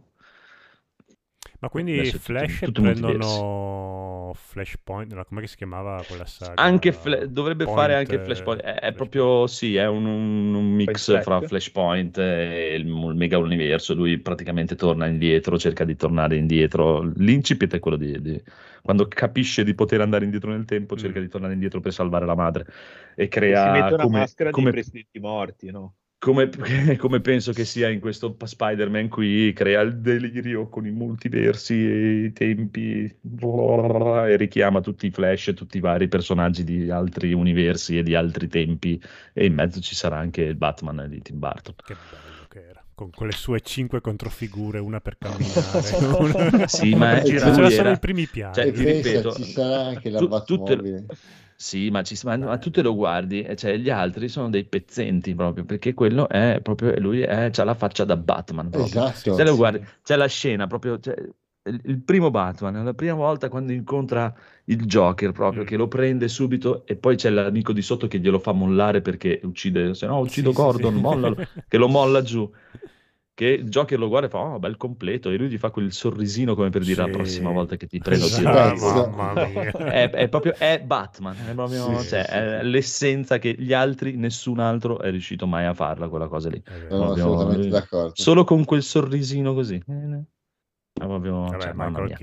S1: Ma quindi Flash prendono Flashpoint, come si chiamava quella saga?
S2: Anche dovrebbe fare anche Flashpoint, è proprio è un mix fra Flashpoint e il mega universo. Lui praticamente torna indietro, cerca di tornare indietro. L'incipit è quello di quando capisce di poter andare indietro nel tempo, cerca di tornare indietro per salvare la madre e crea
S8: si mette una maschera dei presidenti morti, no?
S2: Come penso che sia in questo Spider-Man qui, crea il delirio con i multiversi e i tempi e richiama tutti i Flash, tutti i vari personaggi di altri universi e di altri tempi, e in mezzo ci sarà anche il Batman di Tim Burton.
S1: Che bello che era, con quelle sue 5 controfigure, una per camminare.
S2: Sì, ma
S1: c'erano solo i primi piani.
S3: Cioè, ti ripeto, ci sarà anche la Batmobile.
S2: Sì, ma tu te lo guardi, cioè gli altri sono dei pezzenti proprio, perché quello è proprio, lui c'ha la faccia da Batman proprio.
S3: Esatto.
S2: Se lo guardi, c'è la scena proprio, cioè, il primo Batman, la prima volta quando incontra il Joker proprio, che lo prende subito e poi c'è l'amico di sotto che glielo fa mollare perché uccide, se no uccido Gordon, mollalo, che lo molla giù. Che il Joker lo guarda e fa, oh, bel completo, e lui gli fa quel sorrisino come per dire la prossima volta che ti prendo
S1: mamma mia.
S2: È Batman, è proprio, è l'essenza che gli altri, nessun altro è riuscito mai a farla, quella cosa lì.
S3: Sono assolutamente d'accordo.
S2: Solo con quel sorrisino così. Proprio,
S1: Vabbè,
S2: mamma mia.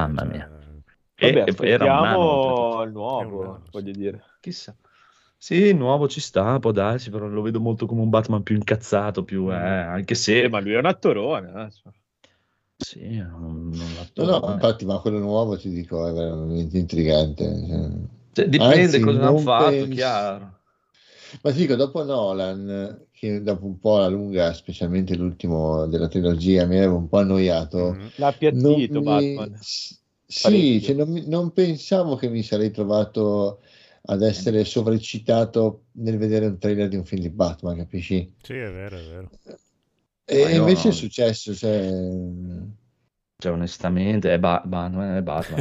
S8: Vabbè, aspettiamo il nuovo, voglio dire.
S2: Chissà. Sì, il nuovo ci sta, può darsi, però lo vedo molto come un Batman più incazzato, più anche se...
S8: ma lui è un attorone.
S2: Sì,
S3: no, infatti, ma quello nuovo, ti dico, è veramente intrigante.
S2: Cioè, dipende cosa hanno fatto, chiaro.
S3: Ma ti dico, dopo Nolan, che dopo un po' alla lunga, specialmente l'ultimo della trilogia, mi aveva un po' annoiato.
S8: L'ha appiattito Batman.
S3: Sì, cioè non pensavo che mi sarei trovato ad essere sovraeccitato nel vedere un trailer di un film di Batman, capisci?
S1: Sì, è vero, è vero.
S3: E invece è successo, cioè
S2: onestamente è Batman.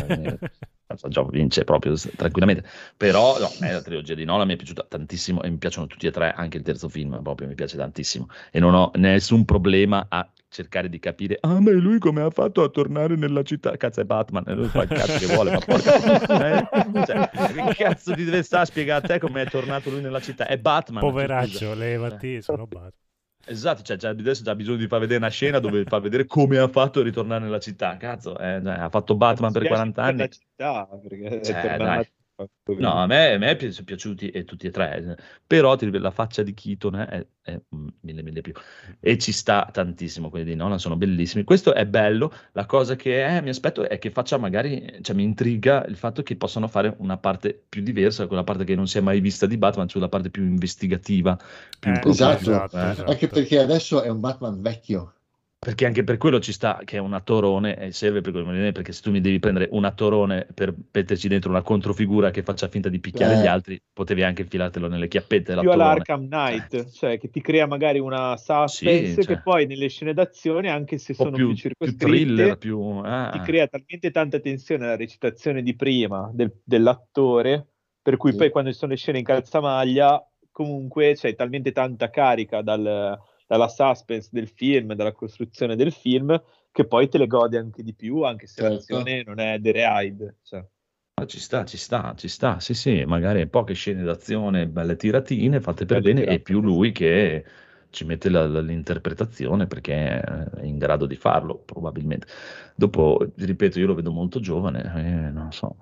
S2: Già vince proprio tranquillamente, però no, la trilogia di Nolan mi è piaciuta tantissimo e mi piacciono tutti e tre, anche il terzo film proprio mi piace tantissimo e non ho nessun problema a cercare di capire ma lui come ha fatto a tornare nella città, cazzo è Batman, lui fa il cazzo che vuole, ma porca che cazzo ti deve stare a spiegare a te come è tornato lui nella città, è Batman,
S1: poveraccio, levati, sono Batman.
S2: Esatto, cioè adesso c'ha bisogno di far vedere una scena dove fa vedere come ha fatto a ritornare nella città. Cazzo, ha fatto Batman per 40 anni.
S8: La città, perché
S2: Dai. No, a me sono piaciuti tutti e tre, però la faccia di Keaton è mille più. E ci sta tantissimo, quelli di Nolan sono bellissimi. Questo è bello, la cosa che mi aspetto è che faccia magari, cioè mi intriga il fatto che possano fare una parte più diversa, quella parte che non si è mai vista di Batman, cioè la parte più investigativa.
S3: Esatto, anche perché adesso è un Batman vecchio.
S2: Perché anche per quello ci sta che è un attorone e serve per quello, perché se tu mi devi prendere un attorone per metterci dentro una controfigura che faccia finta di picchiare gli altri, potevi anche infilartelo nelle chiappette.
S8: Più all'Arkham Knight, cioè che ti crea magari una suspense che poi nelle scene d'azione, anche se sono più circoscritte,
S2: più thriller,
S8: ti crea talmente tanta tensione alla recitazione di prima dell'attore, per cui poi quando ci sono le scene in calzamaglia comunque c'è talmente tanta carica dalla suspense del film, dalla costruzione del film, che poi te le godi anche di più, anche se l'azione non è The Raid. Cioè.
S2: Ci sta, sì, magari poche scene d'azione, belle tiratine, fatte per bene, e più lui che ci mette l'interpretazione, perché è in grado di farlo, probabilmente. Dopo, ti ripeto, io lo vedo molto giovane, non so,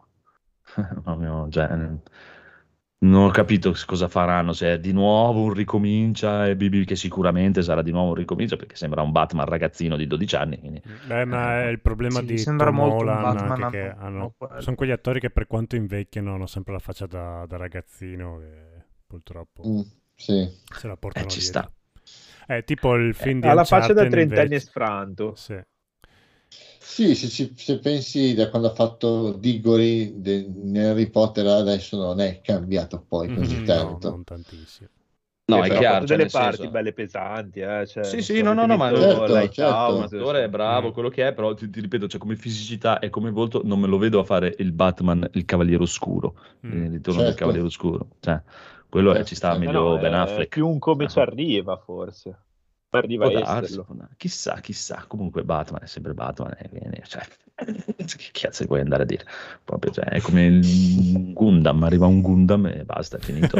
S2: non ho capito cosa faranno, se è di nuovo un ricomincia e Bibi che sicuramente sarà di nuovo un ricomincia, perché sembra un Batman ragazzino di 12 anni. Quindi...
S1: ma è il problema di
S4: sembra
S1: Tom
S4: molto
S1: Holland, che sono quegli attori che per quanto invecchiano hanno sempre la faccia da ragazzino, che purtroppo se la portano
S2: ci
S1: dietro.
S2: sta.
S1: Tipo il film di
S8: ha la
S1: Uncharted,
S8: faccia da 30 anni
S1: invece...
S8: sfranto.
S3: Sì, se pensi da quando ha fatto Diggory in Harry Potter adesso non è cambiato poi così tanto.
S1: No, non tantissimo.
S2: No, è chiaro,
S8: delle parti belle pesanti, cioè,
S2: sì, no, ma
S3: certo.
S2: l'attore è bravo, quello che è, però ti ripeto, cioè come fisicità e come volto non me lo vedo a fare il Batman, il Cavaliere Oscuro, il ritorno del Cavaliere Oscuro, cioè quello ci sta meglio Ben Affleck.
S8: Più un come ci arriva, forse. Arriva a esserlo.
S2: Chissà, comunque Batman è sempre Batman, cioè, che cazzo vuoi andare a dire? Proprio, cioè, è come il Gundam, arriva un Gundam e basta, è finito.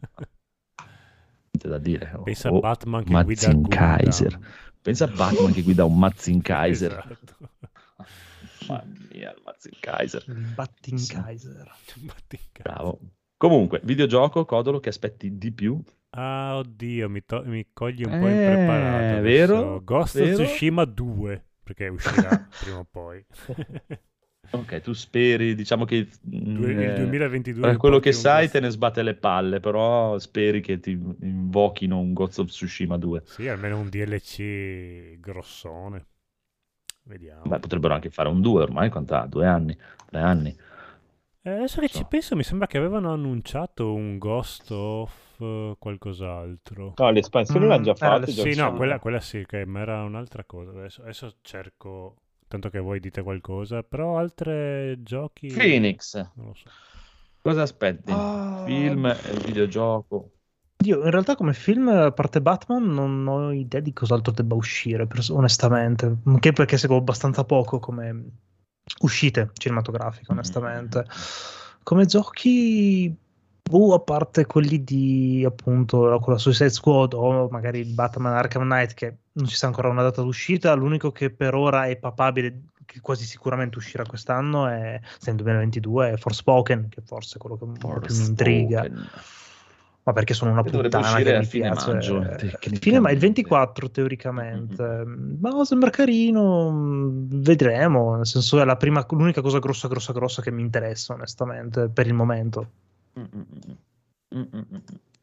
S2: Da dire.
S1: Pensa a Batman che guida un
S2: Kaiser. Pensa a Batman che guida un Matzin Kaiser.
S1: Esatto.
S2: Mamma mia, il Matzin Kaiser.
S4: Batting Kaiser.
S2: Bravo. Comunque, videogioco, Codolo, che aspetti di più?
S1: Ah, oddio, mi cogli un po' impreparato.
S2: Vero?
S1: Ghost of Tsushima 2, perché uscirà prima o poi.
S2: Ok, tu speri, diciamo che il
S1: 2022
S2: per quello che sai te ne sbatte le palle, però speri che ti invochino un Ghost of Tsushima 2.
S1: Sì, almeno un DLC grossone. Vediamo.
S2: Beh, potrebbero anche fare un 2 ormai, quant'ha? 2 anni? 3 anni?
S1: Adesso che ci penso, mi sembra che avevano annunciato un Ghost of qualcos'altro.
S8: No, l'espansione l'hanno già fatta.
S1: Sì, no, quella sì, ma era un'altra cosa. Adesso cerco, tanto che voi dite qualcosa, però altri giochi...
S2: Phoenix.
S1: Non lo so.
S2: Cosa aspetti? Film e videogioco?
S4: Io in realtà come film, a parte Batman, non ho idea di cos'altro debba uscire, onestamente. Anche perché seguo abbastanza poco come uscite cinematografiche, onestamente. Come giochi, a parte quelli di appunto con la Suicide Squad o magari il Batman Arkham Knight, che non ci sta ancora una data d'uscita, l'unico che per ora è papabile, che quasi sicuramente uscirà quest'anno, è nel 2022, è Forspoken, che forse è quello che un po' più mi intriga. Ma perché sono una puttana che mi piace. Il film è il 24 teoricamente, ma sembra carino, vedremo, nel senso è l'unica cosa grossa che mi interessa onestamente per il momento.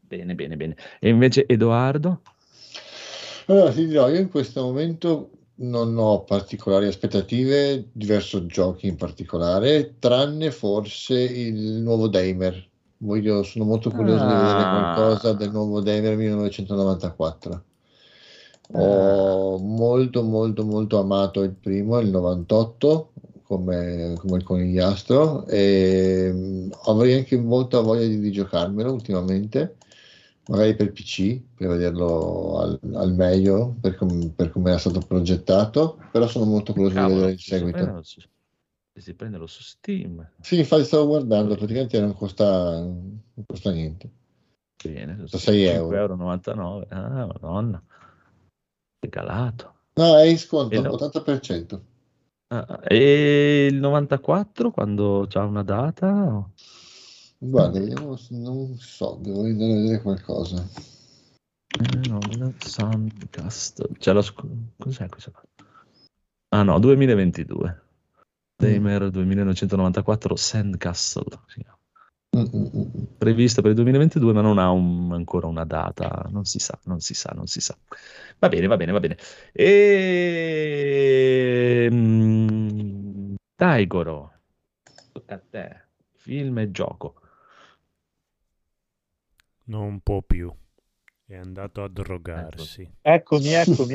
S2: Bene, bene, bene. E invece Edoardo?
S3: Allora, ti dirò, io in questo momento non ho particolari aspettative verso giochi in particolare, tranne forse il nuovo Daymare. Sono molto curioso di vedere qualcosa del nuovo Daymare 1994. Ho molto molto molto amato il primo, il 98, come il conigliastro, e avrei anche molta voglia di giocarmelo ultimamente, magari per PC, per vederlo al meglio, per come era stato progettato, però sono molto curioso di vedere il seguito.
S2: Si prenderlo su Steam.
S3: Sì, infatti stavo guardando, praticamente non costa niente.
S2: Bene,
S3: costa 6 euro.
S2: 5,99 €. Ah, madonna. Regalato.
S3: No, è in sconto, 80%.
S2: E il 94 quando c'ha una data?
S3: Guarda, vediamo, non so, devo vedere qualcosa.
S2: Sandcastle. Cos'è questo? Ah no, 2022. Daymare 1994 Sandcastle. Prevista per il 2022, ma non ha ancora una data. Non si sa. Va bene. Daigoro, tocca a te. Film e gioco.
S1: Non può più. È andato a drogarsi.
S8: Eccomi.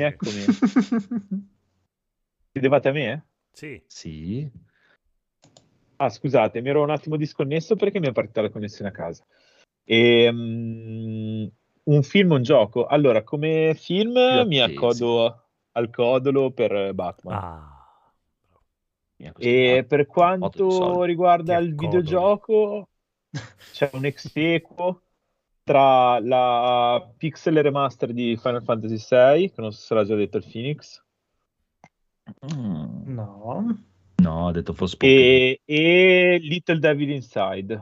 S8: Chiedevate a me?
S2: Sì.
S8: Ah, scusate, mi ero un attimo disconnesso perché mi è partita la connessione a casa. Un film, un gioco. Allora, come film mi accodo al codolo per Batman. E per quanto riguarda il videogioco, c'è un ex equo tra la pixel remaster di Final Fantasy VI, che non so se l'ha già detto il Phoenix.
S2: No, ha detto Forspoken.
S8: E Little Devil Inside.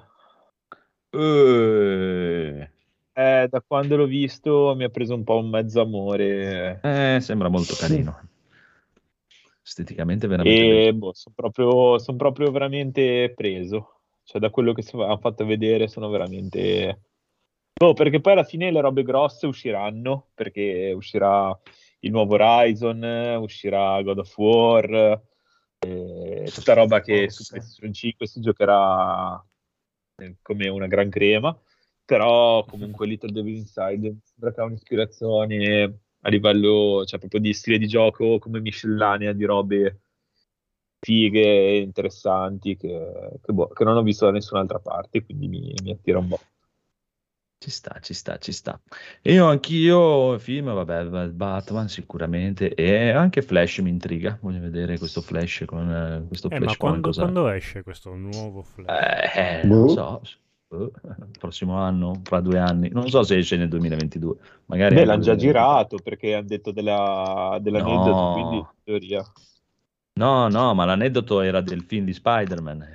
S8: Da quando l'ho visto mi ha preso un po' un mezzo amore.
S2: Sembra molto carino. Esteticamente veramente bello.
S8: Sono proprio veramente preso. Cioè, da quello che hanno fatto vedere sono veramente... perché poi alla fine le robe grosse usciranno, perché uscirà il nuovo Horizon, uscirà God of War, tutta roba che su PlayStation 5 si giocherà come una gran crema, però comunque Little Devil Inside sembra che ha un'ispirazione a livello, cioè proprio di stile di gioco come miscellanea di robe fighe e interessanti che non ho visto da nessun'altra parte, quindi mi attira un po'.
S2: Ci sta. E anch'io film, vabbè, Batman sicuramente, e anche Flash mi intriga. Voglio vedere questo Flash con questo
S1: ma quando esce questo nuovo Flash?
S2: Non so. Il prossimo anno, fra 2 anni. Non so se esce nel 2022. Magari
S8: l'hanno già girato perché hanno detto dell'aneddoto, quindi in teoria.
S2: No, ma l'aneddoto era del film di Spider-Man.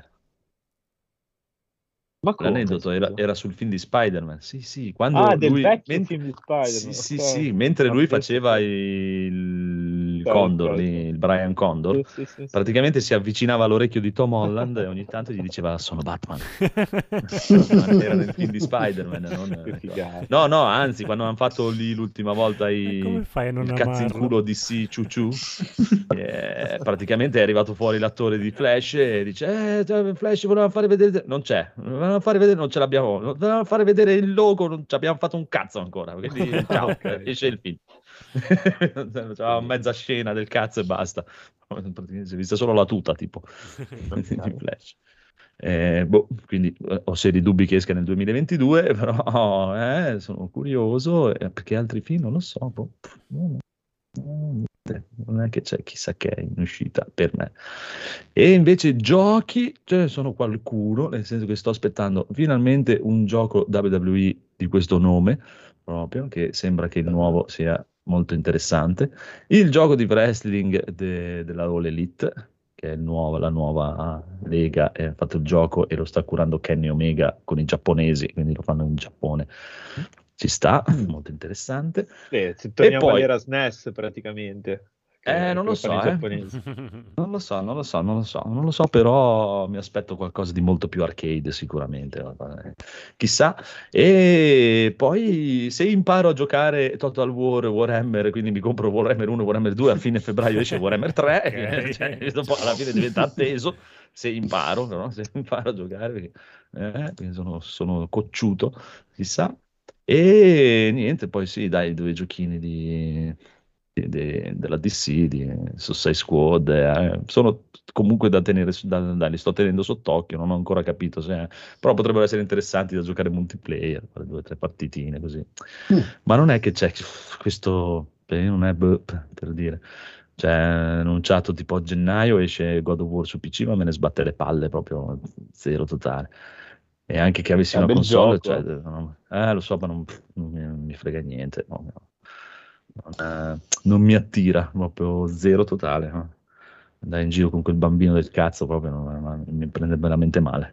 S8: Ma come?
S2: L'aneddoto era sul film di Spider-Man. Sì, quando
S8: del
S2: lui
S8: vecchio film di Spider-Man.
S2: Sì, mentre lui faceva il Condor, lì, il Brian Condor, praticamente si avvicinava all'orecchio di Tom Holland e ogni tanto gli diceva sono Batman. Era nel film di Spider-Man. No, anzi, quando hanno fatto lì l'ultima volta il cazzo in culo di Ciuciu, praticamente è arrivato fuori l'attore di Flash e dice Flash voleva fare vedere, non c'è, volevano fare vedere, non ce l'abbiamo, volevano fare vedere il logo, non ci abbiamo fatto un cazzo ancora, quindi ciao, esce il film. C'era mezza scena del cazzo e basta, si è vista solo la tuta tipo di Flash. Quindi ho seri dubbi che esca nel 2022, però sono curioso perché altri film non lo so, non è che c'è chissà che è in uscita per me. E invece giochi, ce ne sono qualcuno, nel senso che sto aspettando finalmente un gioco WWE di questo nome proprio, che sembra che il nuovo sia molto interessante. Il gioco di wrestling della All Elite, che è la nuova lega, ha fatto il gioco e lo sta curando Kenny Omega con i giapponesi, quindi lo fanno in Giappone. Ci sta, molto interessante.
S8: Se torniamo all'era SNES praticamente,
S2: Non lo
S8: che
S2: so,
S8: fanno i giapponesi.
S2: Non lo so, però mi aspetto qualcosa di molto più arcade sicuramente, chissà. E poi se imparo a giocare Total War, Warhammer, quindi mi compro Warhammer 1, Warhammer 2, a fine febbraio esce Warhammer 3,
S1: Ok.
S2: cioè, dopo alla fine diventa atteso, se imparo, no? Se imparo a giocare, perché, quindi sono cocciuto, chissà. E niente, poi sì, dai, 2 giochini della DC, di Suicide Squad, sono comunque da tenere, li sto tenendo sott'occhio, non ho ancora capito se, però potrebbero essere interessanti da giocare multiplayer, fare 2 o 3 partitine così. Ma non è che c'è questo, non è per dire, cioè annunciato tipo a gennaio esce God of War su PC, ma me ne sbatte le palle proprio zero totale. E anche che avessi
S8: È un
S2: una
S8: bel
S2: console,
S8: gioco.
S2: cioè, lo so, ma non mi frega niente, no. Non mi attira, proprio zero totale, no? Andare in giro con quel bambino del cazzo proprio mi prende veramente male.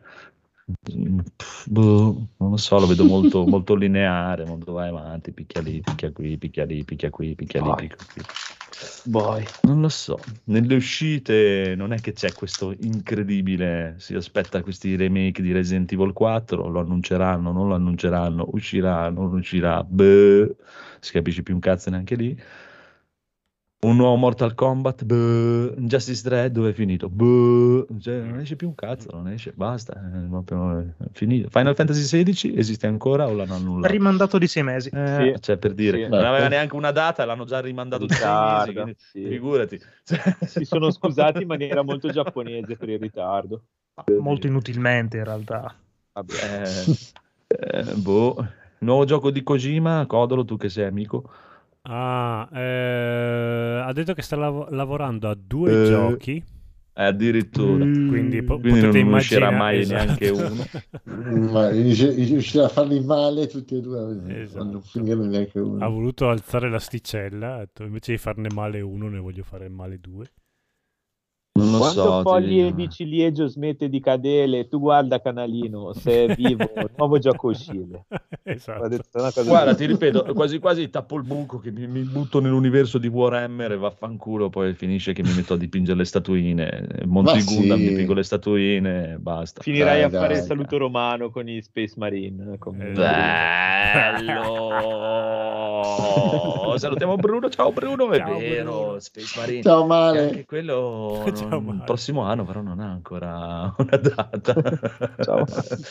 S2: Non lo so, lo vedo molto, molto lineare, molto vai avanti, picchia lì, picchia qui, picchia lì, picchia qui, picchia lì, picchia qui.
S8: Boy.
S2: Non lo so, nelle uscite non è che c'è questo incredibile, si aspetta questi remake di Resident Evil 4, lo annunceranno, non lo annunceranno, uscirà, non uscirà, si capisce più un cazzo neanche lì. Un nuovo Mortal Kombat, Justice 3 dove è finito? Cioè, non esce più un cazzo, non esce, basta, è proprio finito. Final Fantasy XVI esiste ancora o l'hanno annullato?
S4: Rimandato di 6 mesi.
S8: Sì,
S2: Cioè, per dire,
S8: sì.
S2: non aveva neanche una data, l'hanno già rimandato di 6 mesi, quindi
S8: Sì.
S2: figurati.
S8: Si sono scusati in maniera molto giapponese per il ritardo.
S4: Molto inutilmente in realtà.
S2: Nuovo gioco di Kojima, Codolo, tu che sei amico.
S1: Ha detto che sta lavorando a 2 giochi.
S2: Addirittura.
S1: Quindi
S2: non
S1: potete
S2: uscirà
S1: immaginare,
S2: mai
S1: esatto.
S2: neanche uno.
S3: Ma riuscirà a farli male tutti e due,
S1: Esatto.
S3: non finirne neanche uno.
S1: Ha voluto alzare l'asticella, ha detto, invece di farne male uno ne voglio fare male 2.
S2: Non lo
S8: Quando
S2: so,
S8: foglie di ciliegio smette di cadere, tu guarda canalino, se è vivo, nuovo gioco uscire.
S1: Esatto.
S2: Guarda, ti ripeto, quasi quasi tappo il buco che mi butto nell'universo di Warhammer e vaffanculo, poi finisce che mi metto a dipingere le statuine, monto i Gundam, dipingo le statuine, basta.
S8: Finirai a fare il saluto romano con i Space Marine.
S2: Bello! Salutiamo Bruno, ciao Bruno, è
S1: Ciao,
S2: vero,
S1: Bruno.
S2: Space Marine.
S3: Ciao Male.
S2: Anche quello
S1: Ciao, Male.
S2: il prossimo anno, però non ha ancora una data.
S8: Ciao.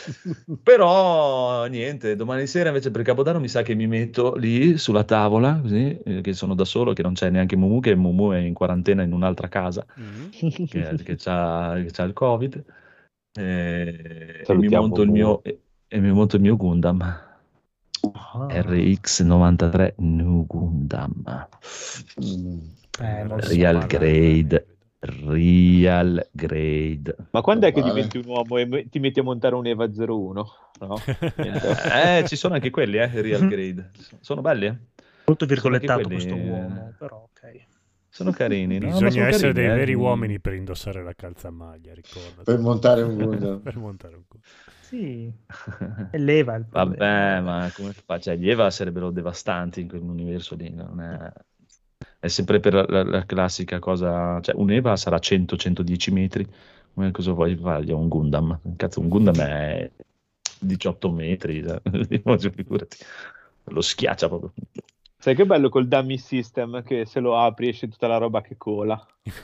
S2: Però niente, domani sera invece per Capodanno mi sa che mi metto lì sulla tavola, così, che sono da solo, che non c'è neanche Mumu, che Mumu è in quarantena in un'altra casa, che c'ha il Covid. E mi monto il mio Gundam. RX93 New Gundam. Real grade.
S8: Ma quando è che diventi un uomo e ti metti a montare un EVA 01? No?
S2: Ci sono anche quelli, Real grade. Sono belli,
S4: Molto virgolettato questo uomo, però ok.
S2: Sono carini.
S1: Bisogna essere dei veri uomini per indossare la calzamaglia, ricorda.
S3: Per montare un Gundam.
S1: Per montare un Gundam.
S4: Sì, e l'Eva il problema.
S2: Vabbè, ma come fa? Cioè, gli EVA sarebbero devastanti in quell'universo lì, non è sempre per la classica cosa, cioè un EVA sarà 100-110 metri, come cosa vuoi fargli a un Gundam? Cazzo, un Gundam è 18 metri, figurati, lo schiaccia proprio.
S8: Sai che bello col dummy system, che se lo apri esce tutta la roba che cola.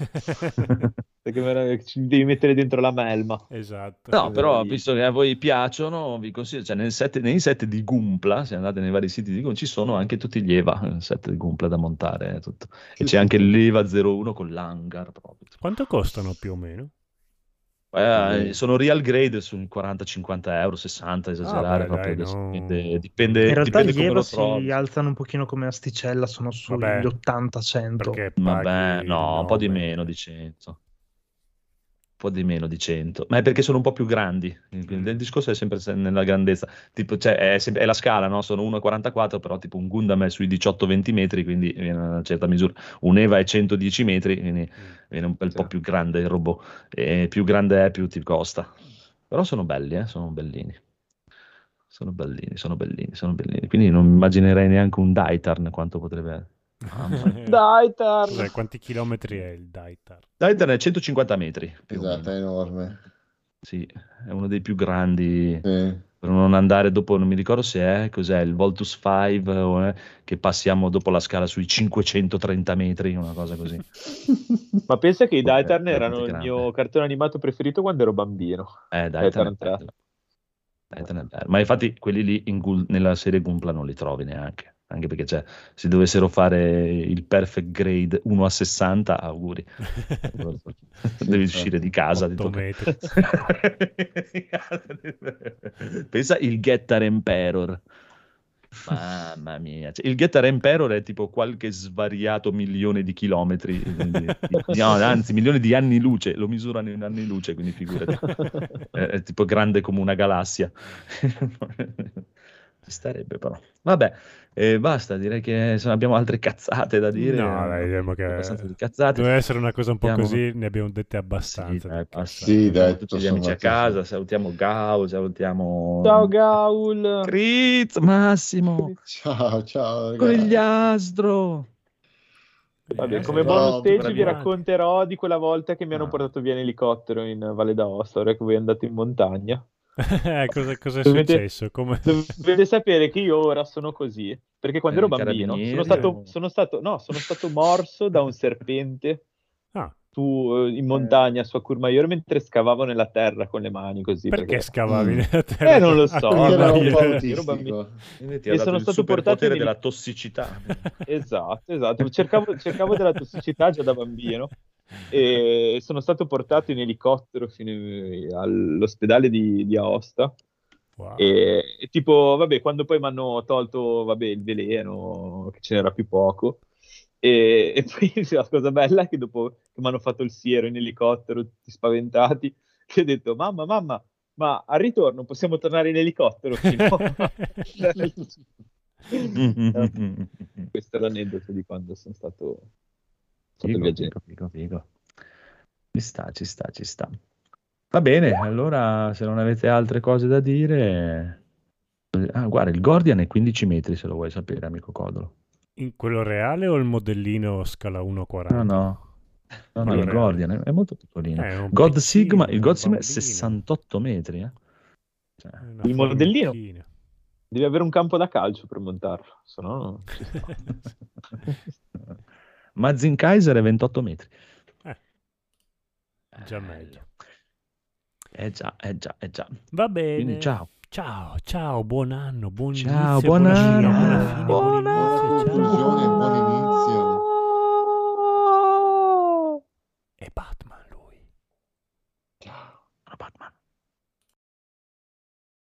S8: Perché ci devi mettere dentro la melma.
S1: Esatto.
S2: No, però visto che a voi piacciono, vi consiglio, cioè nei set di Gumpla, se andate nei vari siti di Gumpla, ci sono anche tutti gli EVA, set di Gumpla da montare, tutto. E c'è anche l'EVA 01 con l'hangar proprio.
S1: Quanto costano più o meno?
S2: Sono real grade sui 40-50 euro, 60, esagerare proprio. Dipende.
S4: In realtà
S2: dipende
S4: gli EVA
S2: come lo
S4: si alzano un pochino come asticella, sono sugli 80-100.
S2: Vabbè, no, un po' di meno di 100. Un po' di meno di 100, ma è perché sono un po' più grandi. Il discorso è sempre nella grandezza, tipo, cioè, è la scala, no? Sono 1,44, però tipo un Gundam è sui 18-20 metri, quindi viene una certa misura. Un EVA è 110 metri, quindi viene un bel po' più grande il robot, e più grande è più ti costa. Però sono belli, sono bellini. Sono bellini. Quindi non immaginerei neanche un Daitarn quanto potrebbe
S8: Daitar!
S1: Cos'è, quanti chilometri è il Daitar?
S2: Daitar è 150 metri.
S3: Esatto, è enorme.
S2: Sì, è uno dei più grandi.
S3: Sì.
S2: Per non andare dopo, non mi ricordo se è, cos'è, il Voltus 5, che passiamo dopo la scala sui 530 metri, una cosa così.
S8: Ma pensa che i Daitar
S2: È
S8: erano il mio cartone animato preferito quando ero bambino.
S2: Daitar è bello. Daitar è bello. Ma infatti quelli lì nella serie Gunpla non li trovi neanche. Anche perché se dovessero fare il perfect grade 1/60, auguri. Devi uscire di casa.
S1: 8 metri.
S2: Pensa il Getter Emperor. Mamma mia. Cioè, il Getter Emperor è tipo qualche svariato milione di chilometri, no, anzi milioni di anni luce, lo misurano in anni luce, quindi figurati. È tipo grande come una galassia. Ci starebbe però. Vabbè, basta, direi che abbiamo altre cazzate da dire.
S1: No, dai, diciamo che
S2: abbastanza di cazzate.
S1: deve essere una cosa un po' così, ne abbiamo dette abbastanza.
S3: Sì, dai,
S2: tutti gli amici a casa, salutiamo Gaul, salutiamo...
S8: Ciao Gaul!
S2: Critz, Massimo!
S3: Ciao,
S2: Conigliastro!
S8: Vabbè, come bonus stage vi racconterò di quella volta che mi hanno portato via in elicottero in Valle d'Aosta, ora che voi andate in montagna.
S1: Cosa è successo?
S8: Dovete sapere che io ora sono così, perché quando ero bambino sono stato morso da un serpente in montagna su a Courmayeur mentre scavavo nella terra con le mani così.
S1: Perché scavavi nella terra?
S8: Non lo so.
S3: Era un po' autistico.
S8: E sono stato portato
S2: della tossicità.
S8: Esatto. Cercavo della tossicità già da bambino. E sono stato portato in elicottero fino all'ospedale di Aosta.
S1: Wow.
S8: E tipo, vabbè, quando poi mi hanno tolto, vabbè, il veleno, che ce n'era più poco, e poi la cosa bella è che dopo che mi hanno fatto il siero in elicottero, tutti spaventati, che ho detto, mamma, ma al ritorno possiamo tornare in elicottero? Questo è l'aneddoto di quando sono stato...
S2: Figo. Ci sta. Va bene, allora se non avete altre cose da dire... guarda, il Gordian è 15 metri, se lo vuoi sapere, amico Codolo.
S1: In quello reale o il modellino scala 1,40?
S2: No, il Gordian è molto piccolino. Il God Sigma è 68 metri.
S8: Cioè, il modellino devi avere un campo da calcio per montarlo, se no ci sta.
S2: Mazin Kaiser è 28 metri.
S1: Già meglio.
S2: Già.
S1: Va bene.
S2: Quindi ciao,
S1: buon anno, buon
S2: ciao,
S1: inizio,
S2: buon
S1: buona fine,
S2: anno,
S1: buon inizio,
S3: buon inizio.
S1: E Batman lui.
S2: Ciao. Batman.